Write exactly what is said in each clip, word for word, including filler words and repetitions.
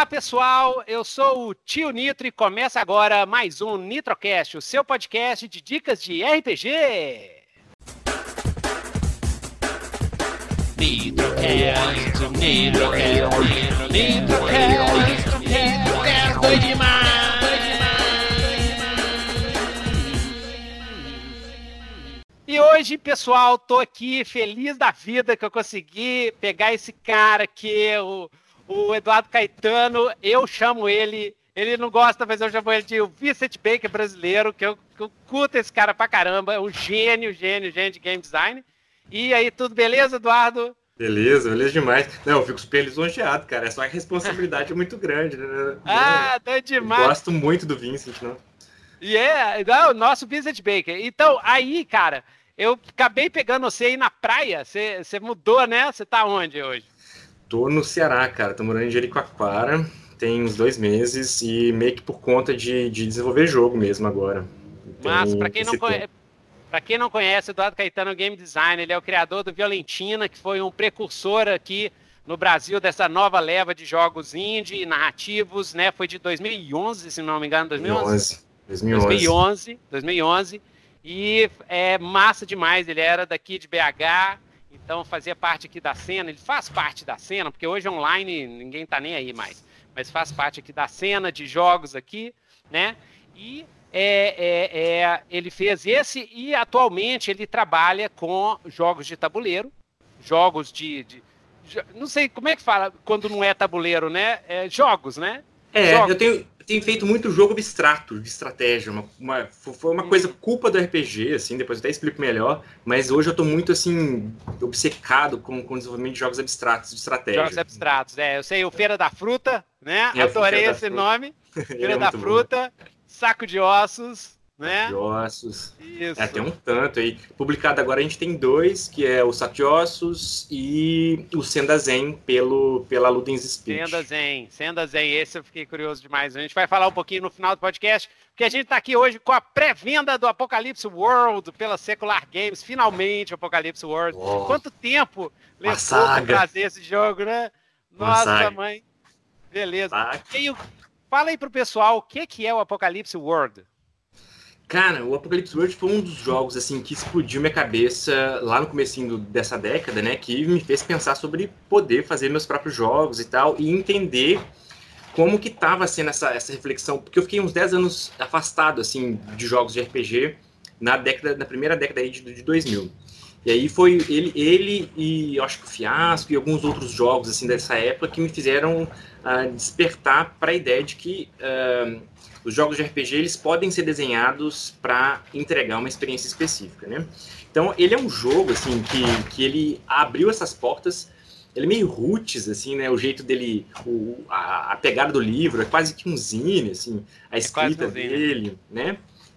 Olá, pessoal, eu sou o Tio Nitro e começa agora mais um Nitrocast, o seu podcast de dicas de R P G. Nitrocast, Nitrocast, Nitrocast, Nitrocast, doido demais, doido demais. E hoje, pessoal, tô aqui feliz da vida que eu consegui pegar esse cara que é o... O Eduardo Caetano, eu chamo ele, ele não gosta, mas eu chamo ele de o Vincent Baker brasileiro, que eu, que eu curto esse cara pra caramba, é um gênio, gênio, gênio de game design. E aí, tudo beleza, Eduardo? Beleza, beleza demais. Não, eu fico super lisonjeado, cara, é só a responsabilidade é muito grande, né? Ah, tá demais. Eu gosto muito do Vincent, não? E é, não, nosso Vincent Baker. Então, aí, cara, eu acabei pegando você aí na praia, você, você mudou, né? Você tá onde hoje? Tô no Ceará, cara, tô morando em Jericoacoara, tem uns dois meses e meio que por conta de, de desenvolver jogo mesmo agora. Massa, pra quem, não conhe... pra quem não conhece, o Eduardo Caetano é um game designer, ele é o criador do Violentina, que foi um precursor aqui no Brasil dessa nova leva de jogos indie, narrativos, né? Foi de dois mil e onze, se não me engano, dois mil e onze? dois mil e onze. dois mil e onze, dois mil e onze, e é massa demais, ele era daqui de B H, então fazia parte aqui da cena, ele faz parte da cena, porque hoje online ninguém tá nem aí mais, mas faz parte aqui da cena de jogos aqui, né? E é, é, é, ele fez esse e atualmente ele trabalha com jogos de tabuleiro, jogos de, de não sei como é que fala quando não é tabuleiro, né? É, jogos, né? É, jogos. eu tenho, tenho feito muito jogo abstrato, de estratégia, uma, uma, foi uma coisa culpa do R P G, assim, depois eu até explico melhor, mas hoje eu tô muito, assim, obcecado com, com o desenvolvimento de jogos abstratos, de estratégia. Jogos abstratos, é, eu sei, o Feira da Fruta, né? É, adorei esse nome, Feira é da Fruta, bom. Saco de Ossos, né? De Ossos. Isso. É, tem um tanto aí. Publicado agora a gente tem dois, que é o Saco de Ossos e o Senda Zen pelo, pela Ludens Speech. Senda Zen, Senda Zen, esse eu fiquei curioso demais. A gente vai falar um pouquinho no final do podcast, porque a gente tá aqui hoje com a pré-venda do Apocalypse World pela Secular Games, finalmente o Apocalypse World. Uou. Quanto tempo levou pra trazer esse jogo, né? Nossa, mãe. Beleza. E aí, fala aí pro pessoal, o que, que é o Apocalypse World? Cara, o Apocalypse World foi um dos jogos, assim, que explodiu minha cabeça lá no comecinho dessa década, né, que me fez pensar sobre poder fazer meus próprios jogos e tal, e entender como que tava sendo essa, essa reflexão, porque eu fiquei uns dez anos afastado, assim, de jogos de R P G na década, na primeira década aí de, de dois mil. E aí foi ele, ele e eu acho que o Fiasco e alguns outros jogos, assim, dessa época que me fizeram uh, despertar para a ideia de que uh, os jogos de R P G eles podem ser desenhados para entregar uma experiência específica, né? Então ele é um jogo assim que, que ele abriu essas portas. Ele é meio roots, assim, né? O jeito dele, o, a, a pegada do livro é quase que um zine, assim, a escrita é um dele, né?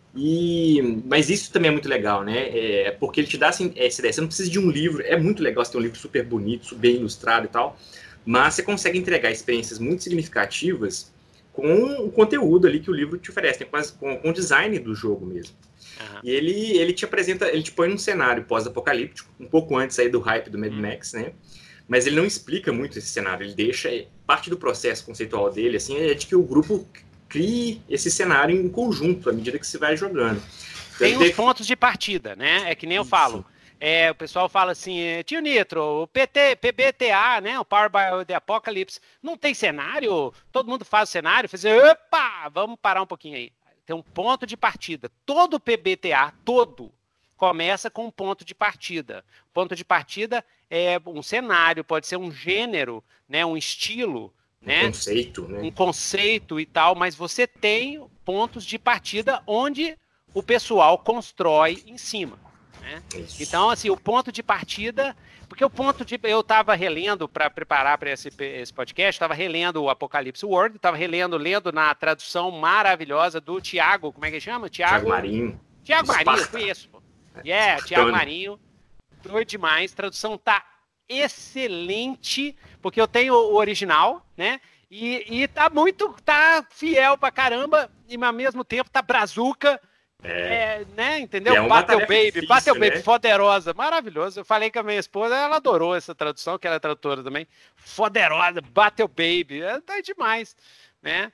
E, mas isso também é muito legal, né? É, porque ele te dá assim, essa ideia. Você não precisa de um livro. É muito legal você ter um livro super bonito, bem ilustrado e tal. Mas você consegue entregar experiências muito significativas com o conteúdo ali que o livro te oferece, né? com, com o design do jogo mesmo. Uhum. E ele, ele te apresenta, ele te põe num cenário pós-apocalíptico, um pouco antes aí do hype do Mad uhum. Max, né? Mas ele não explica muito esse cenário, ele deixa, parte do processo conceitual dele, assim, é de que o grupo crie esse cenário em conjunto, à medida que se vai jogando. Então, tem os teve... pontos de partida, né? É que nem eu Isso. falo. É, o pessoal fala assim, Tio Nitro, o P T, P B T A, né, o Power by the Apocalypse, não tem cenário? Todo mundo faz o cenário? Faz, opa, vamos parar um pouquinho aí. Tem um ponto de partida. Todo P B T A, todo, começa com um ponto de partida. Ponto de partida é um cenário, pode ser um gênero, né, um estilo, um né, conceito, né? um conceito e tal, mas você tem pontos de partida onde o pessoal constrói em cima. Né? Então, assim, o ponto de partida, porque o ponto de, eu estava relendo para preparar para esse, esse podcast, estava relendo o Apocalypse World, estava relendo, lendo na tradução maravilhosa do Thiago, como é que chama? Thiago Marinho. Thiago Marinho, conheço. É, yeah, Thiago Marinho, doido demais, tradução tá excelente, porque eu tenho o original, né? E, e tá muito, tá fiel pra caramba, e ao mesmo tempo tá brazuca. É, né, entendeu? É uma Battle tarefa Baby, difícil, Battle né? Baby, Foderosa, maravilhoso. Eu falei com a minha esposa, ela adorou essa tradução, que ela é tradutora também. Foderosa, Battle Baby, é, tá demais, né?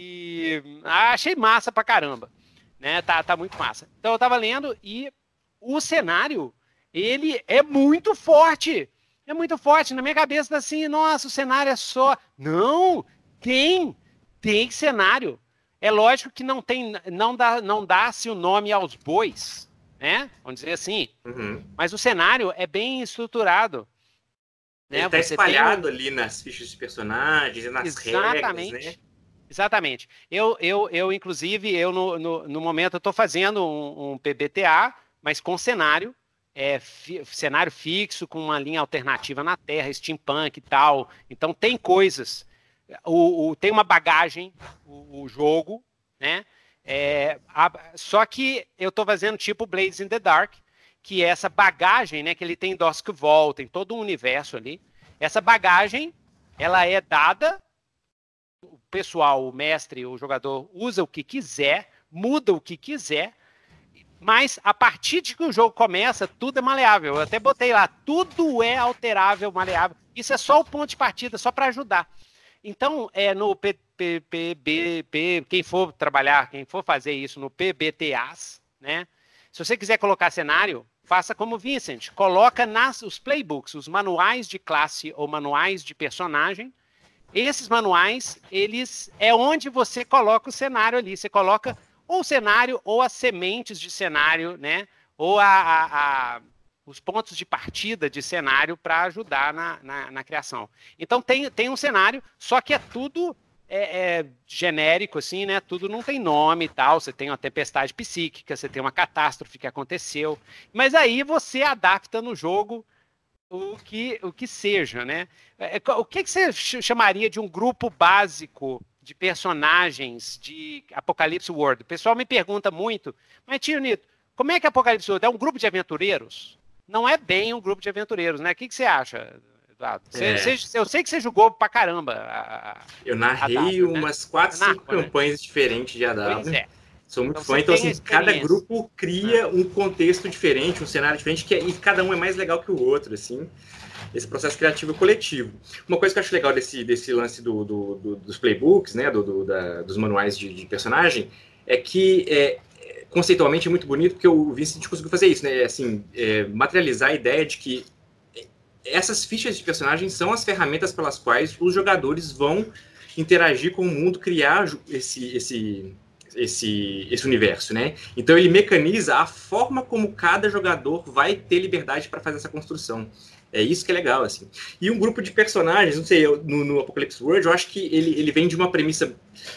E ah, achei massa pra caramba, né? Tá, tá muito massa. Então eu tava lendo e o cenário, ele é muito forte. É muito forte. Na minha cabeça tá assim, nossa, o cenário é só... Não, tem, tem cenário. É lógico que não tem, não dá, não dá-se o nome aos bois, né? Vamos dizer assim. Uhum. Mas o cenário é bem estruturado. Né? Ele tá Você espalhado tem um... ali nas fichas de personagens e nas Exatamente. regras, né? Exatamente. Eu, eu, eu inclusive, eu no, no, no momento eu estou fazendo um, um P B T A, mas com cenário, é, fi, cenário fixo, com uma linha alternativa na Terra, steampunk e tal. Então tem coisas. O, o, tem uma bagagem, o, o jogo, né? É, a, só que eu estou fazendo tipo Blades in the Dark, que é essa bagagem, né? Que ele tem Duskfall, tem todo um universo ali. Essa bagagem, ela é dada, o pessoal, o mestre, o jogador usa o que quiser, muda o que quiser, mas a partir de que o jogo começa, tudo é maleável. Eu até botei lá, tudo é alterável, maleável. Isso é só o ponto de partida, só para ajudar. Então, é, no P, P, P, B, P, quem for trabalhar, quem for fazer isso no P B T As, né? Se você quiser colocar cenário, faça como Vincent, coloca nas, os playbooks, os manuais de classe ou manuais de personagem. Esses manuais, eles é onde você coloca o cenário ali. Você coloca ou o cenário ou as sementes de cenário, né? Ou a, a, a os pontos de partida de cenário para ajudar na, na, na criação. Então tem, tem um cenário, só que é tudo é, é, genérico, assim, né? Tudo não tem nome e tal. Você tem uma tempestade psíquica, você tem uma catástrofe que aconteceu. Mas aí você adapta no jogo o que, o que seja, né? O que, que você chamaria de um grupo básico de personagens de Apocalipse World? O pessoal me pergunta muito, mas tio Nito, como é que Apocalipse World é um grupo de aventureiros? Não é bem um grupo de aventureiros, né? O que, que você acha, Eduardo? Você, É. você, eu sei que você jogou pra caramba. A, eu narrei a W, umas quatro, né? cinco Narco, campanhas né? diferentes de A W. Pois é. Sou muito Então, fã, então assim, cada experiência. grupo cria um contexto diferente, um cenário diferente, que é, e cada um é mais legal que o outro, assim, esse processo criativo coletivo. Uma coisa que eu acho legal desse, desse lance do, do, do, dos playbooks, né, do, do, da, dos manuais de, de personagem, é que é, conceitualmente é muito bonito, porque o Vincent conseguiu fazer isso, né, assim, é, materializar a ideia de que essas fichas de personagens são as ferramentas pelas quais os jogadores vão interagir com o mundo, criar esse... esse Esse, esse universo, né? Então ele mecaniza a forma como cada jogador vai ter liberdade para fazer essa construção. É isso que é legal, assim. E um grupo de personagens, não sei, eu, no, no Apocalypse World, eu acho que ele, ele vem de uma premissa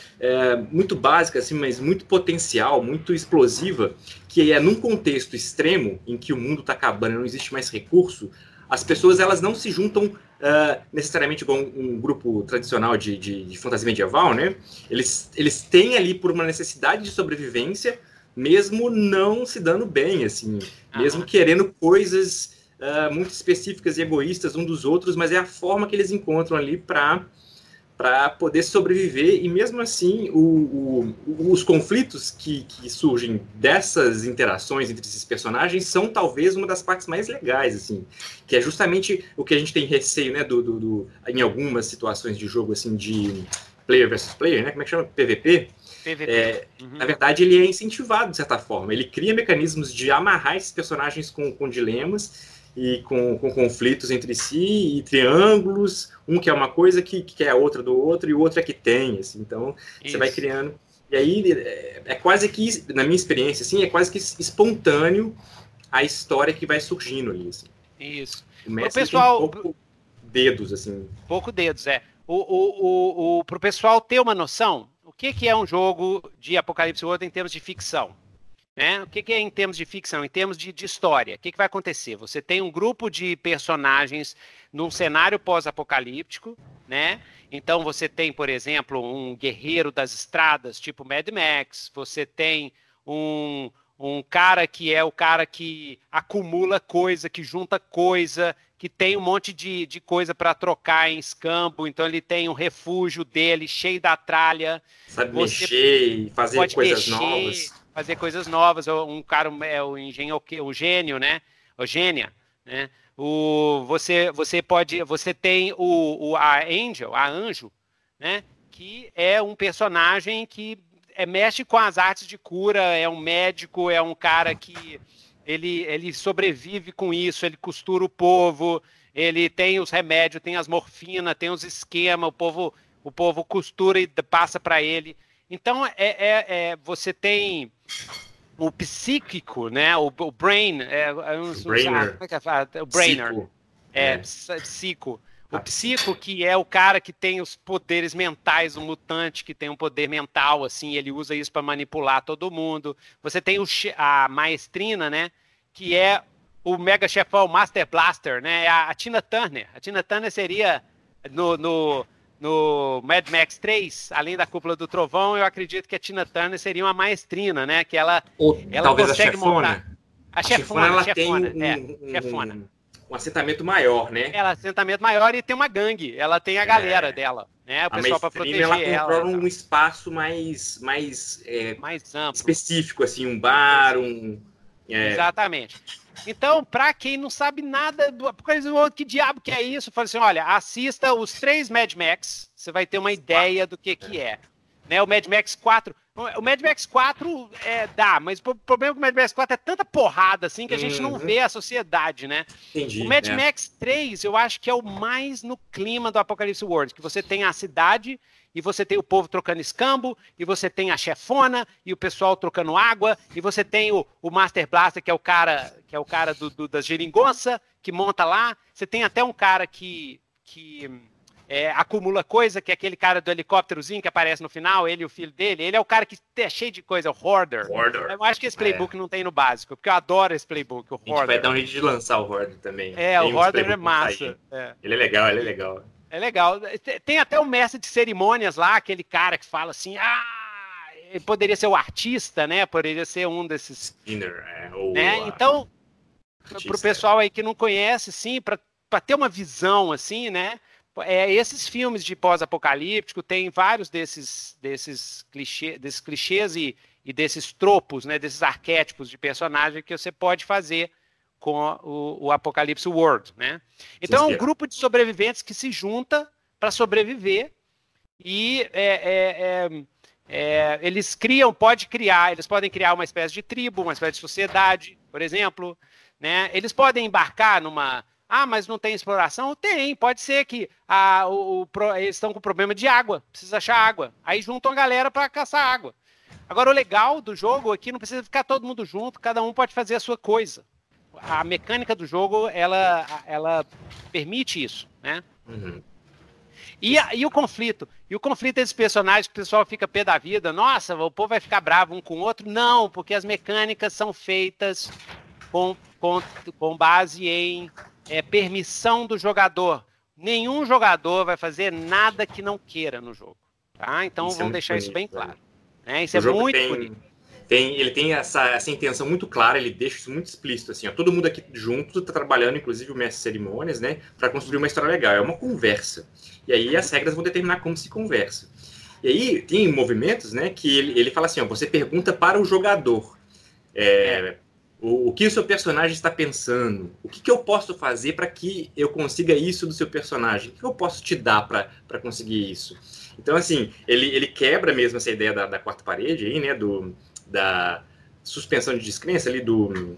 é, muito básica, assim, mas muito potencial, muito explosiva, que é num contexto extremo, em que o mundo está acabando e não existe mais recurso, as pessoas elas não se juntam uh, necessariamente com um, um grupo tradicional de, de, de fantasia medieval, né? Eles, eles têm ali por uma necessidade de sobrevivência, mesmo não se dando bem, assim, uhum. mesmo querendo coisas uh, muito específicas e egoístas um dos outros, mas é a forma que eles encontram ali para para poder sobreviver, e mesmo assim o, o, os conflitos que, que surgem dessas interações entre esses personagens são talvez uma das partes mais legais, assim, que é justamente o que a gente tem receio, né, do, do, do, em algumas situações de jogo, assim, de player versus player, né, como é que chama? P V P? P V P. É, uhum. Na verdade, ele é incentivado, de certa forma, ele cria mecanismos de amarrar esses personagens com, com dilemas, e com, com conflitos entre si, e triângulos, um que é uma coisa que, que quer a outra do outro, e o outro é que tem, assim, então Isso. você vai criando, e aí é, é quase que, na minha experiência, assim, é quase que espontâneo a história que vai surgindo ali, assim. Isso. O mestre o pessoal, tem pouco dedos, assim. Pouco dedos, é. O, o, o, o, pro pessoal ter uma noção, o que, que é um jogo de Apocalipse World em termos de ficção? Né? O que, que é em termos de ficção? Em termos de, de história, o que, que vai acontecer? Você tem um grupo de personagens num cenário pós-apocalíptico, né? Então você tem, por exemplo, um guerreiro das estradas, tipo Mad Max, você tem um, um cara que é o cara que acumula coisa, que junta coisa, que tem um monte de, de coisa para trocar em escambo, então ele tem um refúgio dele cheio da tralha. Sabe você mexer e fazer coisas mexer, novas. fazer coisas novas. Um cara é o engenho, o gênio, né? O gênia, né? O, você, você pode, você tem o, o, a Angel, a Anjo, né? Que é um personagem que é, mexe com as artes de cura, é um médico, é um cara que ele, ele sobrevive com isso, ele costura o povo, ele tem os remédios, tem as morfinas, tem os esquemas, o povo, o povo costura e passa para ele. Então, é, é, é, você tem o psíquico, né? O, o brain, é, o brainer, ah, é, é o brainer, psico. é, é. psico. O psico, que é o cara que tem os poderes mentais, o mutante que tem um poder mental, assim, ele usa isso para manipular todo mundo. Você tem o, a maestrina, né? Que é o mega chefão, Master Blaster, né? A, a Tina Turner. A Tina Turner seria no, no, no Mad Max três, além da Cúpula do Trovão, eu acredito que a Tina Turner seria uma maestrina, né? Que ela, Ou ela talvez consegue a chefona. montar. A, a chefona, chefona, ela chefona, tem um, é, um, chefona. Um, um assentamento maior, né? Ela assentamento maior e tem uma gangue. Ela tem a galera é. dela, né? O a pessoal para proteger ela. Ela controla um espaço mais, mais, é, mais amplo, específico, assim, um bar, um... É... Exatamente. Então, para quem não sabe nada do Apocalipse World, que diabo que é isso? Fala assim, olha, assista os três Mad Max, você vai ter uma ideia do que que é. Né, o Mad Max quatro, o Mad Max quatro é, dá, mas o problema com o Mad Max quatro é tanta porrada assim que a gente uhum. não vê a sociedade, né? Entendi, o Mad é. Max três, eu acho que é o mais no clima do Apocalipse World, que você tem a cidade e você tem o povo trocando escambo, e você tem a chefona e o pessoal trocando água, e você tem o, o Master Blaster, que é o cara, que é o cara do, do, das geringonças, que monta lá. Você tem até um cara que, que é, acumula coisa, que é aquele cara do helicópterozinho que aparece no final, ele e o filho dele. Ele é o cara que é cheio de coisa, o Hoarder. Hoarder. Eu acho que esse playbook é. não tem no básico, porque eu adoro esse playbook, o Hoarder. A gente vai dar um jeito de lançar o Hoarder também. É, tem o Hoarder é massa. É. Ele é legal, ele é legal. É legal. Tem até o mestre de cerimônias lá, aquele cara que fala assim, ah, ele poderia ser o artista, né? Poderia ser um desses... Skinner, é. Ou né? a... Então, para o pessoal aí que não conhece, assim, para ter uma visão, assim, né? É, esses filmes de pós-apocalíptico tem vários desses, desses, clichê, desses clichês e, e desses tropos, né? Desses arquétipos de personagem que você pode fazer com o, o Apocalipse World, né? Então é um grupo de sobreviventes que se junta para sobreviver e é, é, é, é, eles criam, pode criar, eles podem criar uma espécie de tribo, uma espécie de sociedade, por exemplo, né? Eles podem embarcar numa, ah, mas não tem exploração? Tem, pode ser que a, o, o, eles estão com problema de água, precisa achar água, aí juntam a galera para caçar água. Agora o legal do jogo aqui não precisa ficar todo mundo junto, cada um pode fazer a sua coisa. A mecânica do jogo, ela, ela permite isso, né? Uhum. E, e o conflito? E o conflito desses personagens, que o pessoal fica pé da vida, nossa, o povo vai ficar bravo um com o outro. Não, porque as mecânicas são feitas com, com, com base em é, permissão do jogador. Nenhum jogador vai fazer nada que não queira no jogo. Tá? Então isso vamos é deixar bonito, isso bem né? claro. Né? Isso o é jogo muito tem... bonito. Tem, ele tem essa, essa intenção muito clara, ele deixa isso muito explícito, assim, ó, todo mundo aqui junto está trabalhando, inclusive o mestre de cerimônias, né, para construir uma história legal, é uma conversa, e aí as regras vão determinar como se conversa. E aí tem movimentos, né, que ele, ele fala assim, ó, você pergunta para o jogador, é, é. O, o que o seu personagem está pensando, o que, que eu posso fazer para que eu consiga isso do seu personagem, o que eu posso te dar para conseguir isso? Então, assim, ele, ele quebra mesmo essa ideia da, da quarta parede aí, né, do... da suspensão de descrença ali do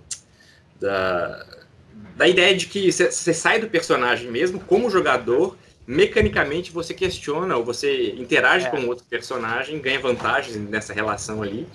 da, da ideia de que você sai do personagem mesmo como jogador, mecanicamente você questiona ou você interage é. com outro personagem, ganha vantagens nessa relação ali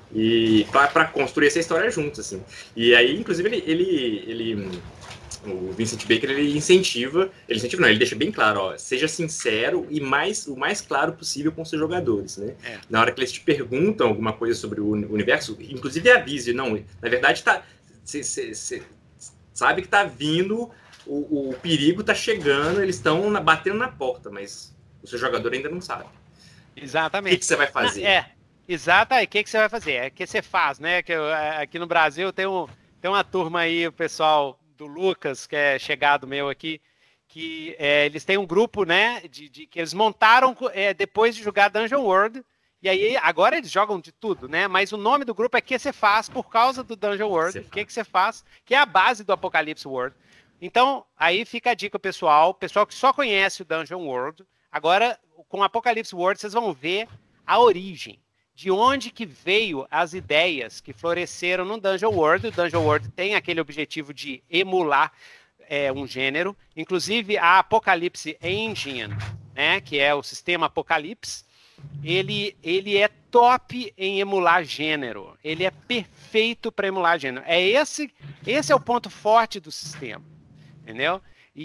e para construir essa história juntos, assim. E aí, inclusive, ele, ele, ele o Vincent Baker, ele incentiva, ele incentiva não, ele deixa bem claro, ó, seja sincero e mais, o mais claro possível com seus jogadores, né? É. Na hora que eles te perguntam alguma coisa sobre o universo, inclusive avise, não, na verdade tá, você sabe que tá vindo, o, o perigo tá chegando, eles estão batendo na porta, mas o seu jogador ainda não sabe. Exatamente. O que você vai fazer? É, exato, aí, o que você vai fazer? É o que você faz, né? Que eu, aqui no Brasil tem, um, tem uma turma aí, o pessoal do Lucas, que é chegado meu aqui, que é, eles têm um grupo, né, de, de, que eles montaram é, depois de jogar Dungeon World, E aí, agora eles jogam de tudo, né? Mas o nome do grupo é Que Você Faz por causa do Dungeon World. O que que você faz? Que é a base do Apocalypse World. Então, aí fica a dica, pessoal. Pessoal que só conhece o Dungeon World. Agora, com o Apocalypse World, vocês vão ver a origem. De onde que veio as ideias que floresceram no Dungeon World. O Dungeon World tem aquele objetivo de emular é, um gênero. Inclusive, a Apocalypse Engine, né? Que é o sistema Apocalypse. Ele, ele é top em emular gênero. Ele é perfeito para emular gênero. É esse, esse é o ponto forte do sistema, entendeu?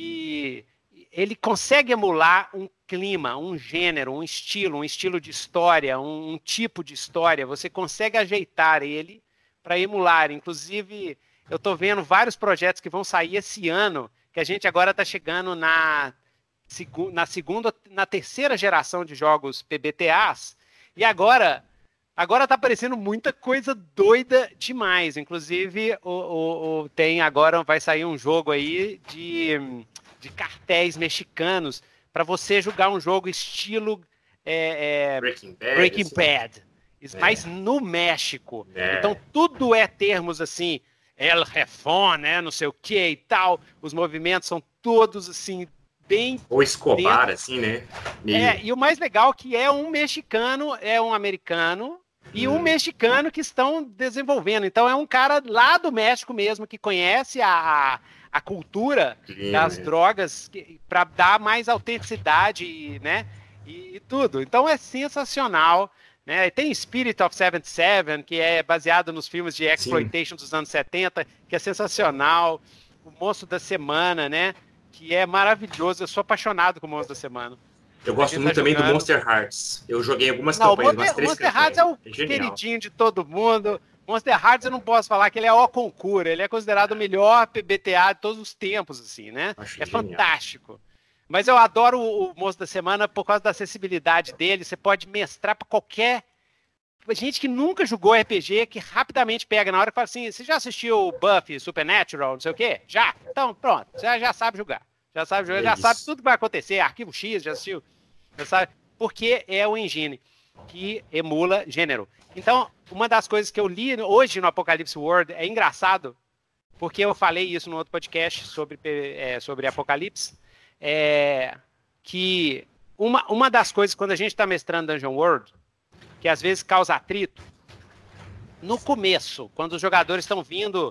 E ele consegue emular um clima, um gênero, um estilo, um estilo de história, um, um tipo de história. Você consegue ajeitar ele para emular. Inclusive, eu estou vendo vários projetos que vão sair esse ano, que a gente agora está chegando na... na segunda, na terceira geração de jogos P B T As, e agora agora tá aparecendo muita coisa doida demais. Inclusive, o, o, o, tem agora, vai sair um jogo aí de, de cartéis mexicanos para você jogar um jogo estilo é, é, Breaking Bad, Breaking assim. Bad. É. Mas no México. É. Então, tudo é termos assim, El Refón, né, não sei o que e tal. Os movimentos são todos assim, bem... Ou Escobar, dentro. assim, né? Meio... É, e o mais legal é que é um mexicano, é um americano e hum. um mexicano que estão desenvolvendo. Então é um cara lá do México mesmo, que conhece a, a cultura Sim, das é. drogas para dar mais autenticidade, né? E, e tudo. Então é sensacional. Né? Tem Spirit of setenta e sete, que é baseado nos filmes de exploitation Sim. dos anos setenta, que é sensacional. O Monstro da Semana, né? Que é maravilhoso. Eu sou apaixonado com o Monstro da Semana. Eu gosto muito tá também jogando. do Monster Hearts. Eu joguei algumas não, campanhas, Monster, umas três Monster campanhas. Hearts é o é queridinho de todo mundo. Monster Hearts eu não posso falar que ele é o concura. Ele é considerado o melhor P B T A de todos os tempos, assim, né? Acho é genial. fantástico. Mas eu adoro o, o Monstro da Semana por causa da acessibilidade dele. Você pode mestrar para qualquer... gente que nunca jogou R P G, que rapidamente pega na hora e fala assim, você já assistiu Buffy, Supernatural, não sei o quê? Já? Então, pronto. Você já sabe jogar. Já sabe jogar, é já isso. sabe tudo que vai acontecer. Arquivo X, já assistiu. Já sabe. Porque é o engine que emula gênero. Então, uma das coisas que eu li hoje no Apocalypse World é engraçado, porque eu falei isso no outro podcast sobre, é, sobre Apocalipse, é, que uma, uma das coisas, quando a gente está mestrando Dungeon World, que às vezes causa atrito, no começo, quando os jogadores estão vindo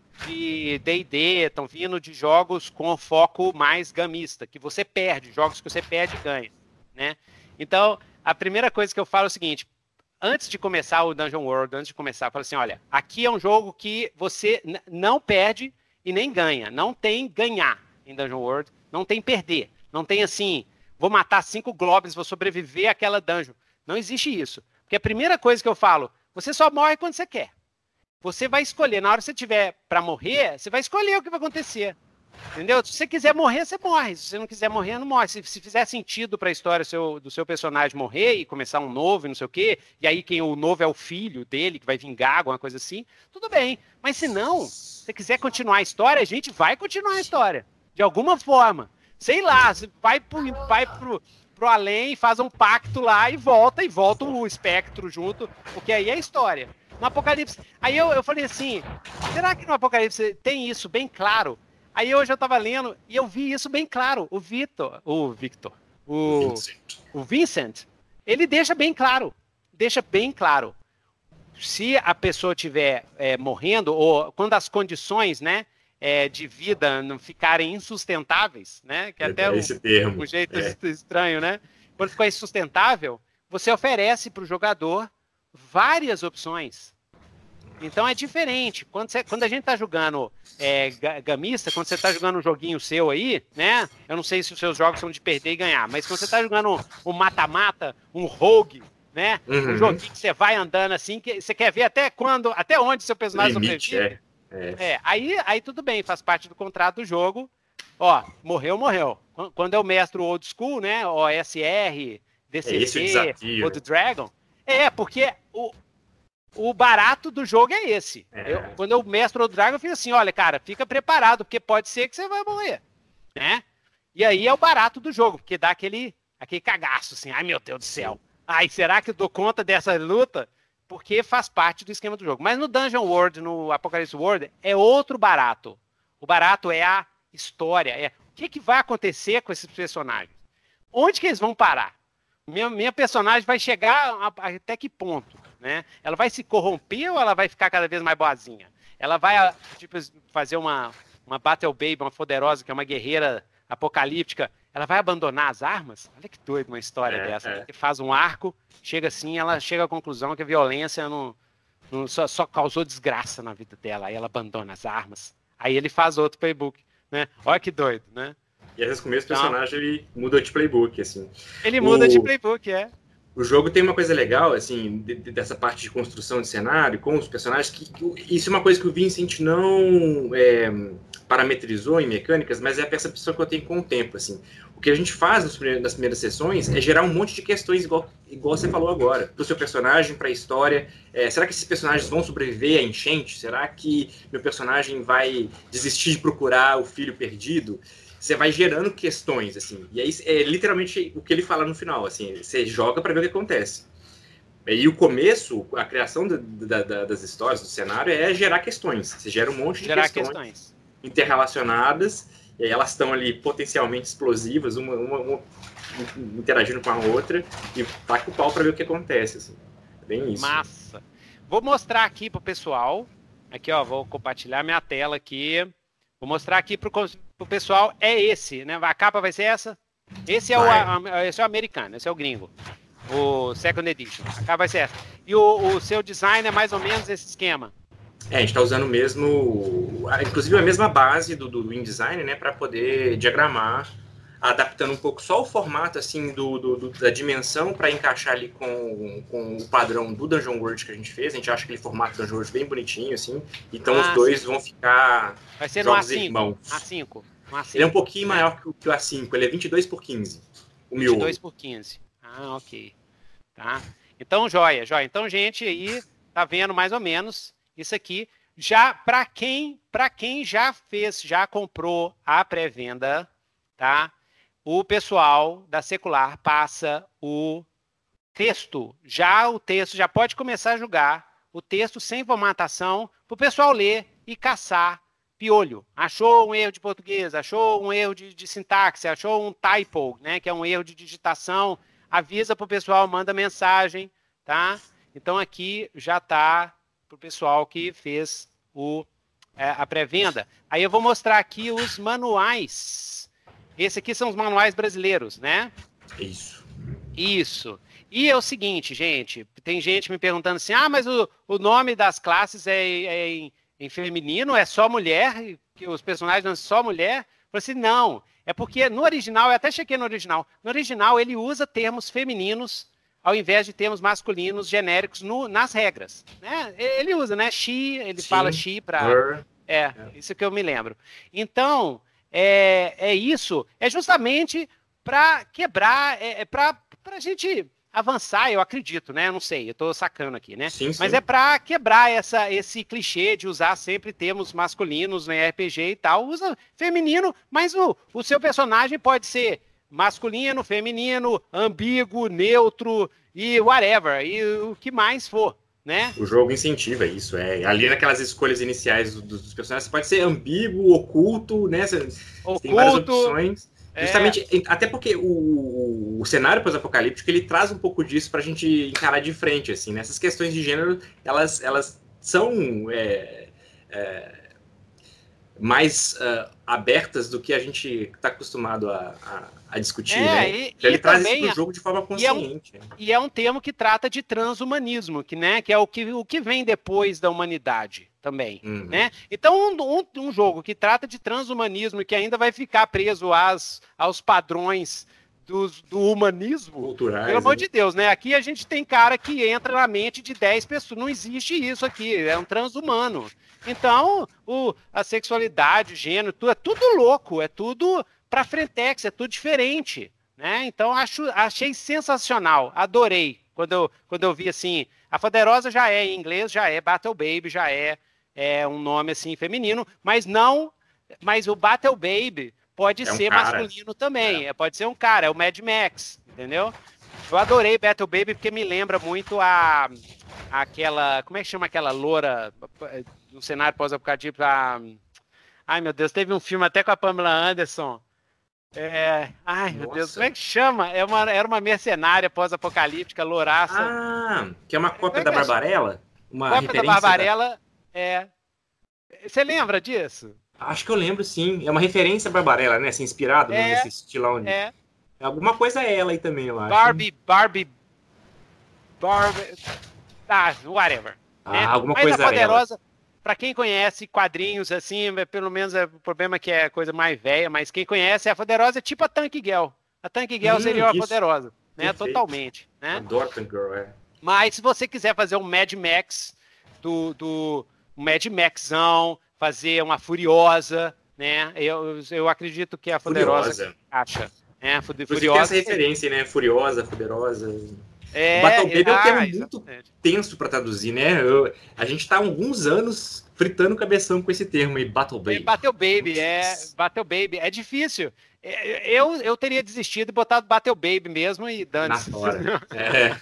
de D e D, estão vindo de jogos com foco mais gamista, que você perde, jogos que você perde e ganha, né? Então, a primeira coisa que eu falo é o seguinte, antes de começar o Dungeon World, antes de começar, eu falo assim, olha, aqui é um jogo que você n- não perde e nem ganha, não tem ganhar em Dungeon World, não tem perder, não tem assim, vou matar cinco goblins, vou sobreviver àquela dungeon, não existe isso, porque a primeira coisa que eu falo, você só morre quando você quer. Você vai escolher, na hora que você tiver para morrer, você vai escolher o que vai acontecer. Entendeu? Se você quiser morrer, você morre. Se você não quiser morrer, não morre. Se, se fizer sentido para a história seu, do seu personagem morrer e começar um novo e não sei o quê, e aí quem o novo é o filho dele, que vai vingar, alguma coisa assim, tudo bem. Mas se não, se você quiser continuar a história, a gente vai continuar a história. De alguma forma. Sei lá, você vai pro, vai pro, pro além, faz um pacto lá e volta, e volta o espectro junto, porque aí é a história. No Apocalipse, aí eu, eu falei assim, será que no Apocalipse tem isso bem claro? Aí hoje eu tava lendo e eu vi isso bem claro. O Victor, o Victor, o, Vincent. o Vincent, ele deixa bem claro, deixa bem claro. Se a pessoa estiver é, morrendo, ou quando as condições, né, é, de vida não ficarem insustentáveis, né, que é até esse um, termo. um jeito é. estranho, né? Quando ficar insustentável, você oferece para o jogador várias opções. Então é diferente. Quando, você, quando a gente tá jogando é, gamista, quando você tá jogando um joguinho seu aí, né? Eu não sei se os seus jogos são de perder e ganhar, mas quando você tá jogando um mata-mata, um rogue, né? Uhum. Um joguinho que você vai andando assim, que você quer ver até quando, até onde seu personagem Limite, sobrevive. É. É. É, aí, aí tudo bem, faz parte do contrato do jogo. Ó, morreu, morreu. Quando eu mestro old school, né? O S R, D C C, é ou do Dragon. É, porque o, o barato do jogo é esse. É. Eu, quando eu mestro o Dragon, eu fico assim, olha, cara, fica preparado, porque pode ser que você vai morrer, né? E aí é o barato do jogo, porque dá aquele, aquele cagaço, assim, ai meu Deus do céu, Ai, será que eu dou conta dessa luta? Porque faz parte do esquema do jogo. Mas no Dungeon World, no Apocalypse World, é outro barato. O barato é a história. É o que, que vai acontecer com esses personagens? Onde que eles vão parar? Minha, minha personagem vai chegar a, a, até que ponto? Né? Ela vai se corromper ou ela vai ficar cada vez mais boazinha? Ela vai tipo, fazer uma, uma Battle Baby, uma Foderosa, que é uma guerreira apocalíptica. Ela vai abandonar as armas? Olha que doido uma história é, dessa. É. Que faz um arco, chega assim, ela chega à conclusão que a violência não, não, só, só causou desgraça na vida dela. Aí ela abandona as armas. Aí ele faz outro playbook. Né? Olha que doido, né? E às vezes, com o mesmo personagem, então, ele muda de playbook, assim. Ele muda o, de playbook, é. O jogo tem uma coisa legal, assim, de, de, dessa parte de construção de cenário, com os personagens, que, que isso é uma coisa que o Vincent não é, parametrizou em mecânicas, mas é a percepção que eu tenho com o tempo, assim. O que a gente faz nas primeiras, nas primeiras sessões é gerar um monte de questões, igual, igual você falou agora, pro seu personagem, pra história. É, será que esses personagens vão sobreviver à enchente? Será que meu personagem vai desistir de procurar o filho perdido? Você vai gerando questões, assim. E aí é literalmente o que ele fala no final, assim. Você joga para ver o que acontece. E o começo, a criação da, da, das histórias, do cenário, é gerar questões. Você gera um monte de gerar questões, questões interrelacionadas, e aí elas estão ali potencialmente explosivas, uma, uma, uma interagindo com a outra, e taca o pau para ver o que acontece, assim. É bem isso. Massa. Vou mostrar aqui pro pessoal. Aqui, ó, vou compartilhar minha tela aqui. Vou mostrar aqui pro, pro pessoal. É esse, né? A capa vai ser essa. Esse é, o, a, esse é o americano, esse é o gringo. O Second Edition. A capa vai ser essa. E o, o seu design é mais ou menos esse esquema. É, a gente está usando o mesmo, inclusive a mesma base do, do InDesign, né, para poder diagramar, adaptando um pouco só o formato assim do, do, do da dimensão para encaixar ali com, com o padrão do Dungeon World que a gente fez. A gente acha aquele formato do Dungeon World bem bonitinho, assim. Então ah, os dois sim. vão ficar vai ser no A cinco. Irmãos. A cinco. A cinco. Ele é um pouquinho é. maior que o, que o A cinco, ele é vinte e dois por quinze. O vinte e dois por quinze. Ah, ok. Tá. Então, joia, joia. Então, gente, aí tá vendo mais ou menos isso aqui. Já para quem, para quem já fez, já comprou a pré-venda, tá? O pessoal da Secular passa o texto, já o texto, já pode começar a jogar o texto sem formatação para o pessoal ler e caçar piolho. Achou um erro de português, achou um erro de, de sintaxe, achou um typo, né, que é um erro de digitação, avisa para o pessoal, manda mensagem, tá? Então aqui já está para o pessoal que fez o, é, a pré-venda. Aí eu vou mostrar aqui os manuais. Esse aqui são os manuais brasileiros, né? Isso. Isso. E é o seguinte, gente, tem gente me perguntando assim, ah, mas o, o nome das classes é, é em, em feminino, é só mulher, que os personagens são só mulher? Eu falei assim, não, é porque no original, eu até chequei no original, no original ele usa termos femininos ao invés de termos masculinos genéricos no, nas regras, né? Ele usa, né? She, ele Sim. fala she para... É, é, isso que eu me lembro. Então, é, é isso, é justamente para quebrar, é, é para a gente avançar, eu acredito, né? Eu não sei, eu estou sacando aqui, né? Sim, Mas sim. é para quebrar essa, esse clichê de usar sempre termos masculinos no R P G e tal. Usa feminino, mas o, o seu personagem pode ser masculino, feminino, ambíguo, neutro e whatever, e o que mais for, né? O jogo incentiva isso, é. Ali naquelas escolhas iniciais dos, dos personagens, você pode ser ambíguo, oculto, né? Você, oculto, tem várias opções. É. Justamente, até porque o, o cenário pós-apocalíptico, ele traz um pouco disso pra gente encarar de frente, assim, né? Essas questões de gênero, elas, elas são... É, é, mais uh, abertas do que a gente está acostumado a, a, a discutir, é, né? E, ele e traz isso pro jogo de forma consciente. E é, um, e é um termo que trata de transhumanismo, que, né, que é o que, o que vem depois da humanidade também, uhum. né? Então, um, um, um jogo que trata de transhumanismo e que ainda vai ficar preso às, aos padrões dos, do humanismo, culturais, pelo amor né? de Deus, né? Aqui a gente tem cara que entra na mente de dez pessoas, não existe isso aqui, é um transhumano. Então, o, a sexualidade, o gênero, tudo, é tudo louco, é tudo pra frentex, é tudo diferente, né? Então, acho, achei sensacional, adorei. Quando eu, quando eu vi, assim, a Foderosa já é, em inglês, já é Battle Baby, já é, é um nome, assim, feminino, mas não, mas o Battle Baby pode é um ser cara. masculino também, é. pode ser um cara, é o Mad Max, entendeu? Eu adorei Battle Baby porque me lembra muito a aquela, como é que chama aquela loura no cenário pós-apocalipse? A, ai meu Deus, teve um filme até com a Pamela Anderson. É, ai meu Nossa. Deus, como é que chama? É uma, era uma mercenária pós-apocalíptica, louraça. Ah, que é uma cópia é da que é? Barbarella? Uma Cópia da referência Barbarella, é. Você lembra disso? Acho que eu lembro, sim. É uma referência à Barbarella, né? Assim, inspirado É, nesse estilão. De... É. Alguma coisa é ela aí também, eu acho. Barbie, Barbie, Barbie, ah, whatever. Ah, né? alguma Mas coisa a Poderosa, ela. pra quem conhece quadrinhos, assim, pelo menos é, o problema é que é coisa mais velha, mas quem conhece a Poderosa é tipo a Tank Girl. A Tank Girl Hum, seria a isso. Poderosa, né? Perfeito. Totalmente, né? Adoro Tank Girl, é. Mas se você quiser fazer um Mad Max do, do um Mad Maxão, fazer uma Furiosa, né? Eu, eu acredito que a Poderosa Furiosa. acha. É, Furiosa. Furiosa. Tem essa referência, né? Furiosa, Poderosa. É, Battle Baby é um ah, termo exatamente. muito tenso pra traduzir, né? Eu, a gente tá há alguns anos fritando o cabeção com esse termo aí, Battle Baby. É, Battle Baby, é. Battle Baby. É difícil. É, Eu, eu teria desistido e botado Battle Baby mesmo e dane-se. Na hora. É.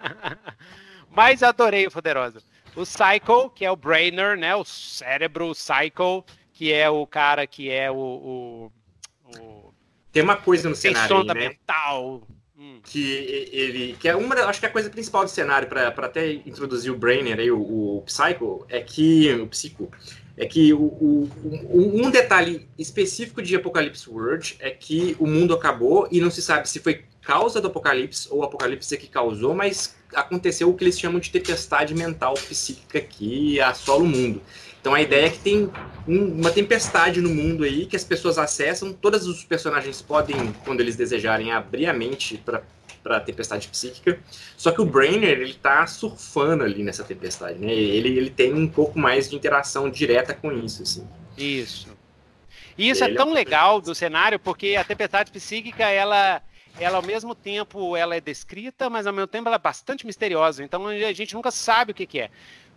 Mas adorei o Poderosa. O Psycho, que é o Brainer, né? O cérebro, o Psycho, que é o cara que é o... o, o... Tem uma coisa no Tem cenário sonda aí, né? mental. Hum. Que ele, que é uma, acho que a coisa principal do cenário para até introduzir o Brainer aí, o, o Psycho, é que o Psico, é que o, o, o, um detalhe específico de Apocalypse World é que o mundo acabou e não se sabe se foi causa do apocalipse ou o apocalipse é que causou, mas aconteceu o que eles chamam de tempestade mental psíquica que assola o mundo. Então a ideia é que tem um, uma tempestade no mundo aí que as pessoas acessam, todos os personagens podem, quando eles desejarem, abrir a mente para a tempestade psíquica, só que o Brainer, ele tá surfando ali nessa tempestade, né? Ele, ele tem um pouco mais de interação direta com isso, assim. Isso. E isso Ele é tão é um- legal do cenário, porque a tempestade psíquica, ela, ela ao mesmo tempo ela é descrita, mas ao mesmo tempo ela é bastante misteriosa. Então a gente nunca sabe o que, que é.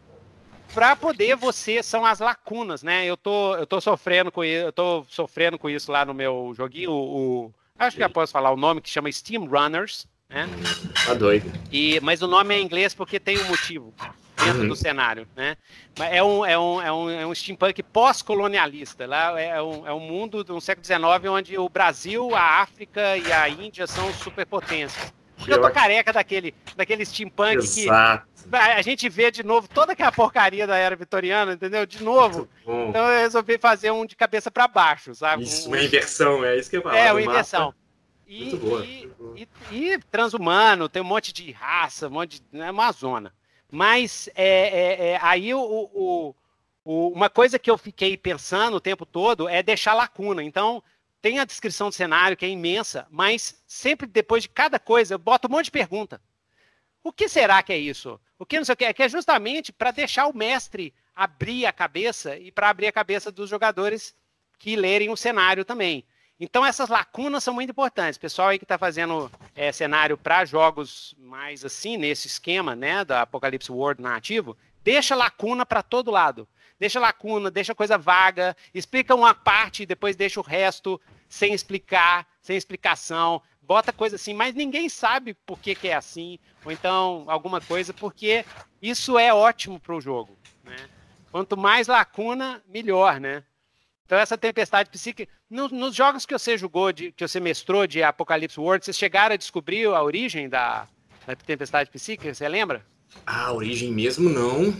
Para poder você são as lacunas, né? Eu tô, eu tô sofrendo com isso, eu tô sofrendo com isso lá no meu joguinho, o, o- acho que já posso falar o nome, que chama Steam Runners, né? Tá doido. E, mas o nome é em inglês porque tem um motivo dentro Uhum. do cenário, né? Mas é um, é um, é um, é um steampunk pós-colonialista. Lá é um, é um mundo do século dezenove onde o Brasil, a África e a Índia são superpotências. Porque eu tô careca daquele, daquele steampunk que Exato. a gente vê de novo toda aquela porcaria da era vitoriana, entendeu? De novo. Bom, Então eu resolvi fazer um de cabeça para baixo, sabe? isso, Um- uma inversão, é isso que eu falo. é, no uma mapa. inversão. E, Muito boa, e, muito boa. e- e transhumano, tem um monte de raça, um monte de. É uma zona. Mas é, é, é, aí o, o- o- uma coisa que eu fiquei pensando o tempo todo é deixar lacuna. Então, tem a descrição do cenário, que é imensa, mas sempre depois de cada coisa eu boto um monte de pergunta. O que será que é isso? O que não sei o que é? Que é justamente para deixar o mestre abrir a cabeça e para abrir a cabeça dos jogadores que lerem o cenário também. Então essas lacunas são muito importantes. Pessoal aí que está fazendo é, cenário para jogos mais assim, nesse esquema, né, da Apocalypse World nativo, deixa lacuna para todo lado. Deixa lacuna, deixa coisa vaga, explica uma parte e depois deixa o resto sem explicar, sem explicação. Bota coisa assim, mas ninguém sabe por que, que é assim, ou então alguma coisa, porque isso é ótimo para o jogo, né? Quanto mais lacuna, melhor, né? Então essa tempestade psíquica, no, nos jogos que você jogou, de, que você mestrou de Apocalypse World, vocês chegaram a descobrir a origem da, da tempestade psíquica, você lembra? Ah, a origem mesmo não,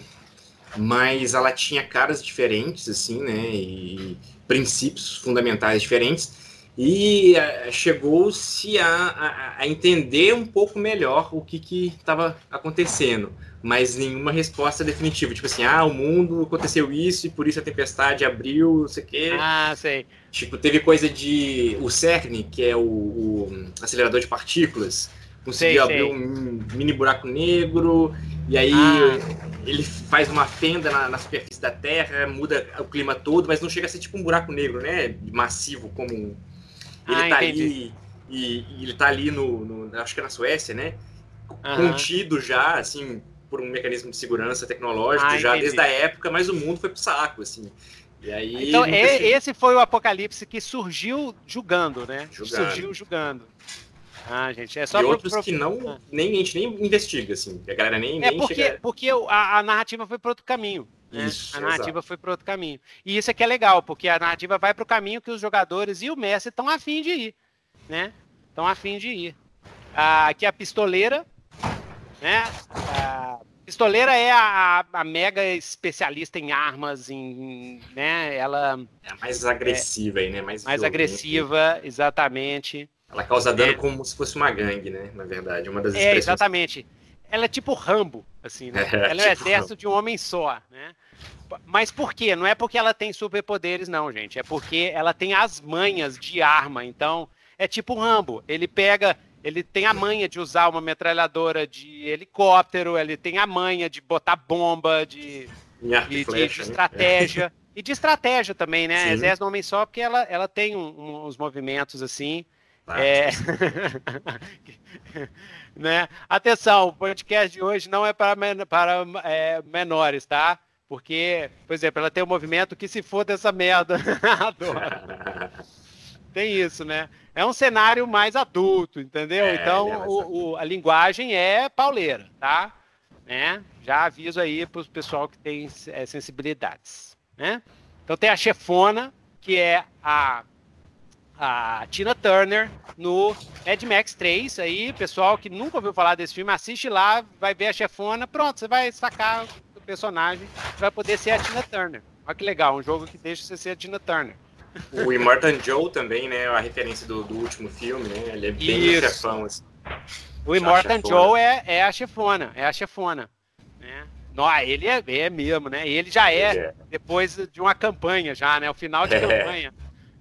mas ela tinha caras diferentes, assim, né, e princípios fundamentais diferentes, e uh, chegou-se a, a, a entender um pouco melhor o que estava acontecendo, mas nenhuma resposta definitiva, tipo assim, ah, o mundo aconteceu isso e por isso a tempestade abriu, não sei o quê. Ah, sei. Tipo, teve coisa de... O CERN, que é o, o acelerador de partículas, conseguiu Sei, abrir sei. um mini buraco negro, e aí Ah. ele faz uma fenda na, na superfície da Terra, muda o clima todo, mas não chega a ser tipo um buraco negro, né? Massivo, como... um- Ele Ah, tá entendi. ali... E, e ele tá ali no, no... Acho que é na Suécia, né? Aham. Contido já, assim, por um mecanismo de segurança tecnológico, Ah, já entendi. desde a época, mas o mundo foi pro saco, assim. E aí... Então, nunca é- chegou- esse foi o Apocalipse que surgiu julgando, né? Julgando. Surgiu julgando. Ah, gente, é só e pro, outros pro... que não, ah. nem, a gente nem investiga, assim. A galera nem, É nem porque, chega... porque a, a narrativa foi para outro caminho. Né? Isso, A narrativa exato. foi para outro caminho. E isso é que é legal, porque a narrativa vai para o caminho que os jogadores e o mestre estão afim de ir. Né? Estão afim de ir. Ah, aqui a pistoleira. Né? A pistoleira é a, a mega especialista em armas, em, né? Ela É a mais agressiva é, aí, né? Mais, mais violenta. agressiva, exatamente. Ela causa dano é. como se fosse uma gangue, né? Na verdade, uma das É, expressões. exatamente. Ela é tipo Rambo, assim, né? É, ela é o tipo exército Rambo. de um homem só, né? Mas por quê? Não é porque ela tem superpoderes, não, gente. É porque ela tem as manhas de arma. Então, é tipo o Rambo. Ele pega... Ele tem a manha de usar uma metralhadora de helicóptero, ele tem a manha de botar bomba, de, de, flecha, de né? estratégia. É. E de estratégia também, né? Sim. Exército Homem Só, porque ela, ela tem um, um, uns movimentos assim. Ah, é... né? Atenção, o podcast de hoje não é para, men para é, menores, tá? Porque, por exemplo, ela tem um movimento que se for dessa merda. Adoro. Tem isso, né? É um cenário mais adulto, entendeu? É, então, é o, o, a linguagem é pauleira, tá? Né? Já aviso aí para o pessoal que tem é, sensibilidades, né? Então tem a chefona, que é a, a Tina Turner no Mad Max três. Aí, pessoal que nunca ouviu falar desse filme, assiste lá, vai ver a chefona, pronto, você vai sacar o personagem, vai poder ser a Tina Turner. Olha que legal, um jogo que deixa você ser a Tina Turner. O Immortan Joe também, né? A referência do, do último filme, né? Ele é bem Isso. chefão, assim. O Immortan Joe é, é a chefona, é a chefona. Né? Não, ele é, é mesmo, né? E ele já é, ele é depois de uma campanha já, né? O final de é. campanha.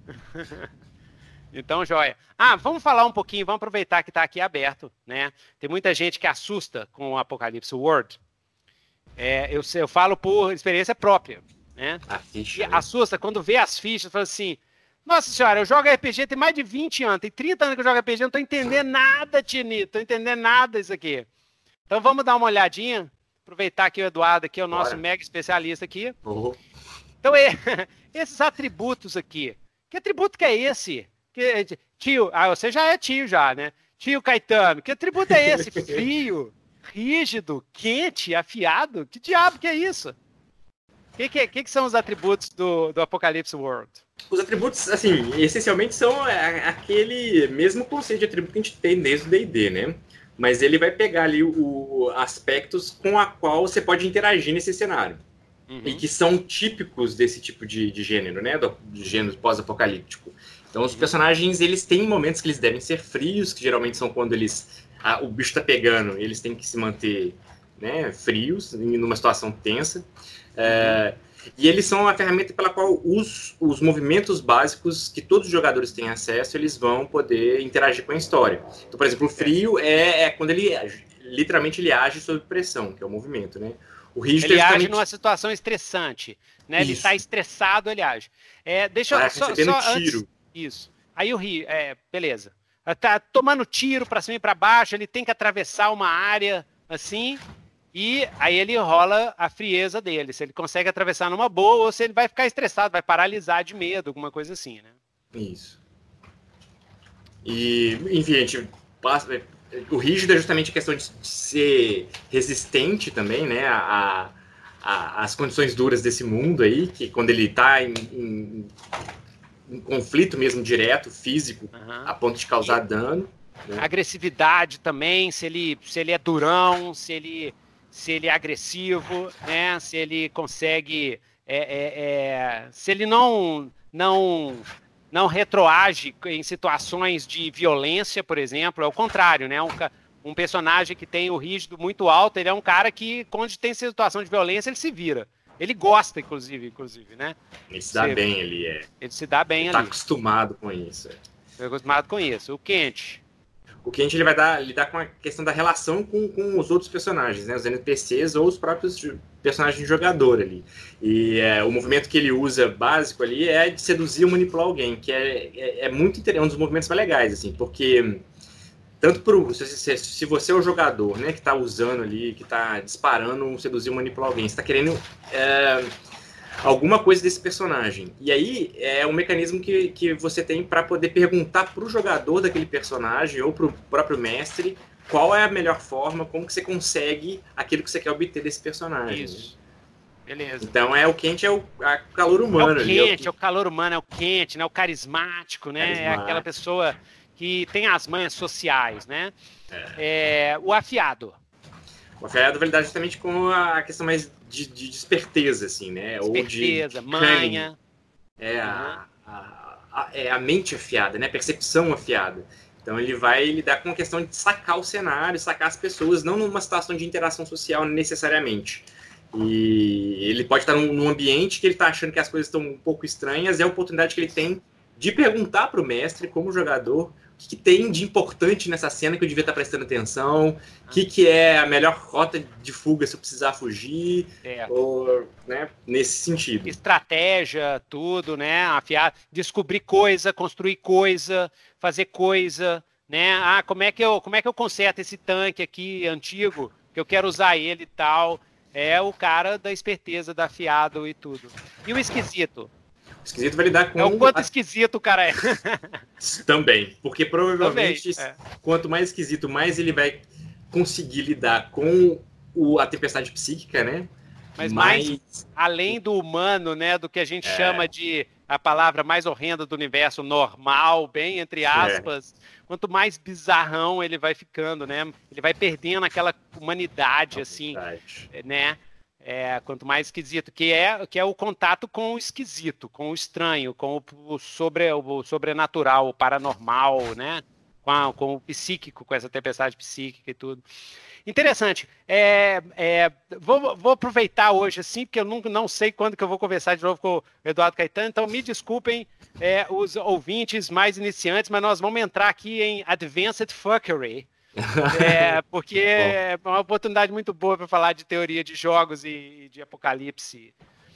Então, joia. Ah, vamos falar um pouquinho, vamos aproveitar que está aqui aberto, né? Tem muita gente que assusta com o Apocalypse World. É, eu, eu falo por experiência própria. Né? A ficha, e né? assusta quando vê as fichas, fala assim, nossa senhora, eu jogo R P G tem mais de vinte anos, tem trinta anos que eu jogo R P G, não tô entendendo nada, Tini, tô entendendo nada isso aqui. Então vamos dar uma olhadinha, aproveitar que o Eduardo aqui é o nosso Bora. mega especialista aqui. Uhum. Então é, esses atributos aqui, que atributo que é esse? Que, tio, ah, você já é tio já, né? Tio Caetano, que atributo é esse? Frio, rígido, quente, afiado? Que diabo que é isso? O que, que, que, que são os atributos do, do Apocalypse World? Os atributos, assim, essencialmente são aquele mesmo conceito de atributo que a gente tem desde o D e D, né? Mas ele vai pegar ali o, aspectos com a qual você pode interagir nesse cenário. Uhum. E que são típicos desse tipo de, de gênero, né? Do, do gênero pós-apocalíptico. Então, os uhum. personagens, eles têm momentos que eles devem ser frios, que geralmente são quando eles... Ah, o bicho tá pegando, eles têm que se manter, né, frios, numa situação tensa. É, e eles são a ferramenta pela qual os, os movimentos básicos que todos os jogadores têm acesso, eles vão poder interagir com a história. Então, por exemplo, o frio é, é quando ele literalmente ele age sob pressão, que é o movimento, né? O rígido ele é justamente... age numa situação estressante, né? Ele está estressado, ele age. É, deixa eu só, só tiro. Antes... Isso. Aí o rio, é, beleza. Tá tomando tiro para cima e para baixo, ele tem que atravessar uma área assim. E aí ele rola a frieza dele, se ele consegue atravessar numa boa ou se ele vai ficar estressado, vai paralisar de medo, alguma coisa assim, né? Isso. E, enfim, a gente passa... O rígido é justamente a questão de ser resistente também, né? A, a, as condições duras desse mundo aí, que quando ele tá em, em, em conflito mesmo direto, físico, uhum. a ponto de causar e dano. Né? Agressividade também, se ele, se ele é durão, se ele... se ele é agressivo, né? Se ele consegue, é, é, é, se ele não, não, não retroage em situações de violência, por exemplo, é o contrário, né? Um, um personagem que tem o rígido muito alto, ele é um cara que, quando tem situação de violência, ele se vira. Ele gosta, inclusive, inclusive, né? Ele se dá Você, bem, ele é. Ele se dá bem ele ali. Tá acostumado com isso. É. Tá acostumado com isso. O Kent. O Kent ele vai dar, lidar com a questão da relação com, com os outros personagens, né? Os N P Cs ou os próprios personagens de jogador ali. E é, o movimento que ele usa básico ali é de seduzir ou manipular alguém, que é, é, é muito interessante, um dos movimentos mais legais, assim, porque tanto pro, se, se, se você é o jogador, né, que está usando ali, que está disparando um seduzir ou manipular alguém, você está querendo é, alguma coisa desse personagem. E aí é um mecanismo que, que você tem para poder perguntar para o jogador daquele personagem ou para o próprio mestre qual é a melhor forma, como que você consegue aquilo que você quer obter desse personagem. Isso. Beleza. Então é o quente, é o, a calor humano. É o ali, quente, é o, é o calor humano, é o quente, né? O carismático, né? Carismático. É aquela pessoa que tem as manhas sociais, né? É. É, o afiado. O afiado vai lidar justamente com a questão mais de, de esperteza, assim, né? Esperteza, Ou de manha. É a, a, a, é a mente afiada, né? A percepção afiada. Então ele vai lidar com a questão de sacar o cenário, sacar as pessoas, não numa situação de interação social necessariamente. E ele pode estar num, num ambiente que ele está achando que as coisas estão um pouco estranhas, é a oportunidade que ele tem de perguntar para o mestre, como jogador, o que, que tem de importante nessa cena que eu devia estar prestando atenção, o que, que é a melhor rota de fuga se eu precisar fugir, É. ou, né, nesse sentido. Estratégia, tudo, né? Afiar, descobrir coisa, construir coisa, fazer coisa, né? Ah, como é que eu, como é que eu conserto esse tanque aqui antigo, que eu quero usar ele e tal. É o cara da esperteza, da afiado e tudo. E o esquisito? O esquisito vai lidar com... É o quanto a... esquisito o cara é. Também, porque provavelmente Também, é. quanto mais esquisito, mais ele vai conseguir lidar com o, a tempestade psíquica, né? Mas mais, mais além do humano, né? Do que a gente é. chama de a palavra mais horrenda do universo, normal, bem entre aspas. É. Quanto mais bizarrão ele vai ficando, né? Ele vai perdendo aquela humanidade, assim, né? É, quanto mais esquisito, que é, que é o contato com o esquisito, com o estranho, com o, o, sobre, o sobrenatural, o paranormal, né? Com, a, com o psíquico, com essa tempestade psíquica e tudo. Interessante. É, é, vou, vou aproveitar hoje, assim, porque eu não, não sei quando que eu vou conversar de novo com o Eduardo Caetano, então me desculpem é, os ouvintes mais iniciantes, mas nós vamos entrar aqui em Advanced Fuckery, é, porque é uma oportunidade muito boa para falar de teoria de jogos e de apocalipse.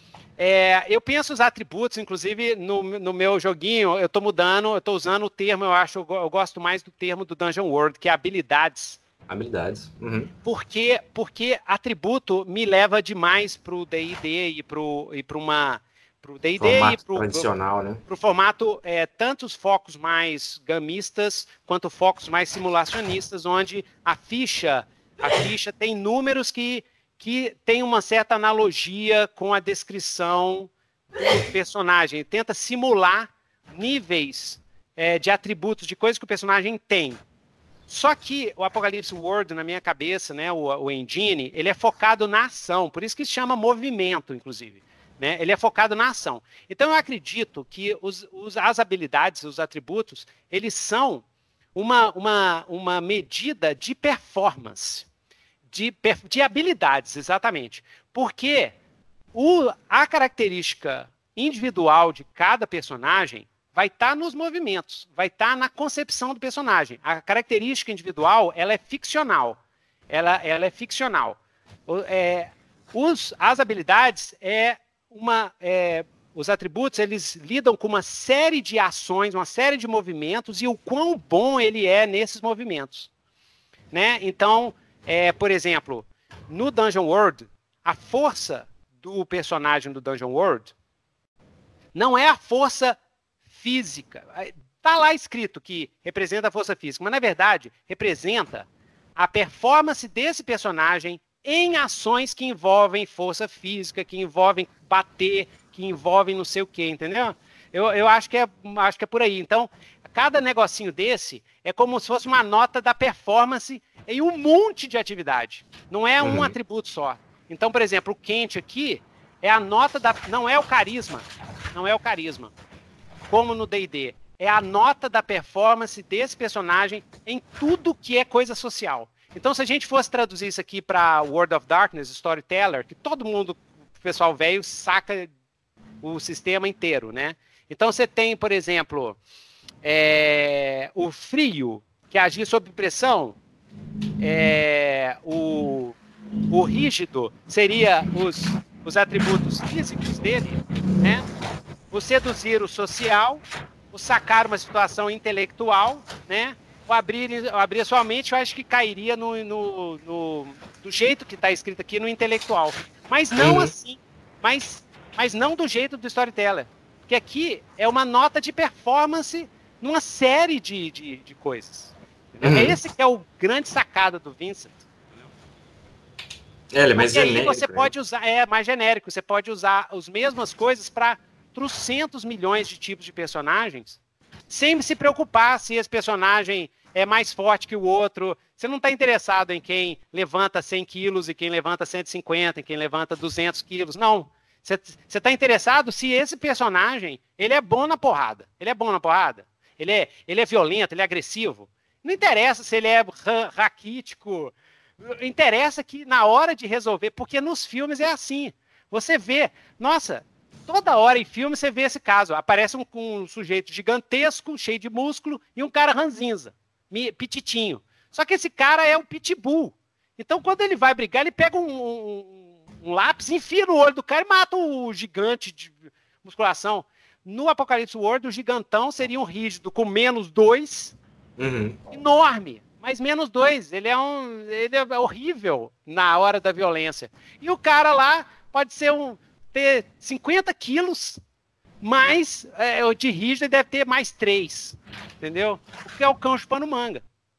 É, eu penso os atributos, inclusive no, no meu joguinho, eu estou mudando, eu estou usando o termo, eu acho, eu, eu gosto mais do termo do Dungeon World, que é habilidades. Habilidades. Uhum. Porque, porque atributo me leva demais para o D e D e para uma... Pro D e D formato e pro, tradicional, pro, né? Pro formato, é, tanto os focos mais gamistas, quanto focos mais simulacionistas, onde a ficha, a ficha tem números que, que tem uma certa analogia com a descrição do personagem. Tenta simular níveis é, de atributos, de coisas que o personagem tem. Só que o Apocalypse World, na minha cabeça, né, o, o engine, ele é focado na ação, por isso que se chama movimento, inclusive. Né? Ele é focado na ação. Então, eu acredito que os, os, as habilidades, os atributos, eles são uma, uma, uma medida de performance, de, de habilidades, exatamente. Porque o, a característica individual de cada personagem vai estar nos movimentos, vai estar na concepção do personagem. A característica individual, ela é ficcional. Ela, ela é ficcional. É, os, as habilidades é uma... É, os atributos, eles lidam com uma série de ações, uma série de movimentos e o quão bom ele é nesses movimentos. Né? Então, é, por exemplo, no Dungeon World, a força do personagem do Dungeon World não é a força física. Está lá escrito que representa a força física, mas na verdade representa a performance desse personagem em ações que envolvem força física, que envolvem bater, que envolvem não sei o que, entendeu? Eu, eu acho, que é, acho que é por aí. Então, cada negocinho desse é como se fosse uma nota da performance em um monte de atividade. Não é um uhum. atributo só. Então, por exemplo, o quente aqui é a nota da... Não é o carisma. Não é o carisma. Como no D e D. É a nota da performance desse personagem em tudo que é coisa social. Então, se a gente fosse traduzir isso aqui para World of Darkness, Storyteller, que todo mundo, o pessoal velho, saca o sistema inteiro, né? Então, você tem, por exemplo, é, o frio, que agir sob pressão. É, o, o rígido seria os, os atributos físicos dele, né? O seduzir o social, o sacar uma situação intelectual, né? O abrir, o abrir a sua mente, eu acho que cairia no, no, no, do jeito que está escrito aqui, no intelectual. Mas não uhum. assim. Mas mas não do jeito do Storyteller. Porque aqui é uma nota de performance numa série de, de, de coisas. Uhum. É esse que é o grande sacada do Vincent. É, ele é mais Porque genérico. Aí você né? pode usar, é mais genérico, você pode usar as mesmas coisas para trocentos milhões de tipos de personagens, sem se preocupar se esse personagem é mais forte que o outro. Você não está interessado em quem levanta cem quilos e quem levanta cento e cinquenta, em quem levanta duzentos quilos. Não. Você está interessado se esse personagem ele é bom na porrada. Ele é bom na porrada? Ele é, ele é violento, ele é agressivo? Não interessa se ele é ra raquítico. Interessa que na hora de resolver, porque nos filmes é assim. Você vê, nossa, toda hora em filme você vê esse caso. Aparece um, um sujeito gigantesco, cheio de músculo, e um cara ranzinza, pititinho. Só que esse cara é um pitbull. Então, quando ele vai brigar, ele pega um, um, um lápis, enfia no olho do cara e mata o gigante de musculação. No Apocalipse World, o gigantão seria um rígido com menos dois, uhum. enorme. Mas menos dois, ele é, um, ele é horrível na hora da violência. E o cara lá pode ser um, ter cinquenta quilos, mais é, de rígido ele deve ter mais três, entendeu? Porque é o cão chupando manga.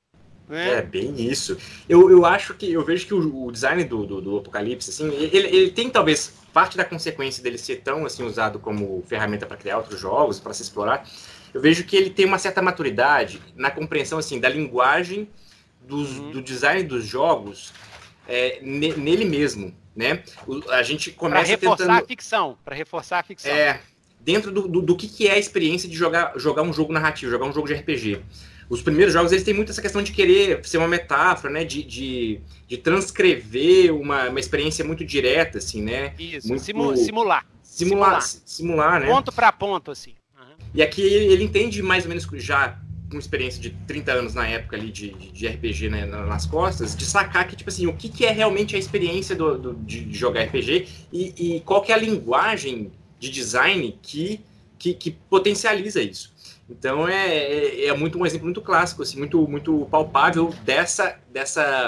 Né? É, bem isso. Eu, eu acho que, eu vejo que o, o design do, do, do Apocalipse, assim, ele, ele tem talvez parte da consequência dele ser tão assim, usado como ferramenta para criar outros jogos, para se explorar. Eu vejo que ele tem uma certa maturidade na compreensão assim, da linguagem dos, uhum. do design dos jogos é, nele mesmo, né? O, a gente começa pra reforçar tentando... a ficção, para reforçar a ficção. É, dentro do, do, do que, que é a experiência de jogar, jogar um jogo narrativo, jogar um jogo de R P G. Os primeiros jogos, eles têm muito essa questão de querer ser uma metáfora, né? De, de, de transcrever uma, uma experiência muito direta, assim, né? Isso, muito... simular. Simular, simular, simular, né? Ponto para ponto, assim. E aqui ele, ele entende mais ou menos já com experiência de trinta anos na época ali de, de, de R P G, né, nas costas, de sacar que, tipo assim, o que, que é realmente a experiência do, do, de jogar R P G e, e qual que é a linguagem de design que, que, que potencializa isso. Então é, é, é muito um exemplo muito clássico, assim, muito, muito palpável dessa, dessa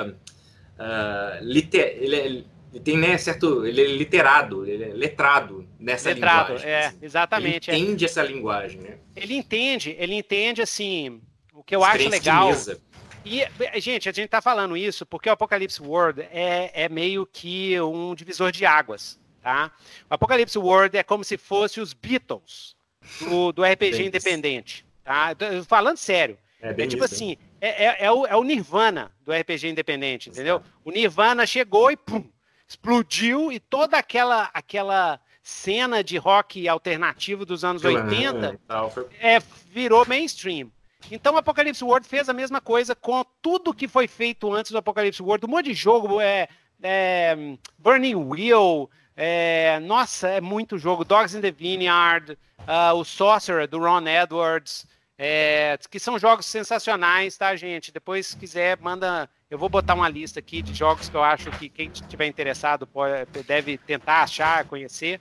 uh, liter, ele é, Ele tem, né, certo... Ele é literado, ele é letrado nessa letrado, linguagem. É, assim. exatamente. Ele entende é. essa linguagem, né? Ele entende, ele entende, assim, o que eu acho legal... E, gente, a gente tá falando isso porque o Apocalypse World é, é meio que um divisor de águas, tá? O Apocalypse World é como se fosse os Beatles do, do R P G bem independente, tá? Falando sério. É, bem é tipo isso, assim, é, é, é, o, é o Nirvana do R P G independente, entendeu? O Nirvana chegou e pum, explodiu e toda aquela, aquela cena de rock alternativo dos anos oitenta é, virou mainstream. Então o Apocalypse World fez a mesma coisa com tudo que foi feito antes do Apocalypse World. Um monte de jogo, é, é, Burning Wheel, é, nossa, é muito jogo. Dogs in the Vineyard, uh, o Sorcerer, do Ron Edwards, é, que são jogos sensacionais, tá, gente? Depois, se quiser, manda... Eu vou botar uma lista aqui de jogos que eu acho que quem estiver interessado pode, deve tentar achar, conhecer.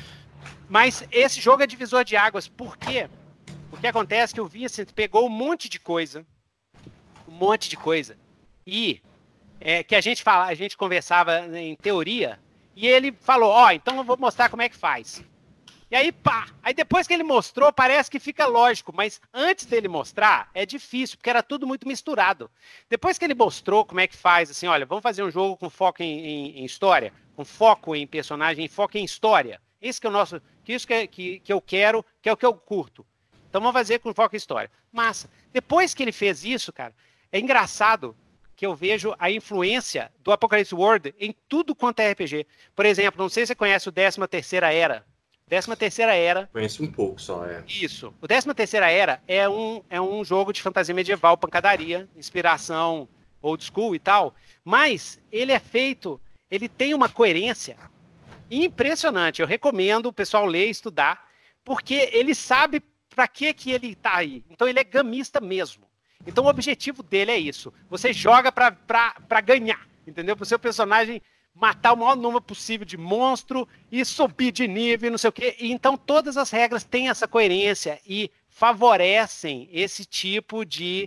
Mas esse jogo é divisor de águas. Por quê? O que acontece é que o Vincent pegou um monte de coisa, um monte de coisa, e é, que a gente, fala, a gente conversava em teoria, e ele falou, ó, oh, então eu vou mostrar como é que faz. E aí, pá, aí depois que ele mostrou, parece que fica lógico, mas antes dele mostrar, é difícil, porque era tudo muito misturado. Depois que ele mostrou como é que faz, assim, olha, vamos fazer um jogo com foco em, em, em história, com foco em personagem, foco em história. Esse que é o nosso, que isso que, é, que, que eu quero, que é o que eu curto. Então vamos fazer com foco em história. Massa. Depois que ele fez isso, cara, é engraçado que eu vejo a influência do Apocalypse World em tudo quanto é R P G. Por exemplo, não sei se você conhece o décima terceira Era. décima terceira Era. Conheço um pouco só, é. Isso. O décima terceira Era é um, é um jogo de fantasia medieval, pancadaria, inspiração old school e tal, mas ele é feito, ele tem uma coerência impressionante. Eu recomendo o pessoal ler e estudar, porque ele sabe para que que ele tá aí. Então ele é gamista mesmo. Então o objetivo dele é isso. Você joga para ganhar, entendeu? Para o seu personagem matar o maior número possível de monstro e subir de nível, não sei o quê. E então todas as regras têm essa coerência e favorecem esse tipo de,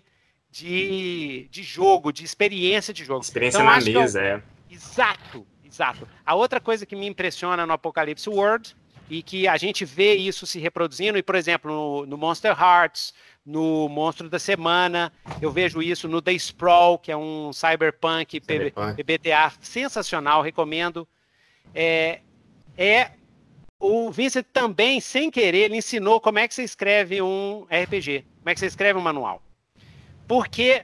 de, de jogo, de experiência de jogo. Experiência então, na mesa, é. Exato, exato. A outra coisa que me impressiona no Apocalypse World e que a gente vê isso se reproduzindo, e, por exemplo, no, no Monster Hearts, no Monstro da Semana, eu vejo isso no The Sprawl, que é um cyberpunk, cyberpunk. P B T A sensacional, recomendo. É, é, o Vincent também, sem querer, ele ensinou como é que você escreve um R P G, como é que você escreve um manual. Porque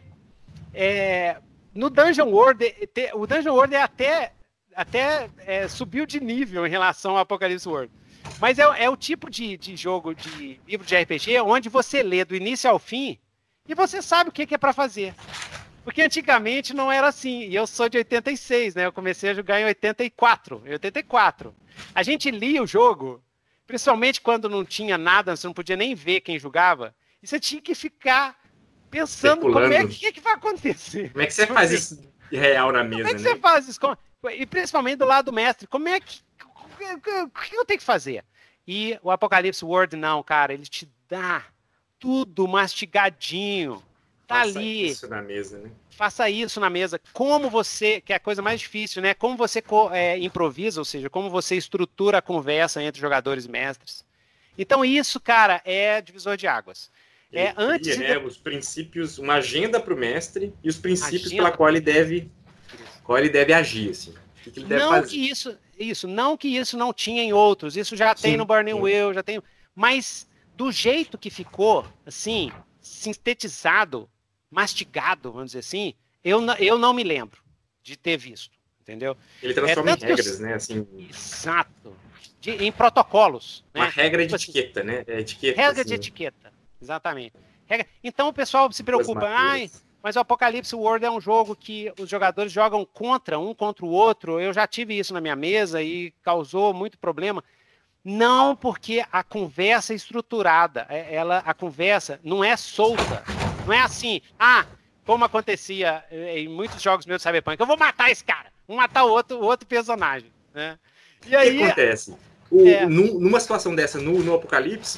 é, no Dungeon World, o Dungeon World é até, até é, subiu de nível em relação ao Apocalypse World. Mas é, é o tipo de, de jogo, de livro de R P G, onde você lê do início ao fim e você sabe o que, que é para fazer. Porque antigamente não era assim. E eu sou de oitenta e seis, né? Eu comecei a jogar em oitenta e quatro. Em oitenta e quatro. A gente lia o jogo, principalmente quando não tinha nada, você não podia nem ver quem jogava, e você tinha que ficar pensando como é que, que, que vai acontecer. Como é que você faz isso real na mesa, né? Como é que né? você faz isso? E principalmente do lado do mestre, como é que... O que eu tenho que fazer? E o Apocalypse World, não, cara, ele te dá tudo mastigadinho. Tá Faça ali. Isso na mesa, né? Faça isso na mesa. Como você, que é a coisa mais difícil, né? Como você é, improvisa, ou seja, como você estrutura a conversa entre jogadores e mestres. Então, isso, cara, é divisor de águas. Ele é, cria, antes né, de... os princípios, uma agenda para o mestre e os princípios agenda. pela qual ele deve, qual ele deve agir, assim. O que ele deve não fazer. que isso, isso, não que isso não tinha em outros. Isso já sim, tem no Burning sim. Wheel, já tem. Mas do jeito que ficou, assim, sintetizado, mastigado, vamos dizer assim, eu, eu não me lembro de ter visto, entendeu? Ele transforma é, em regras, eu... né? Assim... Exato. De, em protocolos. Uma né? regra de tipo etiqueta, assim, né? É etiqueta, regra assim. de etiqueta, exatamente. Regra... Então o pessoal se preocupa, ai, mas o Apocalypse World é um jogo que os jogadores jogam contra, um contra o outro. Eu já tive isso na minha mesa e causou muito problema. Não, porque a conversa é estruturada. Ela, a conversa não é solta. Não é assim, ah, como acontecia em muitos jogos meus de Cyberpunk, eu vou matar esse cara, vou matar o outro, o outro personagem. Né? E aí, o que acontece? O, é... Numa situação dessa, no, no Apocalipse,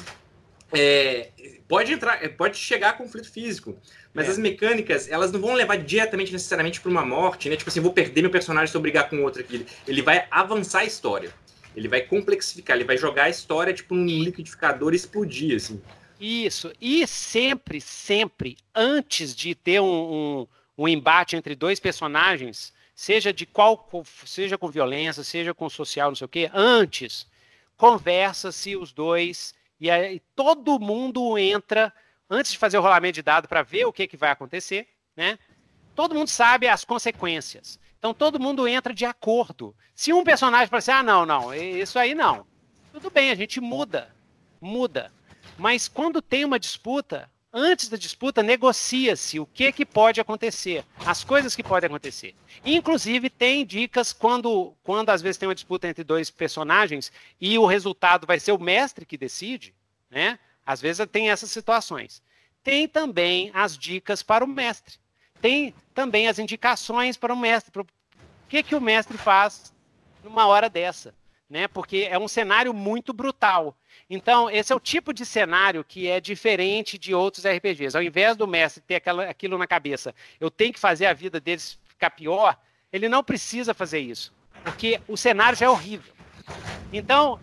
é, pode entrar, pode chegar a conflito físico, mas é. as mecânicas, elas não vão levar diretamente, necessariamente, para uma morte, né? Tipo assim, vou perder meu personagem se eu brigar com outro aqui. Ele vai avançar a história, ele vai complexificar, ele vai jogar a história tipo um liquidificador e explodir, assim. Isso, e sempre, sempre, antes de ter um, um, um embate entre dois personagens, seja de qual, seja com violência, seja com social, não sei o quê, antes, conversa-se os dois, e aí todo mundo entra, antes de fazer o rolamento de dado para ver o que, que vai acontecer, né? Todo mundo sabe as consequências. Então todo mundo entra de acordo. Se um personagem fala assim, ah, não, não, isso aí não. Tudo bem, a gente muda, muda. Mas quando tem uma disputa, antes da disputa, negocia-se o que, que pode acontecer, as coisas que podem acontecer. Inclusive, tem dicas quando, quando às vezes tem uma disputa entre dois personagens e o resultado vai ser o mestre que decide, né? Às vezes tem essas situações. Tem também as dicas para o mestre. Tem também as indicações para o mestre. O que, que o mestre faz numa hora dessa? Né? Porque é um cenário muito brutal. Então, esse é o tipo de cenário que é diferente de outros R P Gs. Ao invés do mestre ter aquela, aquilo na cabeça, eu tenho que fazer a vida deles ficar pior, ele não precisa fazer isso, porque o cenário já é horrível. Então,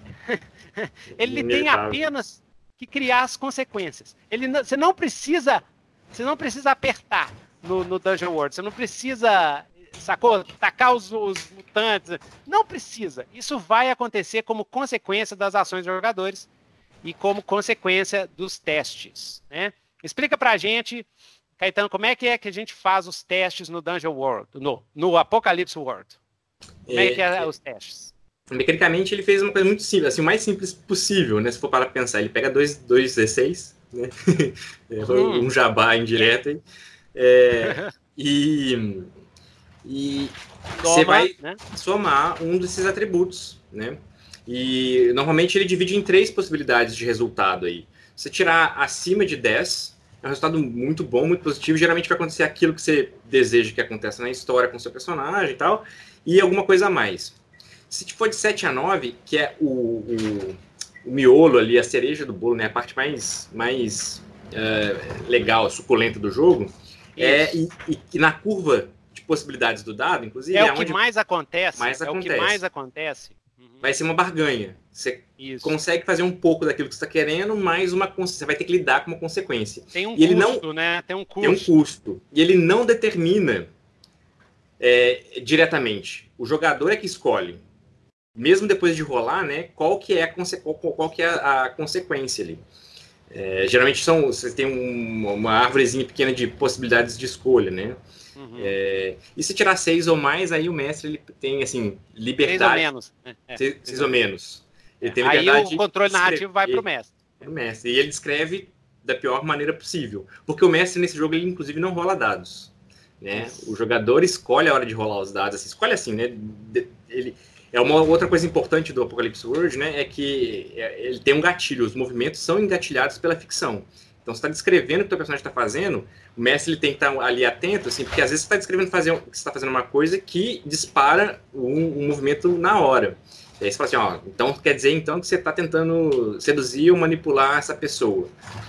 ele tem apenas que criar as consequências. Ele não, você não precisa, você não precisa apertar no, no Dungeon World, você não precisa... sacou? Tacar os, os mutantes. Não precisa. Isso vai acontecer como consequência das ações dos jogadores e como consequência dos testes. Né? Explica pra gente, Caetano, como é que é que a gente faz os testes no Dungeon World, no, no Apocalypse World? Como é, é que é, é os testes? Mecanicamente, ele fez uma coisa muito simples, assim, o mais simples possível, né? Se for para pensar. Ele pega dois, dois D seis, né? hum. um jabá indireto, é, e... E Toma, você vai né? somar um desses atributos, né? E normalmente ele divide em três possibilidades de resultado aí. Se você tirar acima de dez, é um resultado muito bom, muito positivo. Geralmente vai acontecer aquilo que você deseja que aconteça na história com o seu personagem e tal, e alguma coisa a mais. Se for de sete a nove, que é o, o, o miolo ali, a cereja do bolo, né? A parte mais, mais uh, legal, suculenta do jogo, é, e, e, e na curva possibilidades do dado, inclusive, é, é o que onde mais acontece, mais é acontece. o que mais acontece, vai ser uma barganha. Você Isso. consegue fazer um pouco daquilo que você está querendo, mas uma, você vai ter que lidar com uma consequência. Tem um e ele custo, não, né? Tem um custo. Tem um custo. E ele não determina é, diretamente. O jogador é que escolhe. Mesmo depois de rolar, né, qual que é a, conse- qual, qual que é a, a consequência ali. É, geralmente são, você tem um, uma árvorezinha pequena de possibilidades de escolha, né? Uhum. É, e se tirar seis ou mais, aí o mestre ele tem assim liberdade. Seis ou menos. É, seis, seis ou menos. Ele tem aí liberdade o controle narrativo vai pro mestre. Pro mestre. E ele escreve da pior maneira possível, porque o mestre nesse jogo ele inclusive não rola dados, né? O jogador escolhe a hora de rolar os dados, assim, escolhe assim, né? Ele é uma outra coisa importante do Apocalypse World, né? É que ele tem um gatilho, os movimentos são engatilhados pela ficção. Então, você está descrevendo o que o teu personagem está fazendo, o mestre ele tem que estar ali atento, assim, porque às vezes você está descrevendo fazer, você está fazendo uma coisa que dispara um, um movimento na hora. E aí você fala assim, ó, então quer dizer então que você está tentando seduzir ou manipular essa pessoa.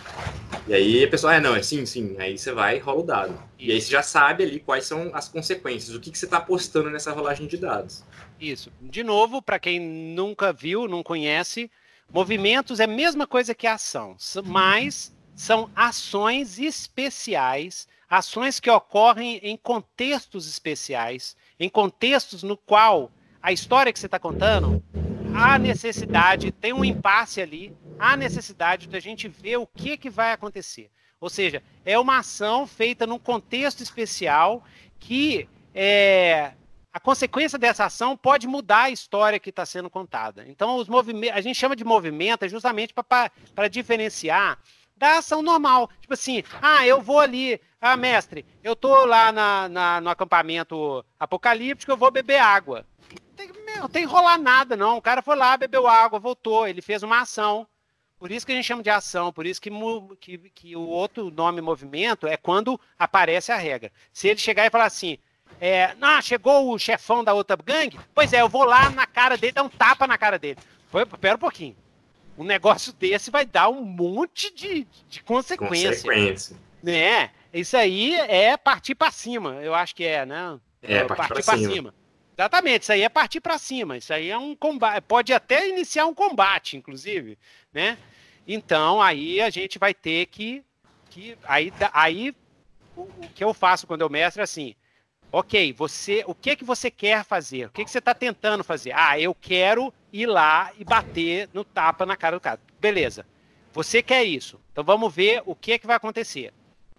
E aí a pessoa, ah, não, é sim, sim. Aí você vai e rola o dado. E aí você já sabe ali quais são as consequências, o que, que você está apostando nessa rolagem de dados. Isso. De novo, para quem nunca viu, não conhece, movimentos é a mesma coisa que ação, mas são ações especiais, ações que ocorrem em contextos especiais, em contextos no qual a história que você está contando, há necessidade, tem um impasse ali, há necessidade da gente ver o que, que vai acontecer. Ou seja, é uma ação feita num contexto especial que é, a consequência dessa ação pode mudar a história que está sendo contada. Então, os movimentos, a gente chama de movimento é justamente para diferenciar da ação normal. Tipo assim, ah, eu vou ali, ah, mestre, eu tô lá na, na, no acampamento apocalíptico, eu vou beber água. Não tem, não tem que rolar nada, não. O cara foi lá, bebeu água, voltou, ele fez uma ação. Por isso que a gente chama de ação, por isso que, que, que o outro nome movimento é quando aparece a regra. Se ele chegar e falar assim, é, não, chegou o chefão da outra gangue, pois é, eu vou lá na cara dele, dar um tapa na cara dele. Foi, pera um pouquinho. Um negócio desse vai dar um monte de, de consequência. Consequência. Né? Isso aí é partir para cima, eu acho que é, né? É, partir, partir para cima. cima. Exatamente, isso aí é partir para cima. Isso aí é um combate, pode até iniciar um combate, inclusive, né? Então, aí a gente vai ter que... que aí, aí o que eu faço quando eu mestro é assim, ok, você, o que, que você quer fazer? O que, que você está tentando fazer? Ah, eu quero ir lá e bater no tapa na cara do cara. Beleza, você quer isso. Então vamos ver o que, que vai acontecer.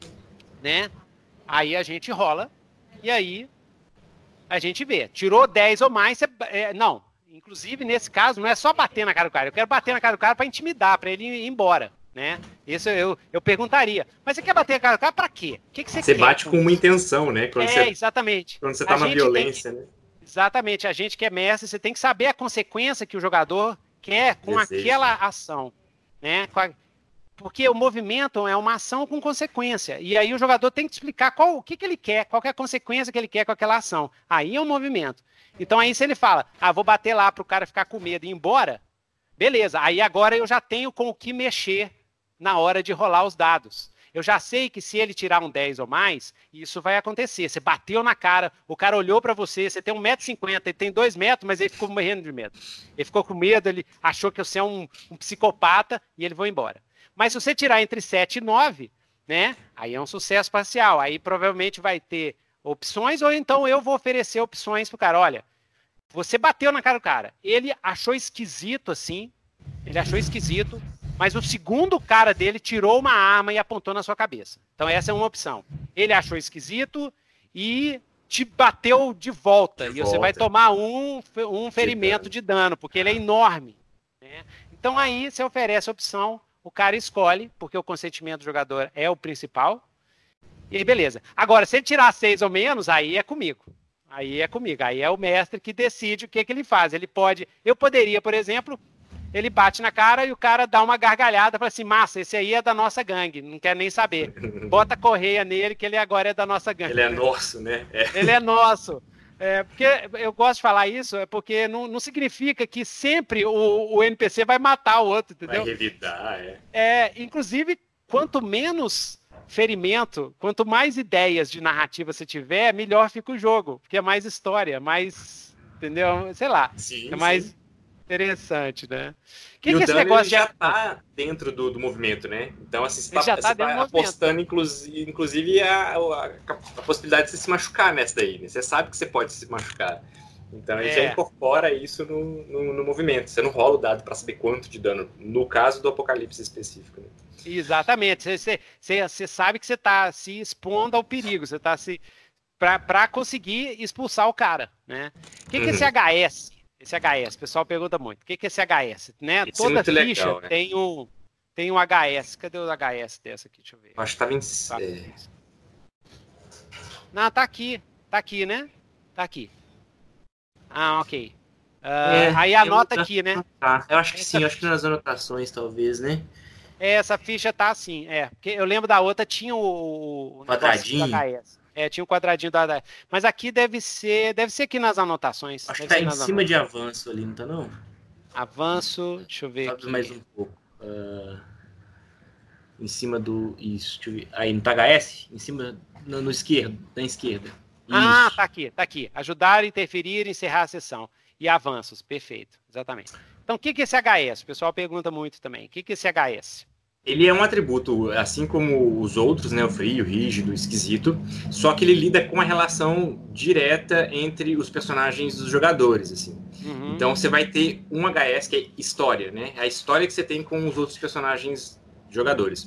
Né? Aí a gente rola e aí a gente vê. Tirou dez ou mais, você, é, não. Inclusive, nesse caso, não é só bater na cara do cara. Eu quero bater na cara do cara para intimidar, para ele ir embora. Né? Isso eu, eu perguntaria. Mas você quer bater na cara do cara para quê? O que, que você, você quer? Você bate com uma intenção, né? Quando é, você, exatamente. Quando você tá na violência, que, né? Exatamente. A gente que é mestre, você tem que saber a consequência que o jogador quer com Desejo. aquela ação. Né? Porque o movimento é uma ação com consequência. E aí o jogador tem que explicar qual, o que, que ele quer, qual que é a consequência que ele quer com aquela ação. Aí é um movimento. Então aí se ele fala, ah, vou bater lá para o cara ficar com medo e ir embora, beleza. Aí agora eu já tenho com o que mexer na hora de rolar os dados. Eu já sei que se ele tirar um dez ou mais, isso vai acontecer. Você bateu na cara, o cara olhou para você, você tem um metro e cinquenta, ele tem dois metros, mas ele ficou morrendo de medo. Ele ficou com medo, ele achou que você é um, um psicopata e ele foi embora. Mas se você tirar entre sete e nove, né, aí é um sucesso parcial. Aí provavelmente vai ter opções, ou então eu vou oferecer opções pro cara. Olha, você bateu na cara do cara, ele achou esquisito assim, ele achou esquisito, mas o segundo cara dele tirou uma arma e apontou na sua cabeça. Então essa é uma opção. Ele achou esquisito e te bateu de volta. De e volta. Você vai tomar um, um ferimento de dano, porque ele é enorme. Né? Então aí você oferece a opção, o cara escolhe, porque o consentimento do jogador é o principal. E aí beleza. Agora, se ele tirar seis ou menos, aí é comigo. Aí é comigo. Aí é o mestre que decide o que, que ele faz. Ele pode... Eu poderia, por exemplo... Ele bate na cara e o cara dá uma gargalhada, fala assim, massa, esse aí é da nossa gangue, não quer nem saber. Bota a correia nele que ele agora é da nossa gangue. Ele é nosso, né? É. Ele é nosso. É, porque eu gosto de falar isso, é porque não, não significa que sempre o, o N P C vai matar o outro, entendeu? Vai revidar, é. É, inclusive, quanto menos ferimento, quanto mais ideias de narrativa você tiver, melhor fica o jogo, porque é mais história, mais, entendeu? Sei lá, sim, é mais... Sim. Interessante, né? Que e que o esse dano negócio ele já de... tá dentro do, do movimento, né? Então, assim, você Ele tá, já tá você dentro tá do movimento. apostando, inclusive, inclusive a, a, a possibilidade de você se machucar nessa daí, né? Você sabe que você pode se machucar. Então, ele já É. incorpora isso no, no, no movimento. Você não rola o dado para saber quanto de dano, no caso do Apocalipse específico, né? Exatamente. Você, você, você, você sabe que você está se expondo ao perigo, você está se... para conseguir expulsar o cara, né? O que, que é esse Uhum. H S? Esse H S, o pessoal pergunta muito. O que, que é esse H S? Né? Isso é Toda muito ficha legal, né? tem um, tem um H S. Cadê o H S dessa aqui? Deixa eu ver. Eu acho que tava em... Tá. É... Não, tá aqui. Tá aqui, né? Tá aqui. Ah, ok. Uh, É, aí anota aqui, né? Tá. Eu acho que Essa sim, eu acho que ficha... nas anotações, talvez, né? Essa ficha tá assim, é. Porque eu lembro da outra, tinha o, o Quadradinho. do H S. É, tinha um quadradinho do H S. Mas aqui deve ser. Deve ser aqui nas anotações. Acho que Deve tá ser em nas cima anotações. de avanço ali, não tá não? Avanço, deixa eu ver Sobe mais aqui. um pouco. Uh, em cima do... Isso, deixa eu ver. Aí, no H S? Em cima, no, no esquerdo, na esquerda. Ah, Isso. tá aqui, tá aqui. Ajudar, interferir, encerrar a sessão. E avanços, perfeito, exatamente. Então, o que que é esse H S? O pessoal pergunta muito também. O que que é esse H S? Ele é um atributo, assim como os outros, né? O frio, o rígido, o esquisito. Só que ele lida com a relação direta entre os personagens dos jogadores, assim. Uhum. Então, você vai ter um H S que é história, né? A história que você tem com os outros personagens jogadores.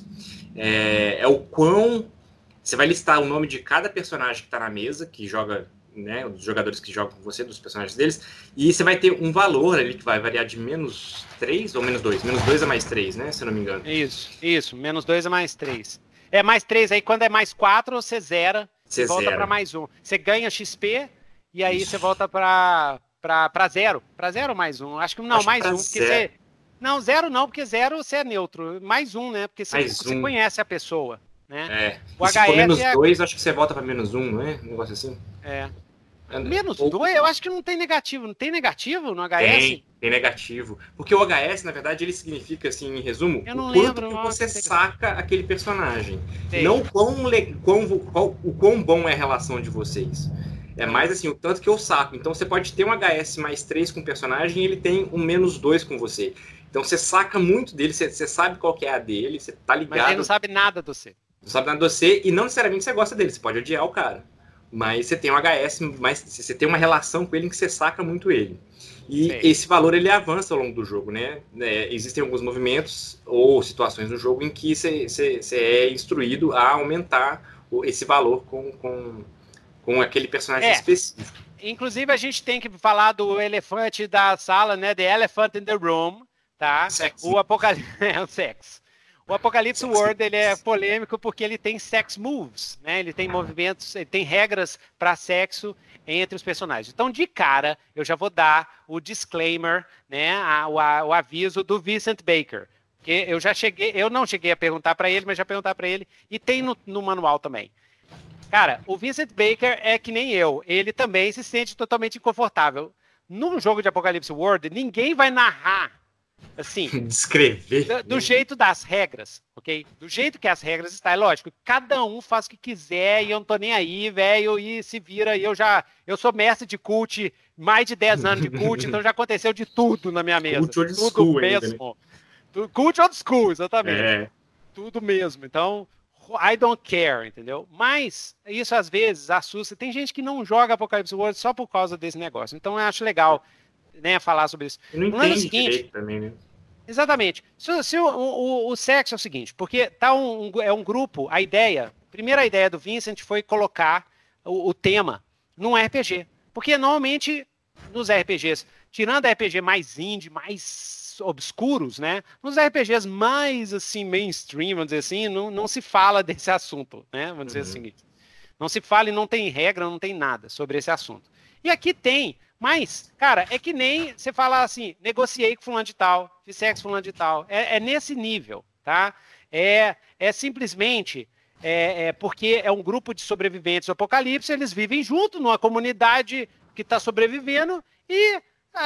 É, é o quão... Você vai listar o nome de cada personagem que está na mesa, que joga, né, os jogadores que jogam com você, dos personagens deles, e você vai ter um valor ali que vai variar de menos três ou menos dois. Menos dois a mais três, né, se eu não me engano. Isso, isso. Menos dois a mais três. É mais três, aí quando é mais quatro, você zera Você e volta zera. para mais um. Você ganha X P e aí Isso. você volta para para zero. Para zero ou mais um. Acho que não, Acho mais que um. pra Porque zero. você... Não, zero não, porque zero você é neutro. Mais um, né? Porque você, Mais você um. conhece a pessoa. Né? É. O E se for H S menos é... dois, acho que você volta para menos um, não é? Um negócio assim. é. É, Menos ou... dois? Eu acho que não tem negativo. Não tem negativo no H S? Tem, tem negativo. Porque o H S, na verdade, ele significa, assim, em resumo, Eu não o quanto lembro, que não, você não tem- saca aquele personagem. Sei. Não quão, le... quão, qual, o quão bom é a relação de vocês. É Ah. mais assim, o tanto que eu saco. Então você pode ter um H S mais três com o personagem e ele tem um menos dois com você. Então você saca muito dele, você, você sabe qual que é a dele, você tá ligado. Mas ele não sabe nada do você. Não sabe nada de você e não necessariamente você gosta dele, você pode odiar o cara. Mas você tem um H S, mas você tem uma relação com ele em que você saca muito ele. E Sei. esse valor ele avança ao longo do jogo, né? É, existem alguns movimentos ou situações no jogo em que você, você, você é instruído a aumentar esse valor com, com, com aquele personagem É. específico. Inclusive, a gente tem que falar do elefante da sala, né? The Elephant in the Room, tá? Sexo. O Apocalipse... é o sexo. O Apocalipse Sexo. World, ele é polêmico porque ele tem sex moves, né? Ele tem movimentos, ele tem regras para sexo entre os personagens. Então, de cara, eu já vou dar o disclaimer, né? A, o, a, o aviso do Vincent Baker. Porque eu já cheguei, eu não cheguei a perguntar para ele, mas já perguntar para ele. E tem no, no manual também. Cara, o Vincent Baker é que nem eu. Ele também se sente totalmente inconfortável. Num jogo de Apocalipse World, ninguém vai narrar, assim, Descrever. do, do jeito das regras, ok? Do jeito que as regras estão. É lógico, cada um faz o que quiser e eu não tô nem aí, velho, e se vira. E eu já, eu sou mestre de cult, mais de dez anos de cult, então já aconteceu de tudo na minha mesa. Cult old tudo school mesmo. ainda, né? Tu- Cult old school, exatamente. É. Tudo mesmo. Então, I don't care, entendeu? Mas isso às vezes assusta. Tem gente que não joga Apocalipse World só por causa desse negócio. Então eu acho legal, né, falar sobre isso. E não O lance é o entende seguinte, direito também, né? exatamente. Se, se o, o, o sexo é o seguinte, porque tá um, um- é um grupo, a ideia, a primeira ideia do Vincent foi colocar o, o tema num R P G. Porque normalmente nos R P Gs, tirando R P G mais indie, mais obscuros, né? Nos R P Gs mais assim mainstream, vamos dizer assim, não, não se fala desse assunto, né? Vamos dizer Uhum. o seguinte. Não se fala e não tem regra, não tem nada sobre esse assunto. E aqui tem, mas, cara, é que nem você falar assim, negociei com fulano de tal, fiz sexo com fulano de tal. É, é nesse nível, tá? É, é simplesmente é, é porque é um grupo de sobreviventes do apocalipse, eles vivem junto numa comunidade que está sobrevivendo e,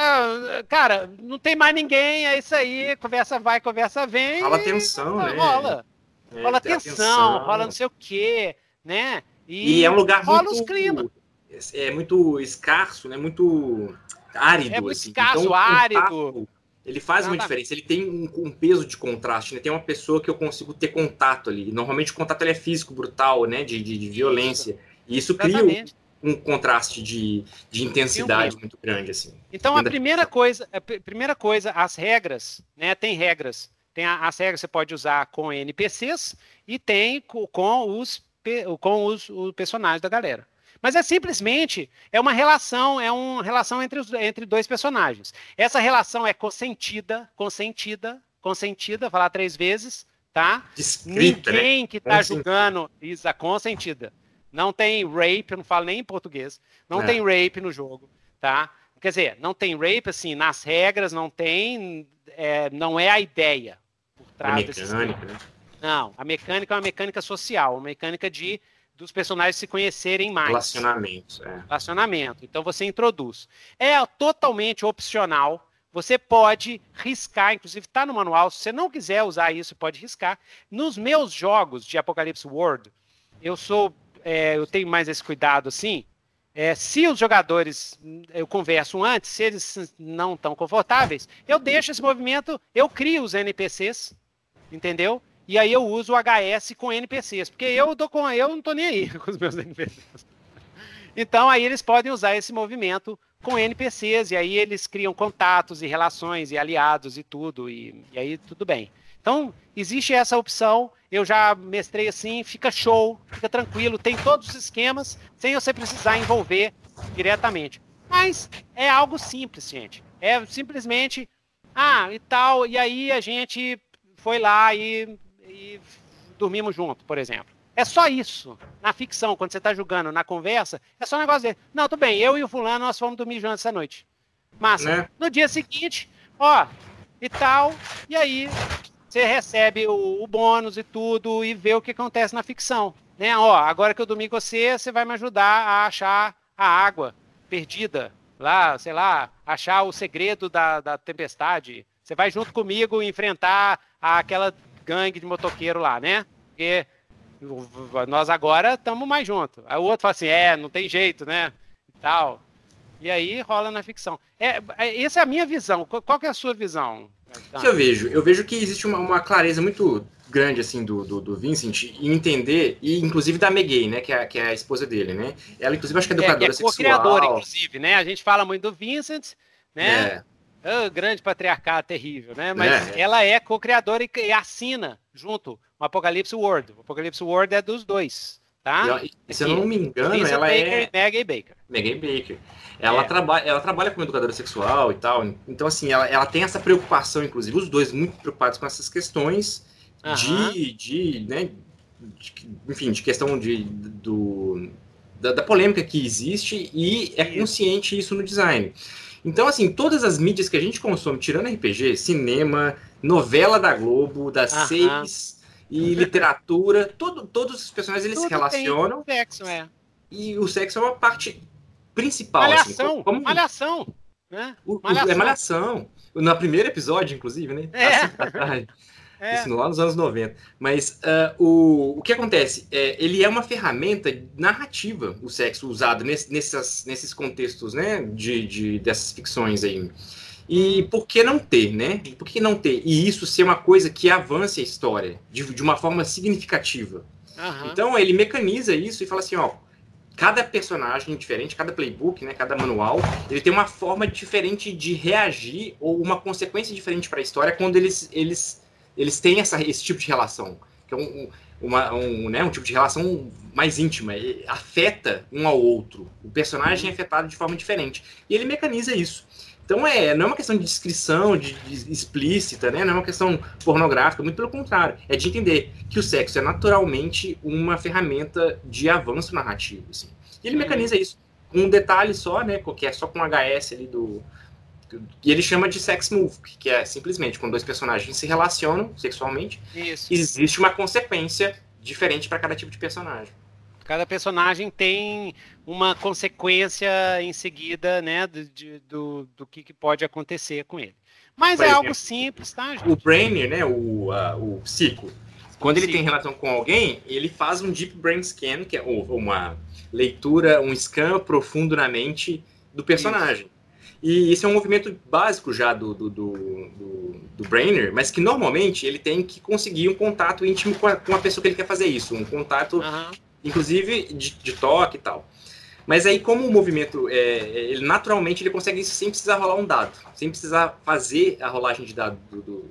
ah, cara, não tem mais ninguém, é isso aí, conversa vai, conversa vem. Rola e tensão, né? Rola. É, Rola tem a tensão, rola não sei o quê, né? E é um lugar rola muito, os climas. é muito escasso, né? Muito árido. É muito assim. escasso, então, árido. Contato, ele faz uma diferença, ele tem um, um peso de contraste, né? Tem uma pessoa que eu consigo ter contato ali. Normalmente o contato ele é físico, brutal, né? De, de, de violência. Isso. E isso Exatamente. cria um, um contraste de, de intensidade um muito grande, assim. Então, a primeira coisa, a primeira coisa, as regras, né? Tem regras. Tem a, as regras que você pode usar com N P Cs e tem com, com, os, com os, os personagens da galera. Mas é simplesmente, é uma relação, é uma relação entre, os, entre dois personagens. Essa relação é consentida, consentida, consentida, falar três vezes, tá? Descrita, Ninguém né? que tá julgando isso, é consentida. Não tem rape, eu não falo nem em português, não é. tem rape no jogo, tá? Quer dizer, não tem rape, assim, nas regras, não tem, é, não é a ideia por trás desse sistema. Né? Não, a mecânica é uma mecânica social, uma mecânica de dos personagens se conhecerem mais. Relacionamentos, é. Relacionamento. Então você introduz. É totalmente opcional. Você pode riscar, inclusive está no manual. Se você não quiser usar isso, pode riscar. Nos meus jogos de Apocalypse World, eu sou, é, eu tenho mais esse cuidado assim. É, se os jogadores, eu converso antes, se eles não estão confortáveis, eu deixo esse movimento, eu crio os N P Cs, entendeu? E aí eu uso o H S com N P Cs, porque eu, tô com, eu não tô nem aí com os meus N P Cs. Então aí eles podem usar esse movimento com N P Cs, e aí eles criam contatos e relações e aliados e tudo, e, e aí tudo bem. Então existe essa opção, eu já mestrei assim, fica show, fica tranquilo, tem todos os esquemas, sem você precisar envolver diretamente. Mas é algo simples, gente. É simplesmente, ah, e tal, e aí a gente foi lá e... e dormimos junto, por exemplo. É só isso. Na ficção, quando você está jogando, na conversa, é só um negócio dele. Não, tudo bem, eu e o fulano, nós fomos dormir juntos essa noite. Massa. Né? No dia seguinte, ó, e tal, e aí você recebe o, o bônus e tudo, e vê o que acontece na ficção. Né? Ó, agora que eu dormi com você, você vai me ajudar a achar a água perdida, lá, sei lá, achar o segredo da, da tempestade. Você vai junto comigo enfrentar aquela gangue de motoqueiro lá, né? Porque nós agora estamos mais juntos. Aí o outro fala assim, é, não tem jeito, né? E tal. E aí rola na ficção. É, é, essa é a minha visão. Qual que é a sua visão? Que eu vejo? Eu vejo que existe uma, uma clareza muito grande, assim, do, do, do Vincent em entender, e inclusive da Megan, né? Que é, que é a esposa dele, né? Ela, inclusive, acho que é educadora é, que é sexual. Co-criadora, inclusive, né? A gente fala muito do Vincent, né? É. Oh, grande patriarcado terrível, né? Mas é. ela é co-criadora e, e assina junto o Apocalypse World. O Apocalypse World é dos dois, tá? E, e, se eu não me engano, Vincent ela Baker é... e Megan Baker. Megan Baker. Ela, é. trabalha, ela trabalha como educadora sexual e tal. Então, assim, ela, ela tem essa preocupação, inclusive, os dois muito preocupados com essas questões uh-huh. de, de, né, de, enfim, de questão de, do, da, da polêmica que existe e é consciente isso no design. Então, assim, todas as mídias que a gente consome, tirando R P G, cinema, novela da Globo, das uh-huh. seis e literatura, todo, todos os personagens eles Tudo se relacionam. Tem sexo, é. E o sexo é uma parte principal. Malhação, assim, como... malhação. Né? O, malhação. É malhação. No primeiro episódio, inclusive, né? É. Assim, é. Isso lá nos anos noventa. Mas uh, o, o que acontece? É, ele é uma ferramenta narrativa, o sexo usado nesse, nessas, nesses contextos, né? De, de, dessas ficções aí. E por que não ter, né? Por que não ter? E isso ser uma coisa que avance a história de, de uma forma significativa. Uhum. Então ele mecaniza isso e fala assim, ó, cada personagem diferente, cada playbook, né, cada manual, ele tem uma forma diferente de reagir ou uma consequência diferente para a história quando eles, eles, eles têm essa, esse tipo de relação. Que é um, uma, um, né, um tipo de relação mais íntima, afeta um ao outro. O personagem é afetado de forma diferente. E ele mecaniza isso. Então é, não é uma questão de descrição de, de explícita, né? Não é uma questão pornográfica, muito pelo contrário. É de entender que o sexo é naturalmente uma ferramenta de avanço narrativo. Assim. E ele mecaniza isso. Um detalhe só, né? Que é só com o H S ali do... E ele chama de sex move, que é simplesmente quando dois personagens se relacionam sexualmente, isso. Existe uma consequência diferente para cada tipo de personagem. Cada personagem tem uma consequência em seguida, né, do, do, do que, que pode acontecer com ele. Mas Por é exemplo, algo simples, tá, gente? O Brainer, né, o, uh, o psico, quando ele Sim. tem relação com alguém, ele faz um Deep Brain Scan, que é uma leitura, um scan profundo na mente do personagem. Isso. E isso é um movimento básico já do, do, do, do, do Brainer, mas que normalmente ele tem que conseguir um contato íntimo com a, com a pessoa que ele quer fazer isso, um contato, uhum. inclusive, de, de toque e tal. Mas aí, como o movimento, é, ele, naturalmente, ele consegue isso sem precisar rolar um dado, sem precisar fazer a rolagem de dado. Do, do,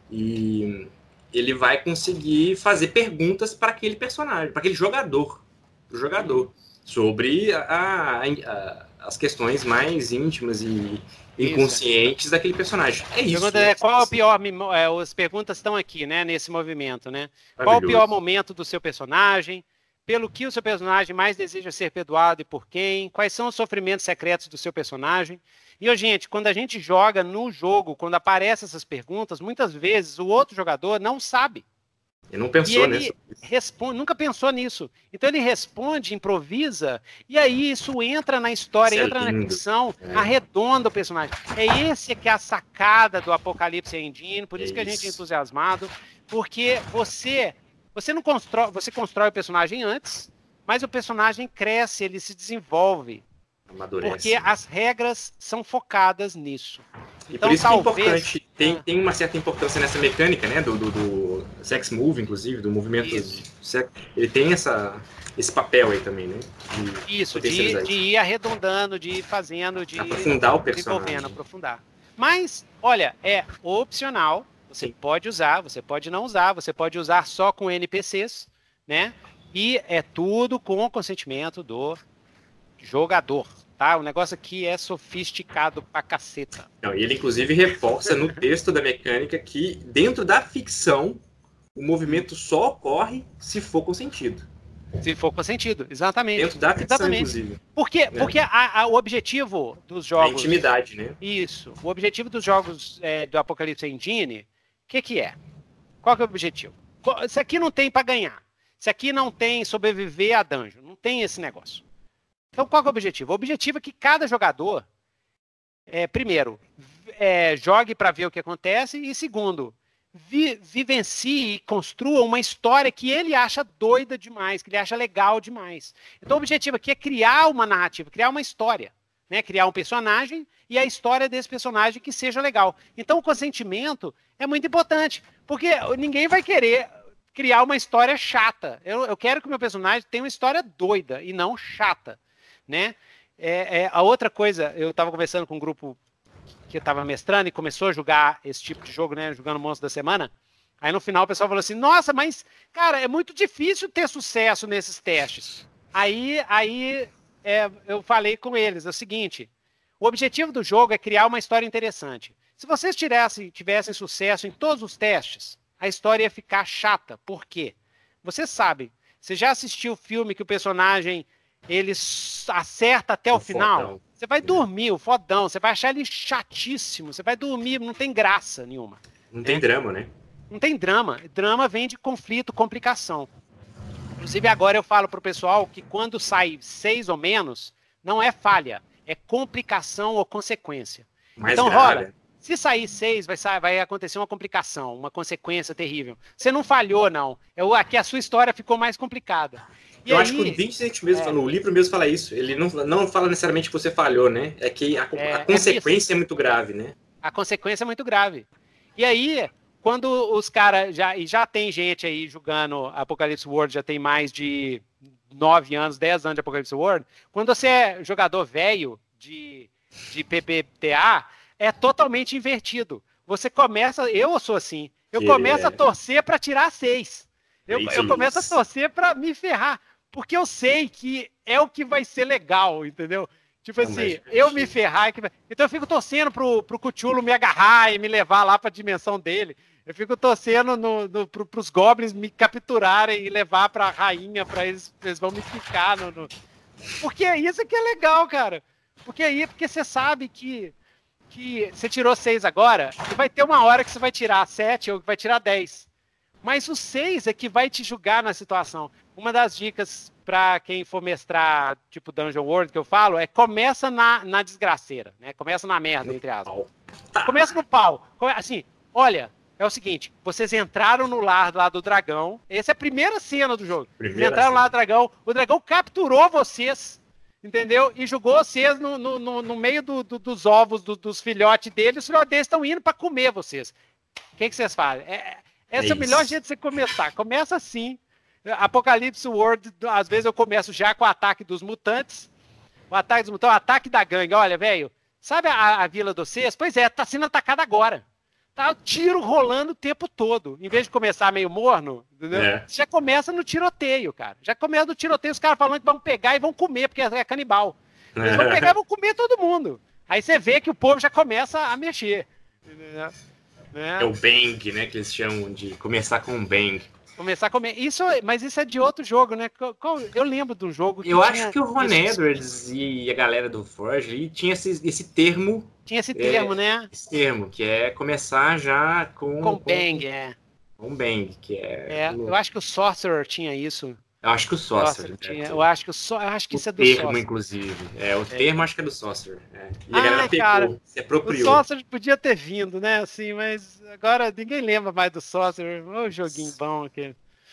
e ele vai conseguir fazer perguntas para aquele personagem, para aquele jogador, pro jogador, sobre a, a, a, as questões mais íntimas e inconscientes isso. daquele personagem. É isso. Pergunta é, qual é o pior... É, as perguntas estão aqui, né, nesse movimento, né? Qual o pior momento do seu personagem? Pelo que o seu personagem mais deseja ser perdoado e por quem? Quais são os sofrimentos secretos do seu personagem? E, gente, quando a gente joga no jogo, quando aparecem essas perguntas, muitas vezes o outro jogador não sabe. Ele não pensou e ele nisso. Responde, nunca pensou nisso. Então ele responde, improvisa, e aí isso entra na história, isso entra é na ficção, é. arredonda o personagem. É esse que é a sacada do Apocalipse Engine, por isso é que a gente é entusiasmado, porque você... Você não constrói, você constrói o personagem antes, mas o personagem cresce, ele se desenvolve. Amadurece. Porque as regras são focadas nisso. E então, por isso talvez... que é importante, tem, ah. tem uma certa importância nessa mecânica, né, do, do, do sex move, inclusive, do movimento. Sex, ele tem essa, esse papel aí também, né? De isso, de, de ir arredondando, de ir fazendo, de aprofundar o personagem. Desenvolvendo, aprofundar. Mas, olha, é opcional. Você Sim. pode usar, você pode não usar, você pode usar só com N P Cs, né? E é tudo com o consentimento do jogador, tá? O negócio aqui é sofisticado pra caceta. Não, e ele, inclusive, reforça no texto da mecânica que, dentro da ficção, o movimento só ocorre se for consentido. Se for consentido, exatamente. Dentro da ficção, exatamente. Inclusive. Por quê? É. Porque a, a, o objetivo dos jogos... A intimidade, né? Isso. O objetivo dos jogos é, do Apocalipse Engine... O que, que é? Qual que é o objetivo? Isso aqui não tem para ganhar. Isso aqui não tem sobreviver a dungeon. Não tem esse negócio. Então, qual que é o objetivo? O objetivo é que cada jogador, é, primeiro, é, jogue para ver o que acontece e, segundo, vi, vivencie e construa uma história que ele acha doida demais, que ele acha legal demais. Então, o objetivo aqui é criar uma narrativa, criar uma história. Né, criar um personagem e a história desse personagem que seja legal. Então o consentimento é muito importante, porque ninguém vai querer criar uma história chata. Eu, eu quero que o meu personagem tenha uma história doida e não chata. Né? É, é, a outra coisa, eu estava conversando com um grupo que eu estava mestrando e começou a jogar esse tipo de jogo, né, jogando Monstro da Semana. Aí no final o pessoal falou assim, nossa, mas cara, é muito difícil ter sucesso nesses testes. Aí... aí É, eu falei com eles, é o seguinte, o objetivo do jogo é criar uma história interessante. Se vocês tivessem, tivessem sucesso em todos os testes, a história ia ficar chata. Por quê? Você sabe, você já assistiu o filme que o personagem ele acerta até o, o final? Fodão. Você vai dormir, o fodão, você vai achar ele chatíssimo, você vai dormir, não tem graça nenhuma. Não tem é. drama, né? Não tem drama. Drama vem de conflito, complicação. Inclusive, agora eu falo para o pessoal que quando sai seis ou menos, não é falha, é complicação ou consequência. Mais então, grave. rola, se sair seis, vai, sair, vai acontecer uma complicação, uma consequência terrível. Você não falhou, não. Eu, aqui a sua história ficou mais complicada. E eu aí, acho que o Vincent mesmo, é, no livro mesmo fala isso. Ele não, não fala necessariamente que você falhou, né? É que a, é, a consequência é, é muito grave, né? A consequência é muito grave. E aí... Quando os caras, já, e já tem gente aí jogando Apocalypse World, já tem mais de nove anos, dez anos de Apocalypse World, quando você é jogador velho de, de P P T A, é totalmente invertido. Você começa, eu sou assim, eu yeah. começo a torcer para tirar seis. Eu, eu começo a torcer para me ferrar, porque eu sei que é o que vai ser legal, entendeu? Tipo não, assim, eu me ferrar. Então eu fico torcendo pro, pro Cthulhu me agarrar e me levar lá pra dimensão dele. Eu fico torcendo no, no, pro, pros goblins me capturarem e levar pra rainha, pra eles, eles vão me ficar. No, no... Porque isso aqui é legal, cara. Porque aí, porque você sabe que, que você tirou seis agora, e vai ter uma hora que você vai tirar sete ou que vai tirar dez. Mas o seis é que vai te julgar na situação. Uma das dicas para quem for mestrar, tipo Dungeon World, que eu falo, é começa na, na desgraceira, né? Começa na merda, entre aspas. Começa no pau. Assim, olha, é o seguinte, vocês entraram no lar lá do dragão, essa é a primeira cena do jogo. Primeira vocês entraram cena. lá no dragão, o dragão capturou vocês, entendeu? E jogou vocês no, no, no, no meio do, do, dos ovos do, dos filhotes dele, os filhotes deles estão indo para comer vocês. O que, que vocês fazem? É, esse é, é o melhor jeito de você começar. Começa assim. Apocalipse World, às vezes eu começo já com o ataque dos mutantes. O ataque dos mutantes, o ataque da gangue. Olha, velho, sabe a, a vila de vocês? Pois é, tá sendo atacada agora. Tá o tiro rolando o tempo todo. Em vez de começar meio morno, entendeu? É. Já começa no tiroteio, cara. Já começa no tiroteio, os caras falando que vão pegar e vão comer, porque é canibal. Eles vão pegar e vão comer todo mundo. Aí você vê que o povo já começa a mexer. Entendeu? É. é o bang, né? Que eles chamam de começar com um bang. Começar a comer. Isso, mas isso é de outro jogo, né? Eu lembro de um jogo que Eu tinha... acho que o Ron Edwards e a galera do Forge ali tinha esse, esse termo. Tinha esse termo, é, né? Esse termo, que é começar já com... Com bang, com, é. Com bang, que é... é eu acho que o Sorcerer tinha isso. Eu acho que o Sorcerer. Sorcerer tinha. Eu acho que, o so... eu acho que o isso é do termo, Sorcerer. inclusive. É, o é. termo acho que é do Sorcerer. É. E ah, a galera pegou, cara, se apropriou. O Sorcerer podia ter vindo, né? Assim, mas agora ninguém lembra mais do Sorcerer. Ô, joguinho bom aquele.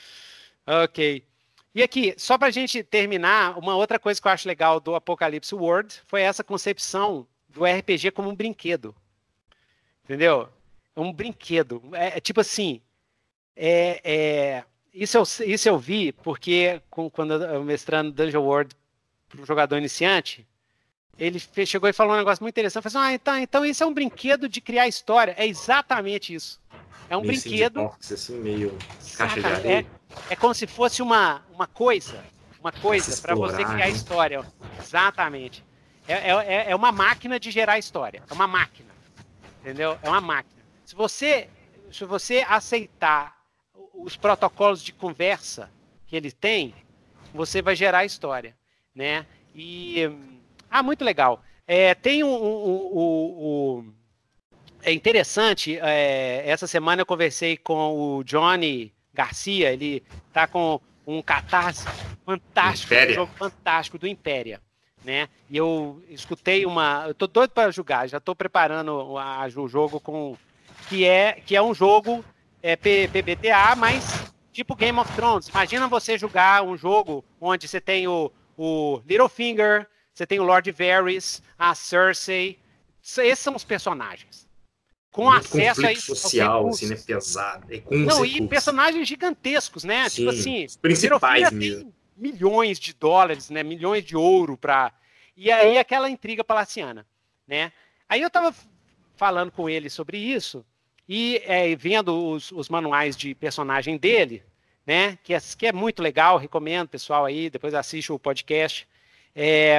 Ok. E aqui, só pra gente terminar, uma outra coisa que eu acho legal do Apocalypse World foi essa concepção do R P G como um brinquedo. Entendeu? É um brinquedo. É, é tipo assim, é, é, isso, eu, isso eu vi porque com, quando eu mestrando Dungeon World para um jogador iniciante, ele fez, chegou e falou um negócio muito interessante. Falou assim, ah, então, então isso é um brinquedo de criar história. É exatamente isso. É um meio brinquedo. Box, assim, meio caixa de areia. É, é como se fosse uma, uma coisa, uma coisa para você criar né? história. Exatamente. É, é, é uma máquina de gerar história. É uma máquina. Entendeu? É uma máquina. Se você, se você aceitar os protocolos de conversa que ele tem, você vai gerar história, né? E ah, muito legal. É, tem um, um, um, um, um é interessante. É, essa semana eu conversei com o Johnny Garcia. Ele tá com um catarse fantástico, um jogo fantástico do Impéria. Né? E eu escutei uma... Eu tô doido para jogar, já estou preparando a, o jogo com... Que é, que é um jogo é, P B T A, mas tipo Game of Thrones. Imagina você jogar um jogo onde você tem o, o Littlefinger, você tem o Lord Varys, a Cersei. Esses são os personagens. Com muito acesso a isso. social, assim, né? Pesado. É com Não, e personagens gigantescos, né? Sim, tipo assim... os principais mesmo. Milhões de dólares, né? Milhões de ouro para... E aí aquela intriga palaciana, né? Aí eu estava falando com ele sobre isso e é, vendo os, os manuais de personagem dele, né? Que é, que é muito legal, recomendo, pessoal, aí, depois assiste o podcast. É,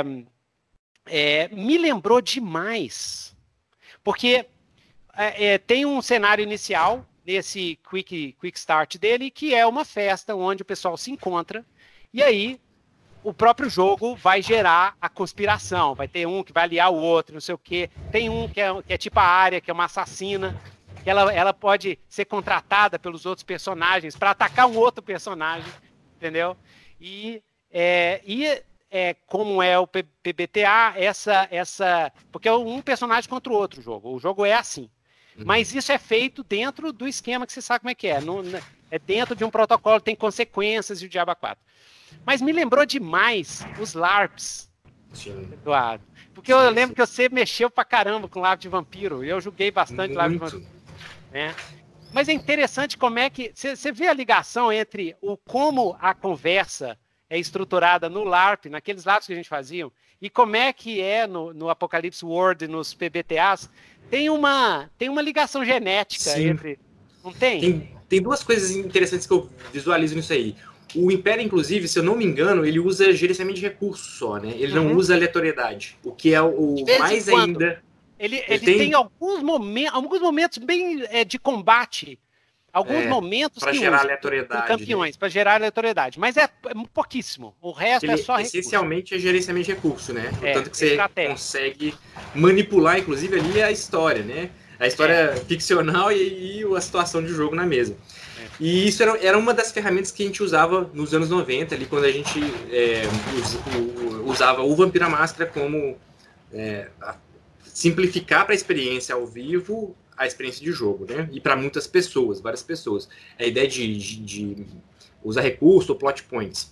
é, me lembrou demais, porque é, é, tem um cenário inicial nesse quick, quick start dele, que é uma festa onde o pessoal se encontra. E aí, o próprio jogo vai gerar a conspiração. Vai ter um que vai aliar o outro, não sei o quê. Tem um que é, que é tipo a Arya, que é uma assassina. Que ela, ela pode ser contratada pelos outros personagens para atacar um outro personagem, entendeu? E, é, e é, como é o P B T A, essa, essa... Porque é um personagem contra o outro jogo. O jogo é assim. Mas isso é feito dentro do esquema que você sabe como é que é. Não, é dentro de um protocolo, tem consequências e o diabo a quatro. Mas me lembrou demais os LARPs, Sim. Eduardo. Porque sim, eu lembro sim. que você mexeu pra caramba com LARP de vampiro. E eu joguei bastante Muito. LARP de vampiro. Né? Mas é interessante como é que... Você vê a ligação entre o como a conversa é estruturada no LARP, naqueles LARPs que a gente fazia, e como é que é no, no Apocalypse World, nos P B T As. Tem uma, tem uma ligação genética sim. entre... Não tem? tem? Tem duas coisas interessantes que eu visualizo nisso aí. O Império, inclusive, se eu não me engano, ele usa gerenciamento de recursos só, né? Ele uhum. não usa aleatoriedade, o que é o mais ainda... Ele, ele, ele tem... tem alguns, momen alguns momentos bem é, de combate, alguns é, momentos para que gerar usa, aleatoriedade, campeões, né? Para gerar aleatoriedade, mas é, é pouquíssimo. O resto ele, é só recurso. Essencialmente é gerenciamento de recurso, né? É, Tanto que você estratégia. consegue manipular, inclusive, ali a história, né? A história é. ficcional e, e a situação de jogo na mesa. É. E isso era, era uma das ferramentas que a gente usava nos anos noventa, ali, quando a gente é, us, u, usava o Vampiro à Máscara como é, simplificar para a experiência ao vivo a experiência de jogo, né? E para muitas pessoas, várias pessoas. A ideia de, de, de usar recurso ou plot points.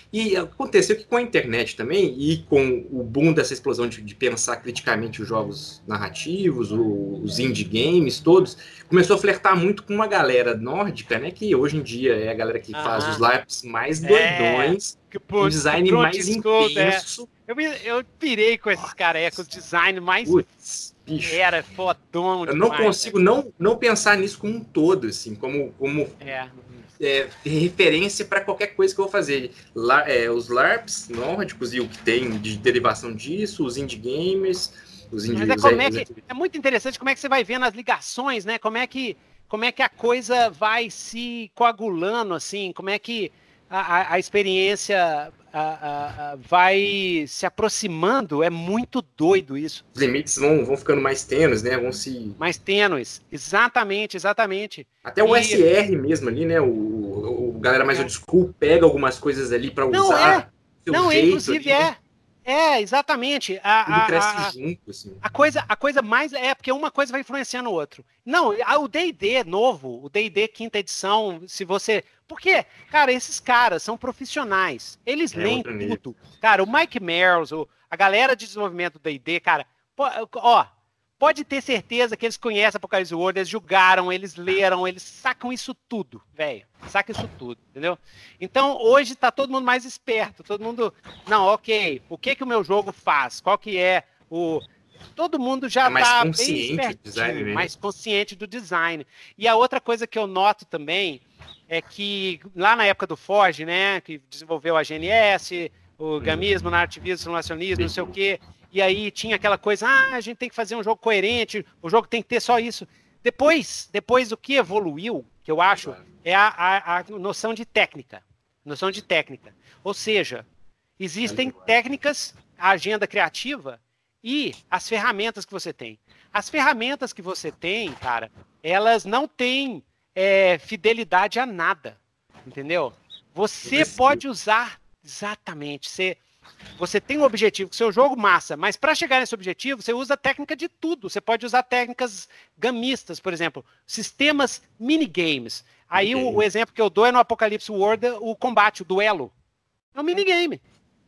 E aconteceu que com a internet também, e com o boom dessa explosão de, de pensar criticamente os jogos narrativos, o, os indie games todos, começou a flertar muito com uma galera nórdica, né? Que hoje em dia é a galera que uh-huh. faz os LARPs mais doidões, é, um design mais intenso. É. Eu, me, eu pirei com esses caras, é, com o design mais... Putz, bicho. Era fodão demais. Eu não consigo não, não pensar nisso como um todo, assim, como... como... É. É, referência para qualquer coisa que eu vou fazer. La, é, os LARPs nórdicos e o que tem de derivação disso, os indie gamers, os indie Mas é, como é, que, é muito interessante como é que você vai vendo as ligações, né? Como é que, como é que a coisa vai se coagulando, assim, como é que a, a, a experiência a, a, a vai se aproximando. É muito doido isso. Os limites vão, vão ficando mais tênues, né? Vão se... Mais tênues. Exatamente, exatamente. Até o e... S R mesmo ali, né? O, o, o galera mais é. old school pega algumas coisas ali para usar. É. Seu Não, jeito inclusive ali, é. Né? É, exatamente. A, Tudo cresce a, junto, assim. A coisa, a coisa mais... É, porque uma coisa vai influenciando o outro. Não, o D e D novo, o D e D quinta edição, se você... Porque, cara, esses caras são profissionais. Eles é leem tudo. Nível. Cara, o Mike Merles, o, a galera de desenvolvimento do D e D, cara... Ó, pode ter certeza que eles conhecem Apocalipse World, eles julgaram, eles leram, eles sacam isso tudo, velho. Sacam isso tudo, entendeu? Então, hoje tá todo mundo mais esperto, todo mundo... Não, ok, o que que o meu jogo faz? Qual que é o... Todo mundo já é mais tá consciente bem do design, né? mais consciente do design. E a outra coisa que eu noto também é que lá na época do Forge, né, que desenvolveu a G N S, o gamismo, narrativismo, simulacionismo, não sei o quê, e aí tinha aquela coisa, ah, a gente tem que fazer um jogo coerente, o jogo tem que ter só isso. Depois, depois o que evoluiu, que eu acho, é a, a, a noção de técnica. Noção de técnica. Ou seja, existem técnicas, a agenda criativa e as ferramentas que você tem. As ferramentas que você tem, cara, elas não têm é, fidelidade a nada, entendeu? Você pode usar, exatamente, você... Você tem um objetivo, seu jogo massa, mas para chegar nesse objetivo, você usa técnica de tudo. Você pode usar técnicas gamistas, por exemplo, sistemas minigames. Aí o, o exemplo que eu dou é no Apocalipse World, o combate, o duelo. É um minigame.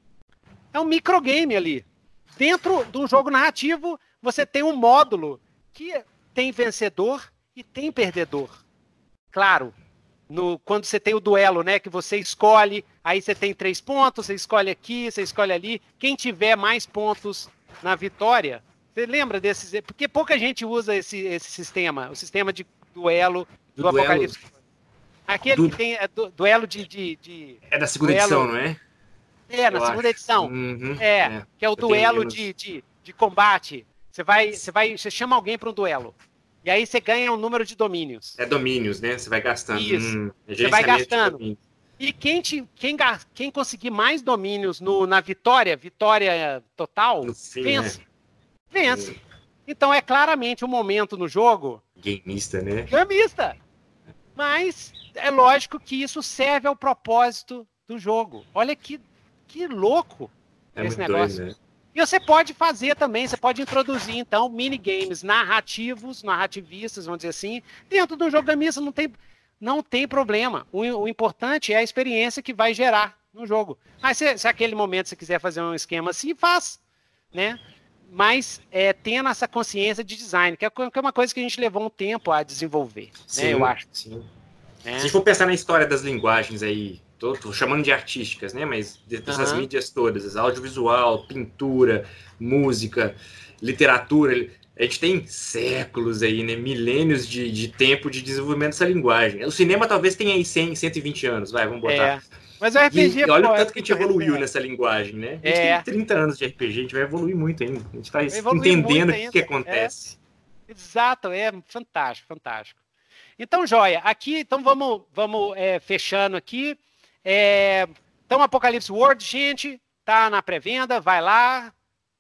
É um microgame ali. Dentro de um jogo narrativo, você tem um módulo que tem vencedor e tem perdedor. Claro. No, quando você tem o duelo, né, que você escolhe, aí você tem três pontos, você escolhe aqui, você escolhe ali, quem tiver mais pontos na vitória, você lembra desses, porque pouca gente usa esse, esse sistema, o sistema de duelo do, do Apocalipse. Duelo. Aquele do... que tem é, du, duelo de, de, de... É da segunda duelo... edição, não é? É, na Eu segunda acho. edição. Uhum, é, é, que é o duelo de, de, de combate. Você vai, você vai, você chama alguém para um duelo. E aí você ganha um número de domínios. É domínios, né? Você vai gastando. Isso. Hum, é você vai gastando. E quem, te, quem, quem conseguir mais domínios no, na vitória, vitória total, fim, vence. Né? Vence. Então é claramente um momento no jogo... Gameista, né? Gameista. Mas é lógico que isso serve ao propósito do jogo. Olha que, que louco é esse muito negócio. Doido, né? E você pode fazer também, você pode introduzir, então, minigames narrativos, narrativistas, vamos dizer assim, dentro do jogo gamista, não tem, não tem problema. O, o importante é a experiência que vai gerar no jogo. Mas se, se aquele momento você quiser fazer um esquema assim, faz, né? Mas é, tendo essa consciência de design, que é, que é uma coisa que a gente levou um tempo a desenvolver, sim, né, eu acho. Sim. É. Se a gente for pensar na história das linguagens aí, Tô, tô chamando de artísticas, né? Mas dessas uhum. mídias todas, audiovisual, pintura, música, literatura, a gente tem séculos aí, né? Milênios de, de tempo de desenvolvimento dessa linguagem. O cinema talvez tenha aí cem, cento e vinte anos, vai, vamos botar. É. Mas o R P G... E, e olha pô, o tanto que a gente evoluiu é. nessa linguagem, né? A gente é. tem trinta anos de R P G, a gente vai evoluir muito ainda. A gente vai entendendo o que, que acontece. É. Exato, é fantástico, fantástico. Então, joia, aqui, então vamos, vamos é, fechando aqui. É, então, Apocalipse World, gente, tá na pré-venda, vai lá,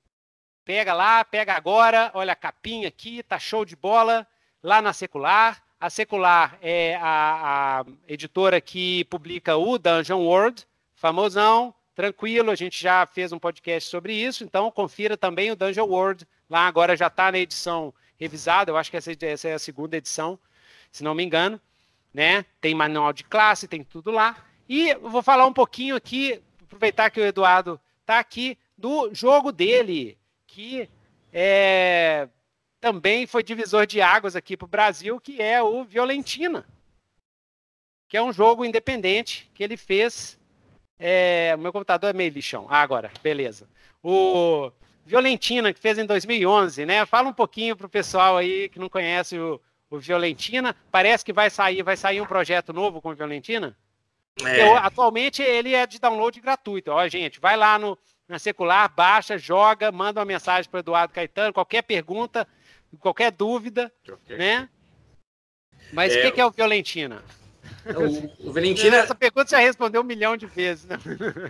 pega lá, pega agora, olha a capinha aqui, tá show de bola, lá na Secular. A Secular é a, a editora que publica o Dungeon World, famosão, tranquilo, a gente já fez um podcast sobre isso, então confira também o Dungeon World, lá agora já está na edição revisada, eu acho que essa, essa é a segunda edição, se não me engano, né? Tem manual de classe, tem tudo lá. E eu vou falar um pouquinho aqui, aproveitar que o Eduardo está aqui, do jogo dele, que é, também foi divisor de águas aqui para o Brasil, que é o Violentina, que é um jogo independente que ele fez. É, o meu computador é meio lixão. Ah, agora, beleza. O Violentina, que fez em dois mil e onze, né? Fala um pouquinho para o pessoal aí que não conhece o, o Violentina. Parece que vai sair, vai sair um projeto novo com o Violentina. É. Eu, atualmente ele é de download gratuito. Ó, gente, vai lá no, na Secular, baixa, joga, manda uma mensagem para o Eduardo Caetano, qualquer pergunta, qualquer dúvida, okay. né? Mas é, o que, que é o Violentina? O, o Violentina... Essa pergunta você já respondeu um milhão de vezes. Né?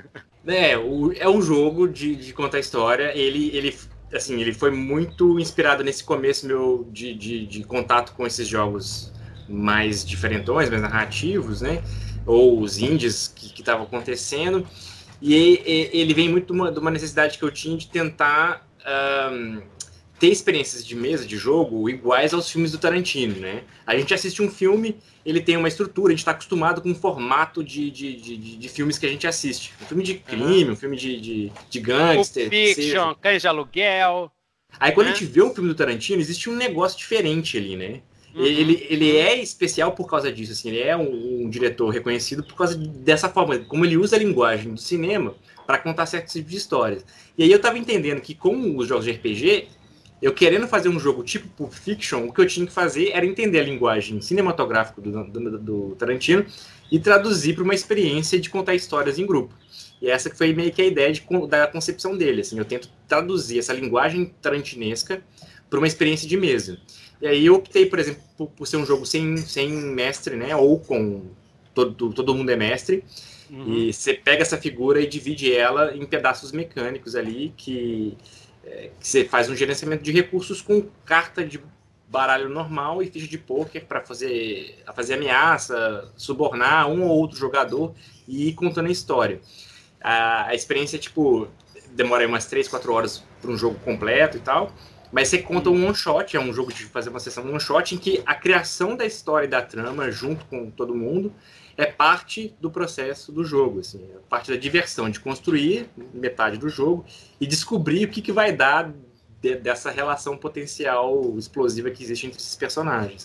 É, o, é um jogo de, de contar história. Ele, ele, assim, ele foi muito inspirado nesse começo meu de, de, de contato com esses jogos mais diferentões, mais narrativos, né? Ou os indies que estavam acontecendo. E, e ele vem muito de uma, de uma necessidade que eu tinha de tentar um, ter experiências de mesa, de jogo, iguais aos filmes do Tarantino, né? A gente assiste um filme, ele tem uma estrutura, a gente está acostumado com o formato de, de, de, de filmes que a gente assiste. Um filme de crime, uhum. um filme de, de, de gangster. Pulp Fiction, Cães de Aluguel. Aí quando né? a gente vê um filme do Tarantino, existe um negócio diferente ali, né? Uhum. Ele, ele é especial por causa disso, assim, ele é um, um diretor reconhecido por causa dessa forma, como ele usa a linguagem do cinema para contar certos tipos de histórias. E aí eu tava entendendo que com os jogos de R P G, eu querendo fazer um jogo tipo Pulp Fiction, o que eu tinha que fazer era entender a linguagem cinematográfica do, do, do Tarantino e traduzir para uma experiência de contar histórias em grupo. E essa que foi meio que a ideia de, da concepção dele, assim, eu tento traduzir essa linguagem tarantinesca para uma experiência de mesa. E aí eu optei, por exemplo, por, por ser um jogo sem, sem mestre, né? Ou com todo, todo mundo é mestre. Uhum. E você pega essa figura e divide ela em pedaços mecânicos ali, que, é, que você faz um gerenciamento de recursos com carta de baralho normal e ficha de pôquer para fazer, fazer ameaça, subornar um ou outro jogador e ir contando a história. A, a experiência, tipo, demora umas três, quatro horas para um jogo completo e tal. Mas você conta um one-shot, é um jogo de fazer uma sessão one-shot em que a criação da história e da trama, junto com todo mundo, é parte do processo do jogo, assim, é parte da diversão, de construir metade do jogo e descobrir o que, que vai dar de, dessa relação potencial explosiva que existe entre esses personagens.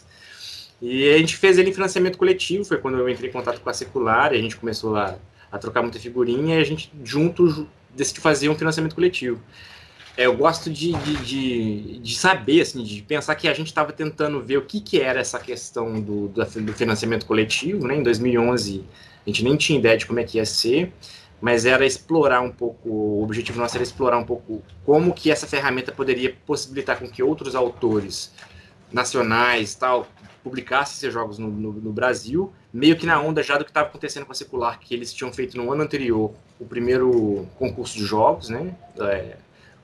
E a gente fez ele em financiamento coletivo, foi quando eu entrei em contato com a Secular, e a gente começou lá a trocar muita figurinha, e a gente junto decidiu fazer um financiamento coletivo. É, eu gosto de, de, de, de saber, assim, de pensar que a gente estava tentando ver o que, que era essa questão do, do financiamento coletivo, né? Em dois mil e onze a gente nem tinha ideia de como é que ia ser, mas era explorar um pouco, o objetivo nosso era explorar um pouco como que essa ferramenta poderia possibilitar com que outros autores nacionais tal, publicassem seus jogos no, no, no Brasil, meio que na onda já do que estava acontecendo com a Secular, que eles tinham feito no ano anterior o primeiro concurso de jogos, né? É,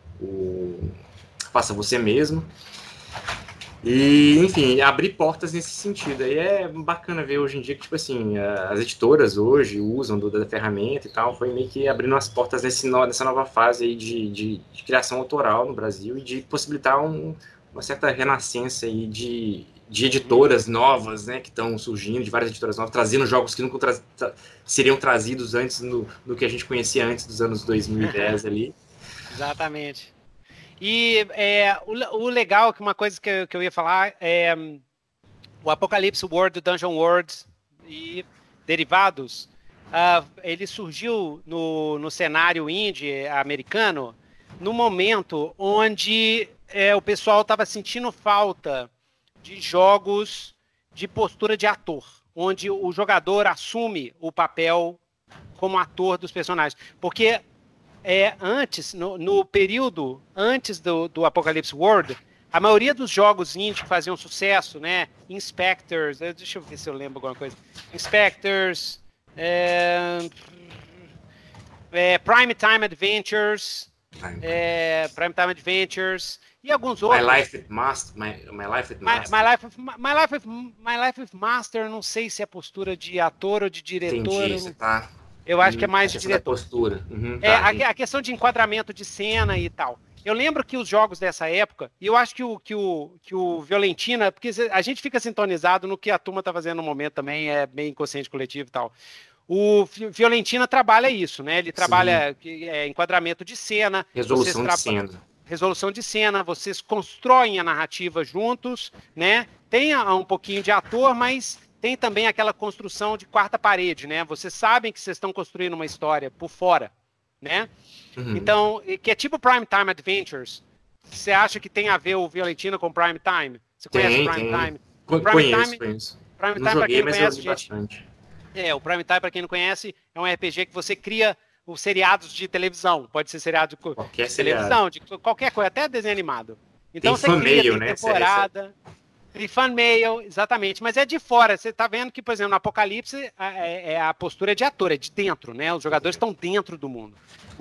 o Faça Você Mesmo. E, enfim, abrir portas nesse sentido. Aí é bacana ver hoje em dia que, tipo assim, as editoras hoje usam do, da ferramenta e tal, foi meio que abrindo as portas nesse no, nessa nova fase aí de, de, de criação autoral no Brasil e de possibilitar um, uma certa renascença aí de, de editoras novas, né, que estão surgindo, de várias editoras novas, trazendo jogos que nunca tra tra seriam trazidos antes, no, no que a gente conhecia antes dos anos dois mil e dez ali. Exatamente. E é, o, o legal, que uma coisa que eu, que eu ia falar, é o Apocalypse World, o Dungeon World e derivados, uh, ele surgiu no, no cenário indie americano no momento onde é, o pessoal estava sentindo falta de jogos de postura de ator, onde o jogador assume o papel como ator dos personagens. Porque É, antes, no, no período antes do, do Apocalypse World, a maioria dos jogos indie que faziam sucesso, né? Inspectors, deixa eu ver se eu lembro alguma coisa. Inspectors, é, é, Prime Time Adventures, é, Prime Time Adventures e alguns outros. My Life with Master, My, my Life with Master. My, my, life with, my, life with, my Life with Master, não sei se é postura de ator ou de diretor. Entendi, você tá... Eu acho que é mais de diretor. Postura. Uhum, é, tá, a, a questão de enquadramento de cena e tal. Eu lembro que os jogos dessa época, e eu acho que o, que, o, que o Violentina, porque a gente fica sintonizado no que a turma tá fazendo no momento também, é bem inconsciente coletivo e tal. O Violentina trabalha isso, né? Ele trabalha é, enquadramento de cena. Resolução de cena. Resolução de cena, vocês constroem a narrativa juntos, né? Tem um pouquinho de ator, mas tem também aquela construção de quarta parede, né? Vocês sabem que vocês estão construindo uma história por fora, né? Uhum. Então, que é tipo Prime Time Adventures. Você acha que tem a ver o Violentina com Prime Time? Você conhece tem, o Prime tem. Time? Prime conheço, Time, conheço. Prime Não Time, para quem não conhece, gente, bastante. É, o Prime Time, para quem não conhece, é um R P G que você cria os seriados de televisão. Pode ser seriado de, qualquer de seriado. televisão, de qualquer coisa, até desenho animado. Então tem você cria, mail, tem né? temporada, tem fan mail, exatamente. Mas é de fora. Você tá vendo que, por exemplo, no Apocalipse, a, é, a postura é de ator, é de dentro, né? Os jogadores estão dentro do mundo.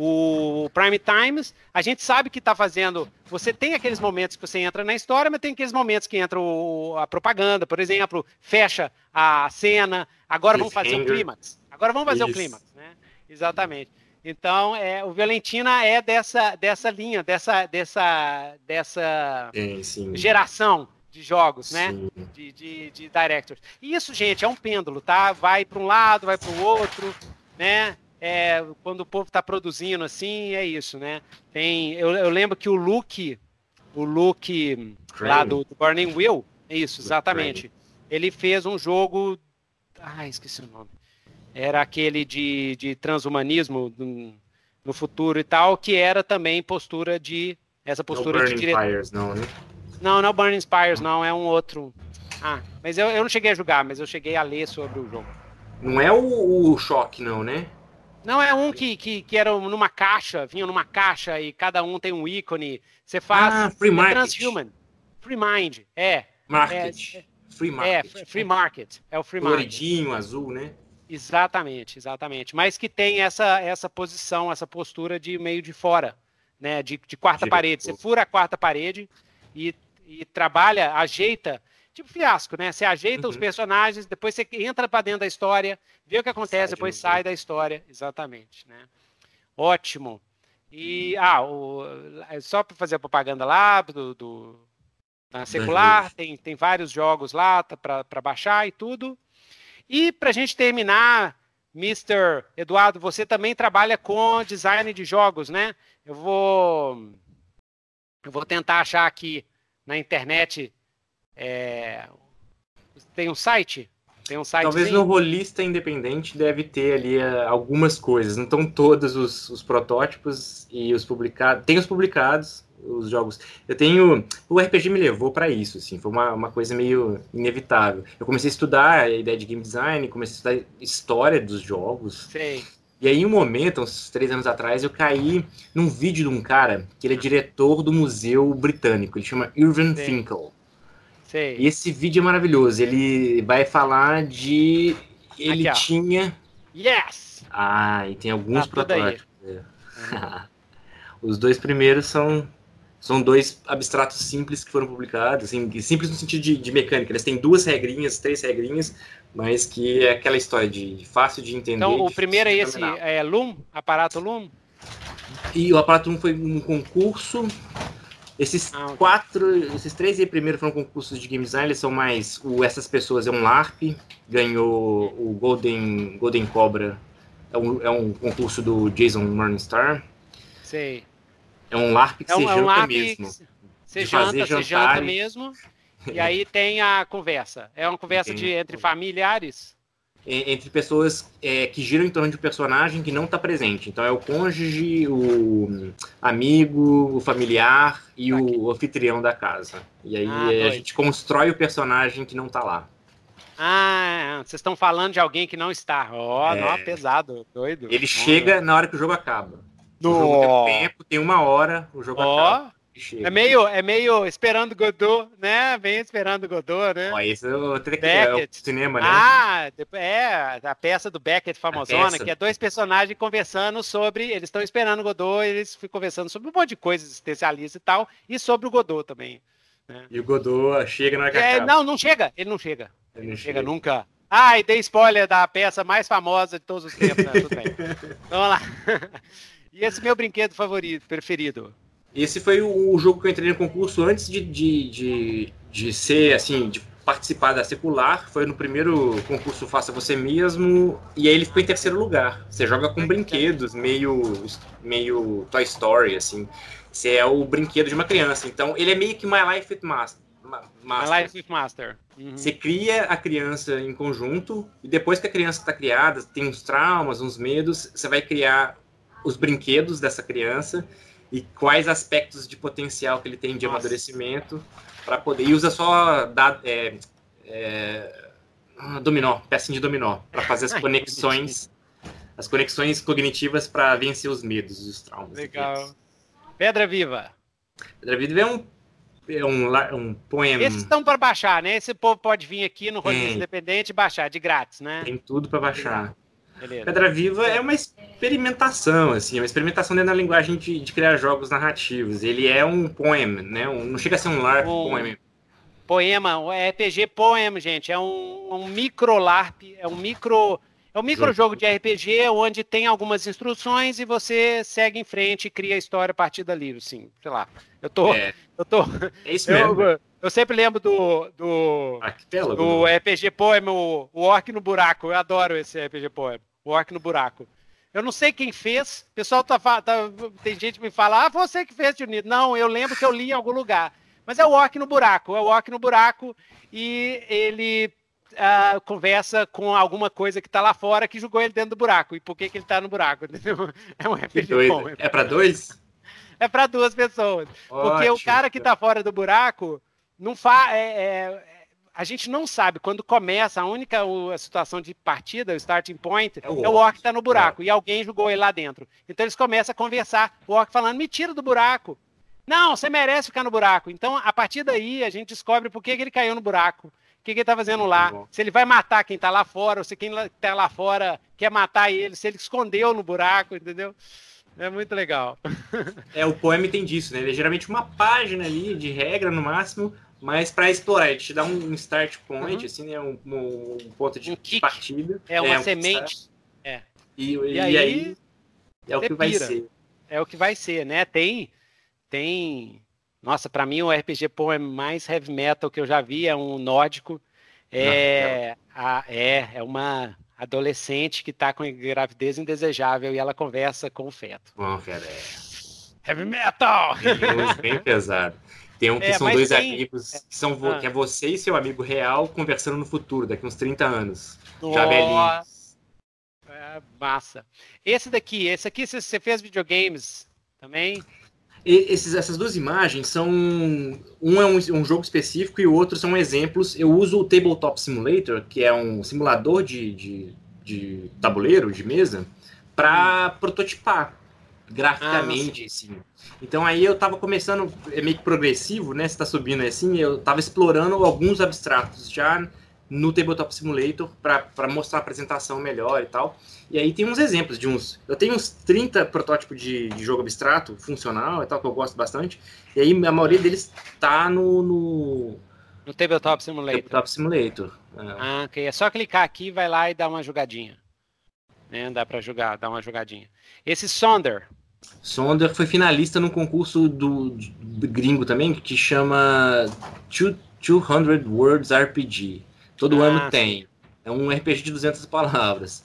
O Prime Times, a gente sabe que tá fazendo... Você tem aqueles momentos que você entra na história, mas tem aqueles momentos que entra o, a propaganda, por exemplo, fecha a cena, agora vamos fazer o clímax. Agora vamos fazer Isso. o clímax, né? Exatamente. Então, é, o Violentina é dessa, dessa linha, dessa, dessa, dessa sim, sim. geração de jogos, sim. né? De, de, de directors. E isso, gente, é um pêndulo, tá? Vai para um lado, vai para o outro, né? É, quando o povo está produzindo assim, é isso, né? Tem, eu, eu lembro que o Luke, o Luke Crane. lá do, do Burning Wheel, é isso, exatamente. Crane. Ele fez um jogo, ah, esqueci o nome. Era aquele de, de transhumanismo no, no futuro e tal, que era também postura de essa postura no de diretor. Spires, não, né? Não, não é o Burning Spires, não, é um outro. Ah, mas eu, eu não cheguei a jogar, mas eu cheguei a ler sobre o jogo. Não é o, o Choque, não, né? Não, é um que, que, que era numa caixa, vinha numa caixa e cada um tem um ícone. Você faz ah, Free Market. Transhuman. Free Mind, é. Market. É, free Market. É, Free Market. É o Free Market. Coloridinho, azul, né? Exatamente, exatamente. Mas que tem essa, essa posição, essa postura de meio de fora, né? De, de quarta Diretor. parede. Você fura a quarta parede e, e trabalha, ajeita... Tipo fiasco, né? Você ajeita uhum. os personagens, depois você entra para dentro da história, vê o que acontece, sai depois sai da história. Exatamente, né? Ótimo. E, ah, o, só para fazer a propaganda lá, do, do, na secular, tem, tem vários jogos lá para baixar e tudo. E para a gente terminar, mister Eduardo, você também trabalha com design de jogos, né? Eu vou, eu vou tentar achar aqui na internet... É... Tem um site? Tem um site Talvez no Rolista Independente deve ter ali uh, algumas coisas. Não estão todos os, os protótipos e os publicados. Tem os publicados, os jogos. Eu tenho... O R P G me levou para isso, assim. Foi uma, uma coisa meio inevitável. Eu comecei a estudar a ideia de game design, comecei a estudar história dos jogos. Sei. E aí, em um momento, uns três anos atrás, eu caí num vídeo de um cara que ele é diretor do Museu Britânico. Ele chama Irvin Sei. Finkel. Sei. E esse vídeo é maravilhoso. Ele vai falar de... Ele Aqui, tinha... Yes! Ah, e tem alguns tá protótipos. É. Os dois primeiros são, são dois abstratos simples que foram publicados. Assim, simples no sentido de, de mecânica. Eles têm duas regrinhas, três regrinhas, mas que é aquela história de fácil de entender. Então, o primeiro é esse, é Loom, aparato Loom? E o aparato Loom foi um concurso... Esses ah, okay. quatro, esses três aí primeiro foram concursos de game design, eles são mais, o Essas Pessoas é um LARP, ganhou o Golden, Golden Cobra, é um, é um concurso do Jason Morningstar. Sei. É um LARP que é um, você é janta um LARP mesmo. Você janta, você janta mesmo, e aí tem a conversa. É uma conversa de, entre familiares? Entre pessoas é, que giram em torno de um personagem que não está presente. Então é o cônjuge, o amigo, o familiar e Aqui. o anfitrião da casa. E aí ah, é, a gente constrói o personagem que não está lá. Ah, vocês estão falando de alguém que não está. Ó, oh, é... não, pesado, doido. Ele oh, chega é. na hora que o jogo acaba. O jogo tem tempo, tem uma hora, o jogo oh. acaba. É meio, é meio Esperando Godot, né? Bem Esperando Godot, né? Ó, isso é o cinema, né? Ah, é a peça do Beckett famosona, que é dois personagens conversando sobre... Eles estão esperando o Godot, eles ficam conversando sobre um monte de coisas existencialistas e tal, e sobre o Godot também. Né? E o Godot chega na é, Não, não chega. Ele não chega. Ele, ele não chega, chega nunca. Ah, e dei spoiler da peça mais famosa de todos os tempos, né? Tudo bem. Vamos lá. E esse é meu brinquedo favorito, preferido? Esse foi o jogo que eu entrei no concurso antes de, de, de, de ser, assim, de participar da Secular, foi no primeiro concurso Faça Você Mesmo, e aí ele ficou em terceiro lugar. Você joga com brinquedos, meio, meio Toy Story, assim. Você é o brinquedo de uma criança. Então, ele é meio que My Life with Master. My Life with Master. Uhum. Você cria a criança em conjunto, e depois que a criança está criada, tem uns traumas, uns medos, você vai criar os brinquedos dessa criança e quais aspectos de potencial que ele tem de Nossa. amadurecimento para poder... E usa só da, é, é, dominó, pecinha de dominó, para fazer as conexões, as conexões cognitivas para vencer os medos e os traumas. Legal. Pedra Viva. Pedra Viva é um, é um, um poema... Esses estão para baixar, né? Esse povo pode vir aqui no Roliço Independente e baixar, de grátis, né? Tem tudo para baixar. Beleza. Pedra Viva é uma experimentação, assim, uma experimentação dentro da linguagem de, de criar jogos narrativos. Ele é um poema, né? Um, não chega a ser um LARP um poema. Poema, o R P G poema, gente. É um, um micro LARP, é um micro, é um micro jogo de R P G onde tem algumas instruções e você segue em frente e cria a história a partir dali, assim, sei lá. Eu tô, é, eu tô. É isso mesmo. Eu, eu sempre lembro do do, Arquipélago, do R P G poema, o, o Orc no Buraco. Eu adoro esse R P G poema. O Orc no Buraco. Eu não sei quem fez. O pessoal tá, tá tem gente que me fala, ah, você que fez, Junito. Não, eu lembro que eu li em algum lugar. Mas é o Orc no Buraco. É o Orc no Buraco e ele uh, conversa com alguma coisa que tá lá fora que jogou ele dentro do buraco. E por que que ele tá no buraco? Entendeu? É um R P G poema. É pra dois? É para duas pessoas. Ótimo. Porque o cara que está fora do buraco não faz. É, é, a gente não sabe. Quando começa, a única a situação de partida, o starting point, é o, é o orc que está no buraco. É. E alguém jogou ele lá dentro. Então eles começam a conversar. O orc falando: me tira do buraco. Não, você merece ficar no buraco. Então, a partir daí, a gente descobre por que, que ele caiu no buraco. O que, que ele está fazendo lá. Se ele vai matar quem está lá fora, ou se quem está lá fora quer matar ele, se ele escondeu no buraco, entendeu? É muito legal. É, o poema tem disso, né? Ele é geralmente uma página ali de regra no máximo, mas para explorar, ele te dá um start point, uhum. assim, né? Um, um, um ponto de um partida. É uma é, um semente. É. E, e, e aí, aí é o que vai pira. ser. É o que vai ser, né? Tem, tem. Nossa, para mim o R P G poema mais heavy metal que eu já vi é um nórdico. É, a, é, é uma adolescente que tá com gravidez indesejável e ela conversa com o feto. Bom, cara, é... Heavy metal! Bem pesado. Tem um que é, são dois tem... amigos, que, são vo... ah. que é você e seu amigo real conversando no futuro, daqui uns trinta anos. Nossa. Já velhinhos. É, massa. Esse daqui, esse aqui você fez videogames também? E esses, essas duas imagens são... Um é um, um jogo específico e o outro são exemplos. Eu uso o Tabletop Simulator, que é um simulador de, de, de tabuleiro, de mesa, para hum. prototipar graficamente. Ah, assim. Então aí eu tava começando, é meio que progressivo, né? Você tá subindo assim, eu tava explorando alguns abstratos já no Tabletop Simulator para mostrar a apresentação melhor e tal. E aí tem uns exemplos de uns... Eu tenho uns trinta protótipos de, de jogo abstrato, funcional e tal, que eu gosto bastante. E aí a maioria deles tá no... No, no Tabletop Simulator. Tabletop Simulator. É. Ah, ok. É só clicar aqui, vai lá e dar uma jogadinha. Né? Dá para jogar, dar uma jogadinha. Esse Sonder. Sonder foi finalista num concurso do, do gringo também, que chama duzentos Words R P G. Todo ah, ano tem. Sim. É um R P G de duzentas palavras.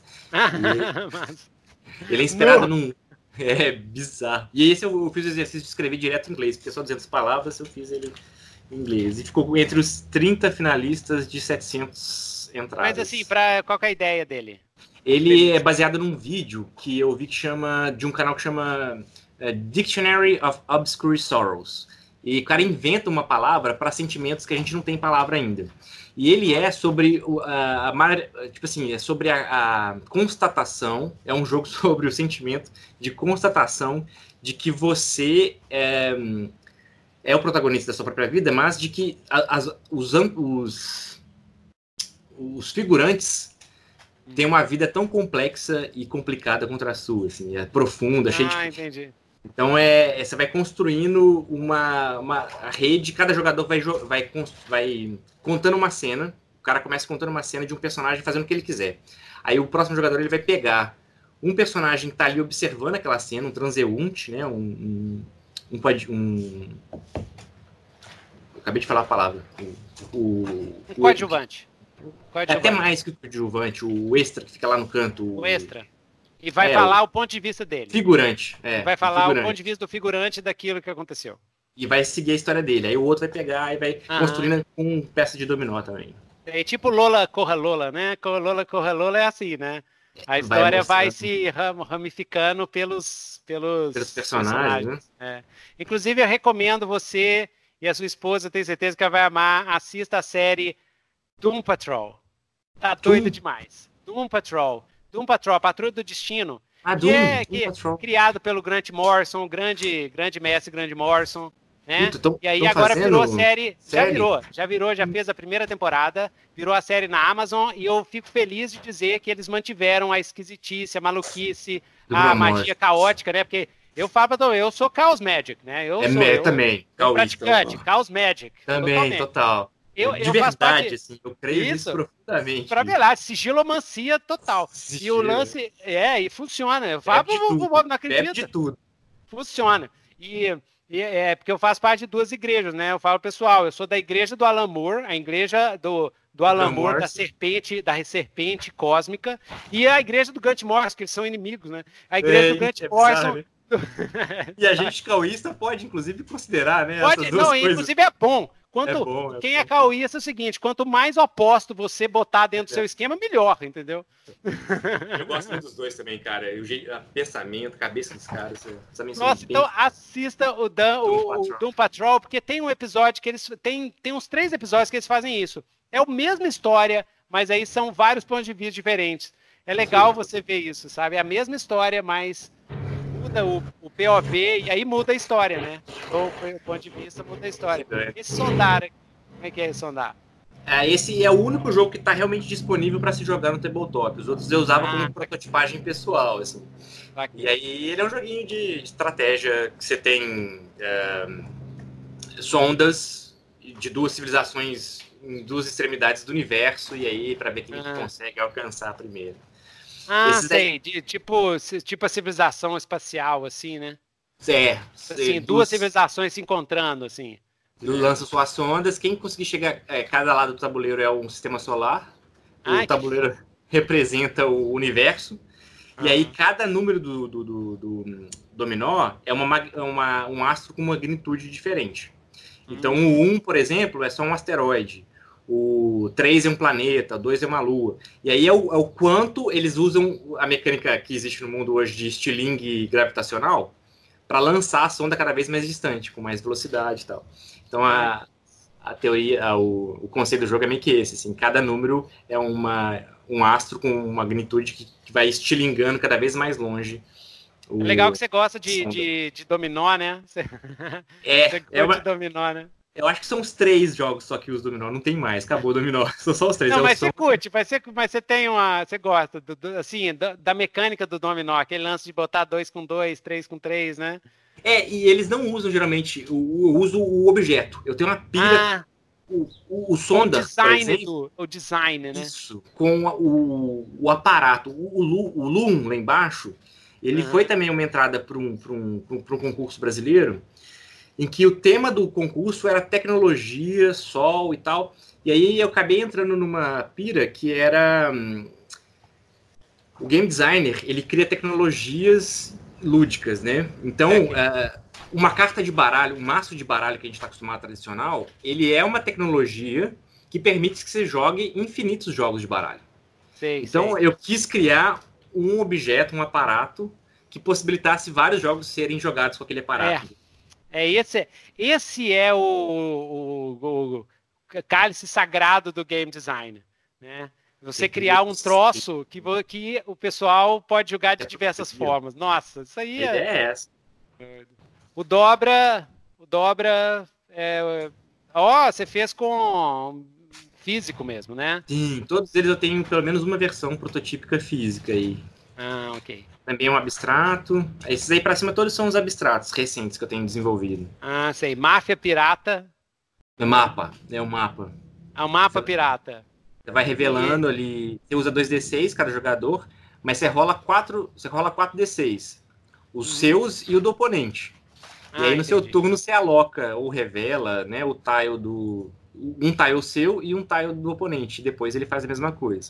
Ele, ele é inspirado Não. num... É bizarro. E esse eu, eu fiz o exercício de escrever direto em inglês, porque só duzentas palavras eu fiz ele em inglês. E ficou entre os trinta finalistas de setecentas entradas. Mas assim, pra, qual que é a ideia dele? Ele é baseado num vídeo que eu vi que chama... De um canal que chama uh, Dictionary of Obscure Sorrows. E o cara inventa uma palavra para sentimentos que a gente não tem palavra ainda. E ele é sobre a, a tipo assim, é sobre a, a constatação, é um jogo sobre o sentimento de constatação de que você é, é o protagonista da sua própria vida, mas de que as, os, os, os figurantes têm uma vida tão complexa e complicada contra a sua, assim, é profunda, cheia de... Ah, entendi. Então é, você vai construindo uma, uma rede, cada jogador vai, vai, vai contando uma cena, o cara começa contando uma cena de um personagem fazendo o que ele quiser. Aí o próximo jogador ele vai pegar um personagem que está ali observando aquela cena, um transeunte, né, um, um, um, um acabei de falar a palavra. O, o, um coadjuvante. Até mais que o coadjuvante, o extra que fica lá no canto. O, o extra. E vai é, falar o... o ponto de vista dele. Figurante. É, e vai falar figurante. o ponto de vista do figurante daquilo que aconteceu. E vai seguir a história dele. Aí o outro vai pegar e vai Aham. construindo com peça de dominó também. É tipo Lola Corra Lola, né? Lola Corra Lola é assim, né? A história vai, vai se ramificando pelos, pelos, pelos personagens. personagens. Né? É. Inclusive, eu recomendo você e a sua esposa, tenho certeza que ela vai amar, assista a série Doom Patrol. Tá doido Doom. demais. Doom Patrol. Doom Patrol, Patrulha do Destino. Ah, que Doom, é, Doom que é Patrol. criado pelo Grant Morrison, grande, grande mestre Grant Morrison. Né? Puta, tão, e aí agora virou a série, série, já virou, já virou, já fez a primeira temporada, virou a série na Amazon e eu fico feliz de dizer que eles mantiveram a esquisitice, a maluquice, Do a magia morte. caótica, né? Porque eu falo, eu sou Chaos Magic, né? Eu é sou eu, também, eu praticante, Chaos Magic. Também, totalmente. total. Eu, de eu verdade, parte... assim, eu creio isso, nisso profundamente. Pra verdade, sigilomancia total. Sigilo. E o lance, é, e funciona. Eu falo, vou, vou, não acredito. Bebe de tudo. Funciona. E... E é porque eu faço parte de duas igrejas, né? Eu falo, pessoal, eu sou da igreja do Alan Moore, a igreja do, do Alan Moore, da serpente, da serpente cósmica, e a igreja do Grant Morrison, que eles são inimigos, né? A igreja é, do Grant é Morrison... Né? E a gente caoísta pode, inclusive, considerar, né? Pode, essas duas não, coisas. inclusive é bom. Quanto, é bom, é quem bom. é caoísta é o seguinte, quanto mais oposto você botar dentro do seu esquema, melhor, entendeu? Eu gosto muito dos dois também, cara. O jeito, o pensamento, a cabeça dos caras. Nossa, então bem... assista o, Dan, Doom, o, Patrol. o Doom Patrol, porque tem um episódio que eles... Tem, tem uns três episódios que eles fazem isso. É a mesma história, mas aí são vários pontos de vista diferentes. É legal você ver isso, sabe? É a mesma história, mas... muda o, o P O V e aí muda a história, né? O, o ponto de vista muda a história. Esse Sondar, como é que é esse Sondar? É, esse é o único jogo que está realmente disponível para se jogar no Tabletop. Os outros eu usava ah, como prototipagem pessoal, assim. Aqui. E aí ele é um joguinho de estratégia que você tem é, sondas de duas civilizações em duas extremidades do universo e aí para ver quem ah. consegue alcançar primeiro. Ah, Esses sei, aí... de, tipo, tipo a civilização espacial, assim, né? É. Assim, duas, duas civilizações se encontrando, assim. Lança suas sondas, quem conseguir chegar, é, cada lado do tabuleiro é um sistema solar, Ai, o tabuleiro que... representa o universo, uhum. E aí cada número do, do, do, do dominó é uma, uma, um astro com uma magnitude diferente. Uhum. Então o um, por exemplo, é só um asteroide. O três é um planeta, o dois é uma lua. E aí é o, é o quanto eles usam a mecânica que existe no mundo hoje de estilingue gravitacional para lançar a sonda cada vez mais distante, com mais velocidade e tal. Então a, a teoria, a, o, o conceito do jogo é meio que esse, assim, cada número é uma, um astro com uma magnitude que, que vai estilingando cada vez mais longe. O, é legal que você gosta de, de, de dominó, né? Você, é, você é uma... de dominó, né? Eu acho que são os três jogos só que usam dominó, não tem mais, acabou o dominó, são só os três. Não, é mas som... você curte, mas você, mas você tem uma, você gosta, do, do, assim, da, da mecânica do dominó, aquele lance de botar dois com dois, três com três, né? É, e eles não usam geralmente, o, eu uso o objeto, eu tenho uma pilha, ah, o, o, o sonda, o design, exemplo, do, o design, né? Isso, com o, o aparato, o, o, o Loom lá embaixo, ele uhum. foi também uma entrada para um, um, um, um concurso brasileiro, em que o tema do concurso era tecnologia, sol e tal. E aí eu acabei entrando numa pira que era... Hum, o game designer, ele cria tecnologias lúdicas, né? Então, é. uh, uma carta de baralho, um maço de baralho que a gente está acostumado tradicional, ele é uma tecnologia que permite que você jogue infinitos jogos de baralho. Sei, então, sei. eu quis criar um objeto, um aparato, que possibilitasse vários jogos serem jogados com aquele aparato. É. É esse, esse é o, o, o cálice sagrado do game design, né? Você criar um troço que, que o pessoal pode jogar de diversas formas. Nossa, isso aí é... é essa. O dobra, o dobra, é, ó, você fez com físico mesmo, né? Sim, todos eles eu tenho pelo menos uma versão prototípica física aí. Ah, ok. Também um abstrato. Esses aí pra cima todos são os abstratos recentes que eu tenho desenvolvido. Ah, sei. Máfia pirata. É mapa, é um mapa. Ah, um mapa você, pirata. Você vai revelando e... ali. Você usa dois D seis cada jogador, mas você rola quatro, você rola quatro D seis. Os uhum. seus e o do oponente. Ah, e aí no entendi. Seu turno você aloca ou revela, né, o tile do... um tile seu e um tile do oponente. Depois ele faz a mesma coisa.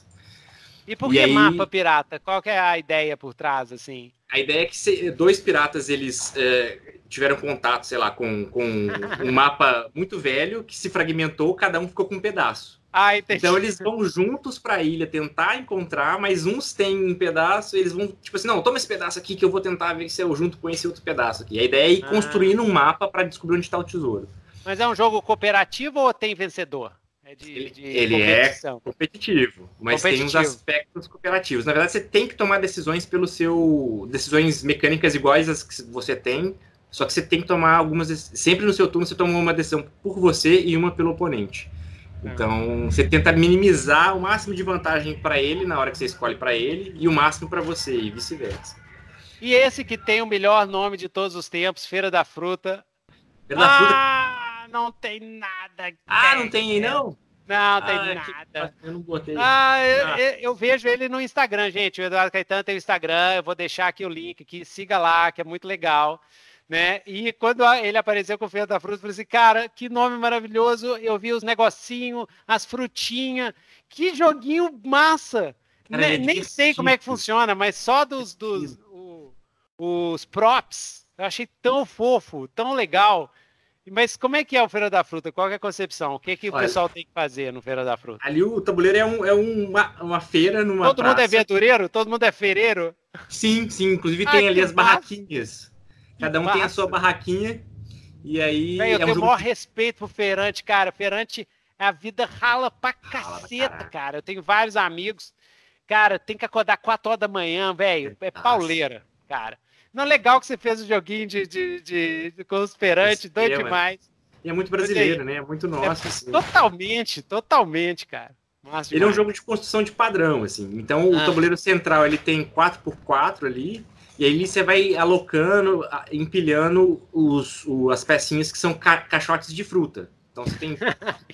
E por e que aí... mapa pirata? Qual que é a ideia por trás, assim? A ideia é que se, dois piratas, eles é, tiveram contato, sei lá, com, com um mapa muito velho que se fragmentou, cada um ficou com um pedaço. Ah, entendi. Então eles vão juntos pra ilha tentar encontrar, mas uns têm um pedaço, eles vão, tipo assim, não, toma esse pedaço aqui que eu vou tentar ver se eu junto com esse outro pedaço aqui. A ideia é ir ah. construindo um mapa pra descobrir onde tá o tesouro. Mas é um jogo cooperativo ou tem vencedor? É de, ele de ele é competitivo, mas competitivo. Tem uns aspectos cooperativos. Na verdade, você tem que tomar decisões pelo seu... decisões mecânicas iguais às que você tem, só que você tem que tomar algumas... Sempre no seu turno você toma uma decisão por você e uma pelo oponente. Então, você tenta minimizar o máximo de vantagem para ele na hora que você escolhe para ele e o máximo para você e vice-versa. E esse que tem o melhor nome de todos os tempos, Feira da Fruta. Feira da Fruta... Ah, não tem nada. Ah, não tem aí não? Não, tem ah, nada. Que... Eu não botei. Ah, eu, ah. Eu, eu vejo ele no Instagram, gente. O Eduardo Caetano tem o Instagram, eu vou deixar aqui o link aqui, siga lá, que é muito legal. Né? E quando ele apareceu com o Feira da Fruta, eu falei assim, cara, que nome maravilhoso, eu vi os negocinhos, as frutinhas, que joguinho massa, cara, nem, é nem sei como é que funciona, mas só dos, dos o, os props, eu achei tão fofo, tão legal. Mas como é que é o Feira da Fruta? Qual que é a concepção? O que, que o Olha, pessoal tem que fazer no Feira da Fruta? Ali o tabuleiro é, um, é uma, uma feira numa Todo praça. mundo é aventureiro? Todo mundo é feireiro? Sim, sim, inclusive ah, tem ali as massa. barraquinhas. Cada um tem a sua barraquinha, e aí... Véio, eu é um tenho o jogo maior de... respeito pro feirante, cara. Feirante, a vida rala pra rala, caceta, caralho. cara. Eu tenho vários amigos. Cara, tem que acordar quatro horas da manhã, velho. É pauleira, cara. Não é legal que você fez o joguinho de, de, de, de com os feirantes, doido demais. E é muito brasileiro, né? É muito nosso. É, assim. Totalmente, totalmente, cara. Massa ele é um jogo de construção de padrão, assim. Então, o ah. tabuleiro central, ele tem quatro por quatro ali. E aí você vai alocando, empilhando os, o, as pecinhas que são ca caixotes de fruta. Então você tem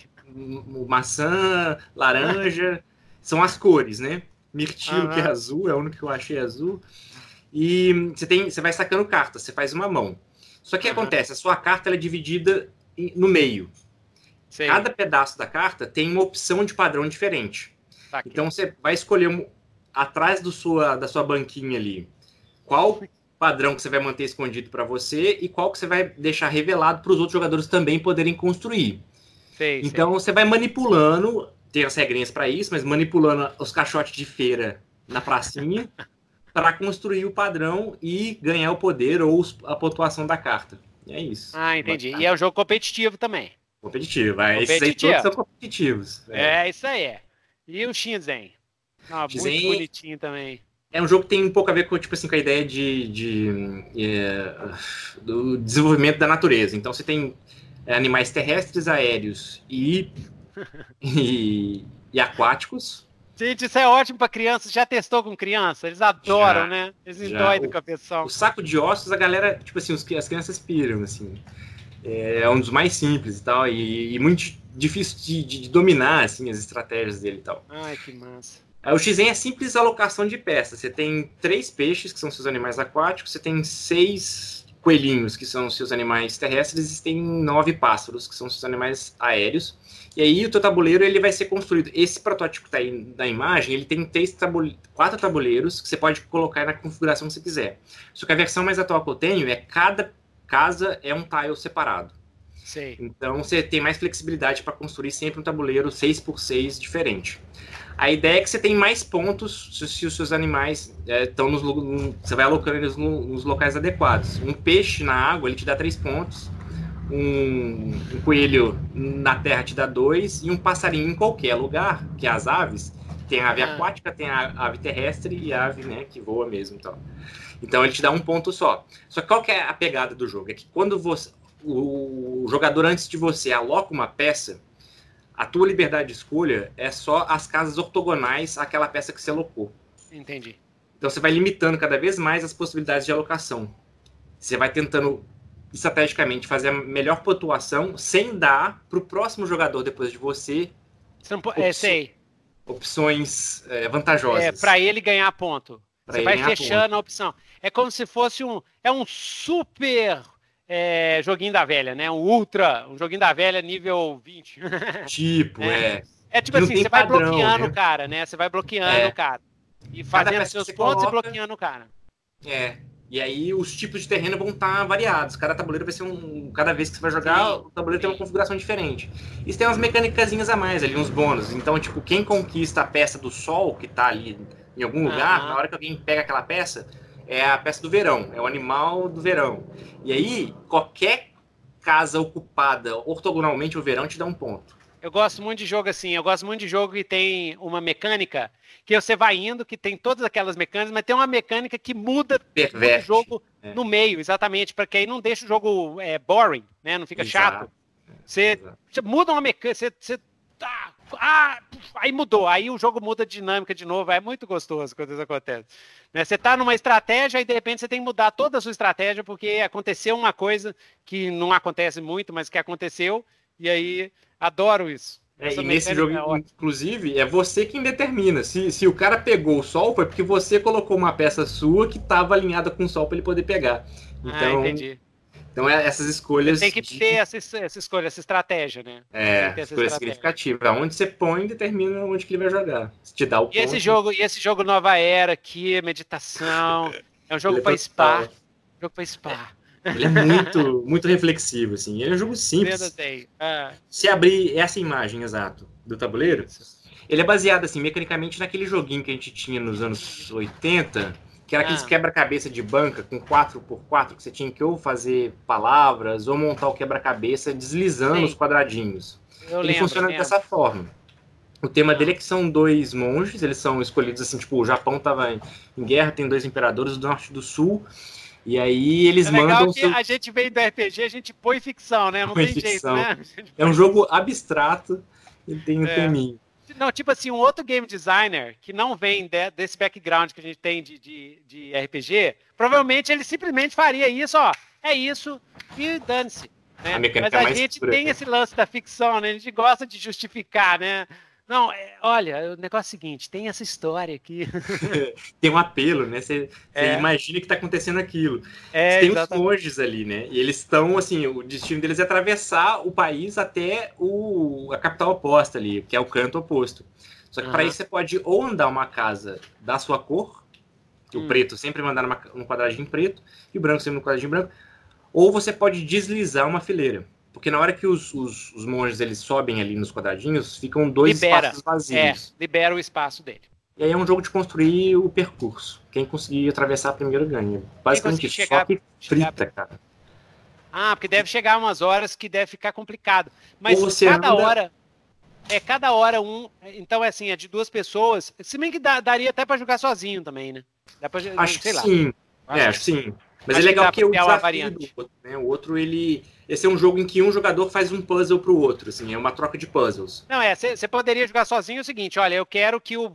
maçã, laranja, são as cores, né? Mirtilo, uhum. que é azul, é o único que eu achei azul. E você, tem, você vai sacando cartas, você faz uma mão. Só que o que uhum. acontece? A sua carta ela é dividida no meio. Sei. Cada pedaço da carta tem uma opção de padrão diferente. Tá então você vai escolher um, atrás do sua, da sua banquinha ali qual padrão que você vai manter escondido para você e qual que você vai deixar revelado para os outros jogadores também poderem construir. Sei, então sei. Você vai manipulando, tem as regrinhas para isso, mas manipulando os caixotes de feira na pracinha para construir o padrão e ganhar o poder ou a pontuação da carta. E é isso. Ah, entendi. E é um jogo competitivo também. Competitivo. É, esses aí todos são competitivos. É, é isso aí. E o Shenzhen? Ah, Shenzhen... muito bonitinho também. É um jogo que tem um pouco a ver com, tipo assim, com a ideia de, de é, do desenvolvimento da natureza. Então você tem animais terrestres, aéreos e, e, e aquáticos. Gente, isso é ótimo para crianças. Já testou com criança? Eles adoram, já, né? Eles endoidam com a pessoa. O saco de ossos, a galera, tipo assim, os, as crianças piram, assim. É um dos mais simples e tal, e, e muito difícil de, de, de dominar, assim, as estratégias dele e tal. Ai, que massa. O Shenzhen é simples alocação de peças. Você tem três peixes, que são seus animais aquáticos, você tem seis coelhinhos, que são seus animais terrestres, e você tem nove pássaros, que são seus animais aéreos. E aí o teu tabuleiro ele vai ser construído. Esse protótipo que está aí na imagem, ele tem três tabule... quatro tabuleiros que você pode colocar na configuração que você quiser. Só que a versão mais atual que eu tenho é cada casa é um tile separado. Sei. Então você tem mais flexibilidade para construir sempre um tabuleiro seis por seis diferente. A ideia é que você tem mais pontos se, se os seus animais estão é, nos no, você vai alocando eles no, nos locais adequados. Um peixe na água ele te dá três pontos, um, um coelho na terra te dá dois e um passarinho em qualquer lugar, que é as aves. Tem a ave ah. aquática, tem a ave terrestre e a ave, né, que voa mesmo, então. Então ele te dá um ponto só. Só que qual que é a pegada do jogo? É que quando você, o jogador antes de você aloca uma peça, a tua liberdade de escolha é só as casas ortogonais àquela peça que você alocou. Entendi. Então você vai limitando cada vez mais as possibilidades de alocação. Você vai tentando estrategicamente fazer a melhor pontuação sem dar para o próximo jogador depois de você, você não, é, sei. opções é, vantajosas. É, para ele ganhar ponto. Pra você vai fechando ponto. A opção. É como se fosse um, é um super é, joguinho da velha, né? Um ultra, um joguinho da velha nível vinte. Tipo, é. é. É tipo Não assim, tem você vai padrão, bloqueando né? o cara, né? Você vai bloqueando É. o cara. E Cada fazendo peça seus que você pontos coloca- e bloqueando o cara. É. E aí os tipos de terreno vão estar variados. Cada tabuleiro vai ser um. Cada vez que você vai jogar, Sim, o tabuleiro tem uma sim. configuração diferente. Isso tem umas mecânicazinhas a mais ali, uns bônus. Então, tipo, quem conquista a peça do sol, que tá ali em algum lugar, Aham. na hora que alguém pega aquela peça, é a peça do verão, é o animal do verão. E aí, qualquer casa ocupada ortogonalmente o verão te dá um ponto. Eu gosto muito de jogo assim, eu gosto muito de jogo que tem uma mecânica que você vai indo, que tem todas aquelas mecânicas, mas tem uma mecânica que muda, muda o Perverte. jogo É. no meio, exatamente, porque aí não deixa o jogo é, boring, né? Não fica Exato. chato. Você, Exato. você muda uma mecânica, você, você tá, ah, aí mudou, aí o jogo muda de dinâmica de novo, é muito gostoso quando isso acontece. Né? Você tá numa estratégia e de repente você tem que mudar toda a sua estratégia porque aconteceu uma coisa que não acontece muito, mas que aconteceu, e aí adoro isso. É, Essa e nesse mecânica jogo, é ótima. inclusive, é você quem determina. Se, se o cara pegou o sol, foi porque você colocou uma peça sua que estava alinhada com o sol para ele poder pegar. Ah, Então, entendi. então é essas escolhas. Tem que de- ter essa, essa escolha, essa estratégia, né? Tem É, que ter essa escolha estratégia. significativa. Onde você põe, determina onde que ele vai jogar. Se te dá o ponto. E esse jogo, e esse jogo Nova Era aqui, meditação, é um jogo Ele é para total. spa. Jogo para spa. Ele é muito, muito reflexivo, assim. Ele é um jogo simples. Verdadeiro. Ah, Se abrir essa imagem, exato, do tabuleiro, isso. ele é baseado, assim, mecanicamente naquele joguinho que a gente tinha nos anos oitenta, que era aqueles Ah. quebra-cabeça de banca com quatro por quatro, que você tinha que ou fazer palavras ou montar o quebra-cabeça deslizando Sim. os quadradinhos. Eu Ele lembro, funciona lembro. dessa forma. O tema Ah. dele é que são dois monges, eles são escolhidos assim, tipo, o Japão estava em, em guerra, tem dois imperadores do norte e do sul, e aí eles É legal mandam... que seu- a gente vem do R P G, a gente põe ficção, né? Não Põe tem jeito, ficção. né? É um jogo abstrato e tem um É. teminho. Não, tipo assim, um outro game designer que não vem de- desse background que a gente tem de, de, de R P G, provavelmente ele simplesmente faria isso, ó. É isso e dane-se. Né? A mecânica Mas a mais gente pura, tem né? esse lance da ficção, né? A gente gosta de justificar, né? Não, é, olha, o negócio é o seguinte, tem essa história aqui. Tem um apelo, né? Você É. imagina que tá acontecendo aquilo. É, Tem os exatamente. monges ali, né? E eles estão, assim, o destino deles é atravessar o país até o, a capital oposta ali, que é o canto oposto. Só que para Aham. isso você pode ou andar uma casa da sua cor, que o Hum. preto sempre mandar numa, num quadradinho preto, e o branco sempre num quadradinho branco, ou você pode deslizar uma fileira. Porque na hora que os, os, os monges eles sobem ali nos quadradinhos, ficam dois Libera. espaços vazios. É, libera o espaço dele. E aí é um jogo de construir o percurso. Quem conseguir atravessar primeiro ganha. Basicamente conseguir isso. chegar- Só que chegar- frita, cara. Ah, porque deve chegar umas horas que deve ficar complicado. Mas Ou você cada anda- hora. É cada hora um. Então é assim, é de duas pessoas. Se bem que dá- daria até pra jogar sozinho também, né? Dá pra, Acho que sei lá. sim. Acho É, que acho que sim. Mas Acho é que legal dá porque pra o criar uma desafio do variante. outro, né? O outro, ele... Esse é um jogo em que um jogador faz um puzzle pro outro, assim. É uma troca de puzzles. Não, é, você poderia jogar sozinho o seguinte, olha, eu quero que o.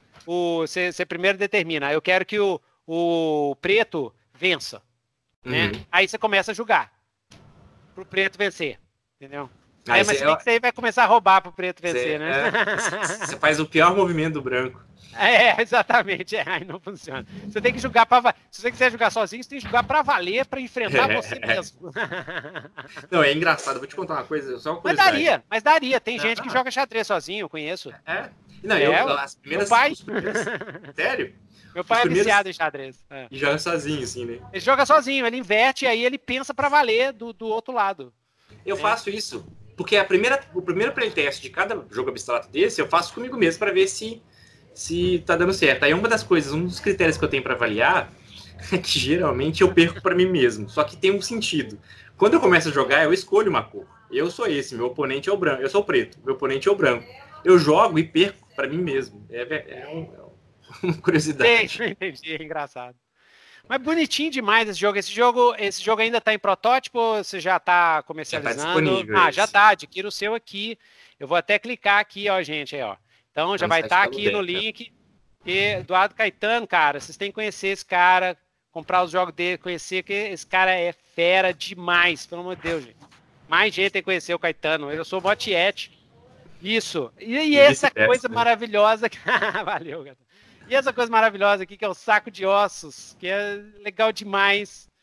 Você primeiro determina, eu quero que o, o preto vença. Né? Uhum. Aí você começa a jogar. Pro preto vencer. Entendeu? Aí É, mas você- se bem que você aí vai começar a roubar pro preto vencer, Você, né? é, você faz o pior movimento do branco. É, exatamente. É, aí não funciona. Você tem que jogar para va- Se você quiser jogar sozinho, você tem que jogar pra valer, pra enfrentar É. você mesmo. Não, é engraçado. Vou te contar uma coisa, só uma Mas curiosidade. daria, mas daria. Tem gente que Ah. joga xadrez sozinho, eu conheço. É? Não, É, eu, o- as primeiras... meu pai. os primeiros- Sério? Meu pai Os é primeiros- viciado em xadrez. É. E joga sozinho, assim, né? Ele joga sozinho, ele inverte e aí ele pensa pra valer do, do outro lado. Eu É. faço isso porque a primeira, o primeiro playtest de cada jogo abstrato desse eu faço comigo mesmo para ver se, se tá dando certo. Aí uma das coisas, um dos critérios que eu tenho para avaliar é que geralmente eu perco para mim mesmo. Só que tem um sentido. Quando eu começo a jogar, eu escolho uma cor. Eu sou esse, meu oponente é o branco. Eu sou o preto, meu oponente é o branco. Eu jogo e perco para mim mesmo. É, é, um, é uma curiosidade. Entendi, entendi, é engraçado. Mas bonitinho demais esse jogo. Esse jogo, esse jogo ainda está em protótipo ou você já está comercializando? Já tá disponível ah, esse. já está. Adquira o seu aqui. Eu vou até clicar aqui, ó, gente. Aí, ó. Então já No vai site estar da aqui no Ludeca. link. E Eduardo Caetano, cara, vocês têm que conhecer esse cara, comprar os jogos dele, conhecer, que esse cara é fera demais, pelo amor de Deus, gente. Mais gente tem que conhecer o Caetano. Eu sou botiete. Isso. E, e essa vice-versa, coisa né? maravilhosa. que- Valeu, Caetano. E essa coisa maravilhosa aqui, que é o saco de ossos, que é legal demais.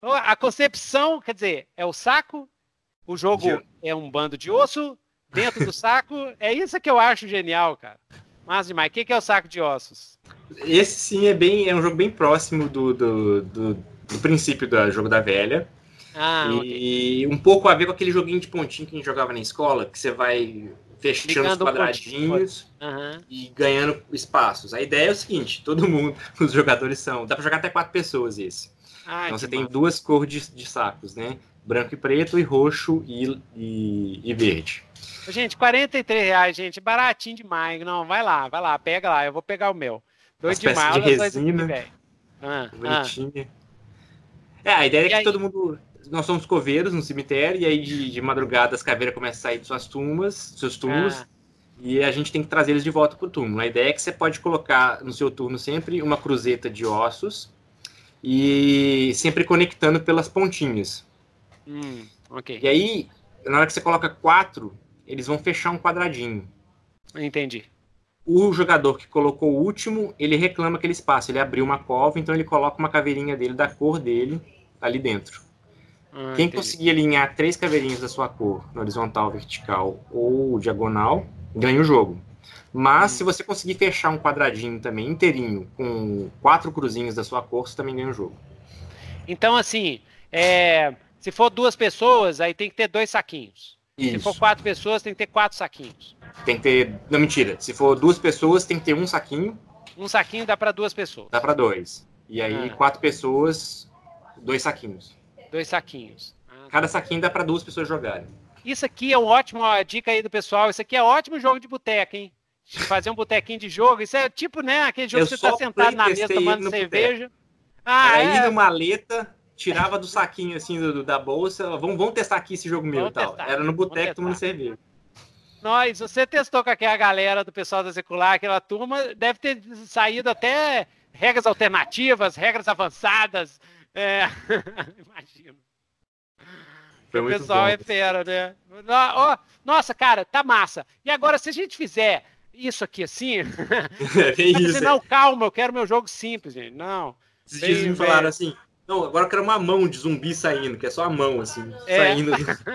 A concepção, quer dizer, é o saco, o jogo de... é um bando de osso, dentro do saco, é isso que eu acho genial, cara. Mas demais. O que é o saco de ossos? Esse sim é bem, é um jogo bem próximo do, do, do, do princípio do jogo da velha. Ah, e okay. um pouco a ver com aquele joguinho de pontinho que a gente jogava na escola, que você vai fechando Ligando os quadradinhos um uhum. e ganhando espaços. A ideia é o seguinte, todo mundo, os jogadores são... Dá pra jogar até quatro pessoas esse. Ah, então você massa. Tem duas cores de, de sacos, né? Branco e preto, e roxo e, e, e verde. Gente, quarenta e três reais, gente, baratinho demais. Não, vai lá, vai lá, pega lá, eu vou pegar o meu. Dois demais, de resina, ah, bonitinha. Ah. É, a ideia é que aí... todo mundo... Nós somos coveiros no cemitério, e aí de, de madrugada as caveiras começam a sair de suas tumbas, seus túmulos, ah. e a gente tem que trazer eles de volta pro túmulo. A ideia é que você pode colocar no seu turno sempre uma cruzeta de ossos, e sempre conectando pelas pontinhas. Hum, ok. E aí, na hora que você coloca quatro, eles vão fechar um quadradinho. Entendi. O jogador que colocou o último, ele reclama aquele espaço. Ele abriu uma cova, então ele coloca uma caveirinha dele, da cor dele, ali dentro. Ah, Quem entendi. Conseguir alinhar três caveirinhas da sua cor, na horizontal, vertical ou diagonal, ganha o jogo. Mas, hum. se você conseguir fechar um quadradinho também, inteirinho, com quatro cruzinhos da sua cor, você também ganha o jogo. Então, assim, é, se for duas pessoas, aí tem que ter dois saquinhos. Isso. Se for quatro pessoas, tem que ter quatro saquinhos. Tem que ter... Não, mentira. Se for duas pessoas, tem que ter um saquinho. Um saquinho dá para duas pessoas. Dá para dois. E aí, ah. quatro pessoas, dois saquinhos. Dois saquinhos. Ah, Cada tá. saquinho dá para duas pessoas jogarem. Isso aqui é um ótimo... Ó, dica aí do pessoal. Isso aqui é ótimo jogo de boteca, hein? Fazer um botequinho de jogo. Isso é tipo, né? Aquele jogo Eu que você tá sentado na mesa tomando cerveja. Ah, Era é... ir numa maleta... Tirava do saquinho, assim, do, da bolsa. Vamos, vamos testar aqui esse jogo meu e tal. Testar. Era no boteco tomando cerveja. Nós, você testou com aquela galera do pessoal da Secular, aquela turma, deve ter saído até regras alternativas, regras avançadas. É... Imagino. Foi o muito pessoal bom. É fera, né? Nossa, cara, tá massa. E agora, se a gente fizer isso aqui assim... É isso. Dizer, não, calma, eu quero meu jogo simples, gente. Não. Esses dias me falaram assim... Não, agora eu quero uma mão de zumbi saindo, que é só a mão, assim, é. saindo.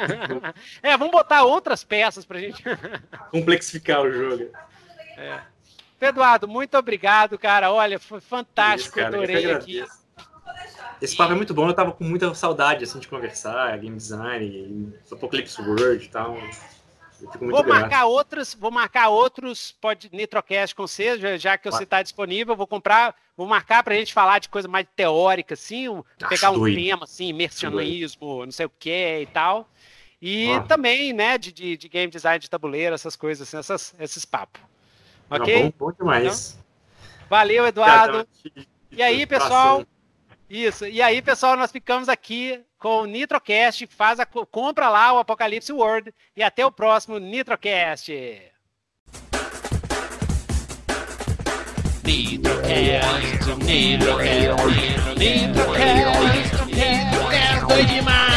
É, vamos botar outras peças pra gente... Complexificar o jogo. É. Eduardo, muito obrigado, cara. Olha, foi fantástico, Isso, cara, adorei aqui. Esse papo é muito bom, eu tava com muita saudade, assim, de conversar, game design, Apocalypse World e tal. Eu fico muito vou grato. marcar outros, vou marcar outros pode Nitrocast com você, já, já que você está disponível, vou comprar, vou marcar pra gente falar de coisa mais teórica, assim, um, pegar um doido. tema, assim, imersionismo, não sei o que e tal. E ah. também, né, de, de, de game design de tabuleiro, essas coisas, assim, essas, esses papos. Ok? Não, bom, bom demais. Então, valeu, Eduardo. E aí, pessoal? Isso. E aí, pessoal, nós ficamos aqui com o Nitrocast. Faz a, compra lá o Apocalypse World. E até o próximo Nitrocast. Nitrocast, Nitrocast, Nitrocast, Nitrocast, Nitrocast, doido demais.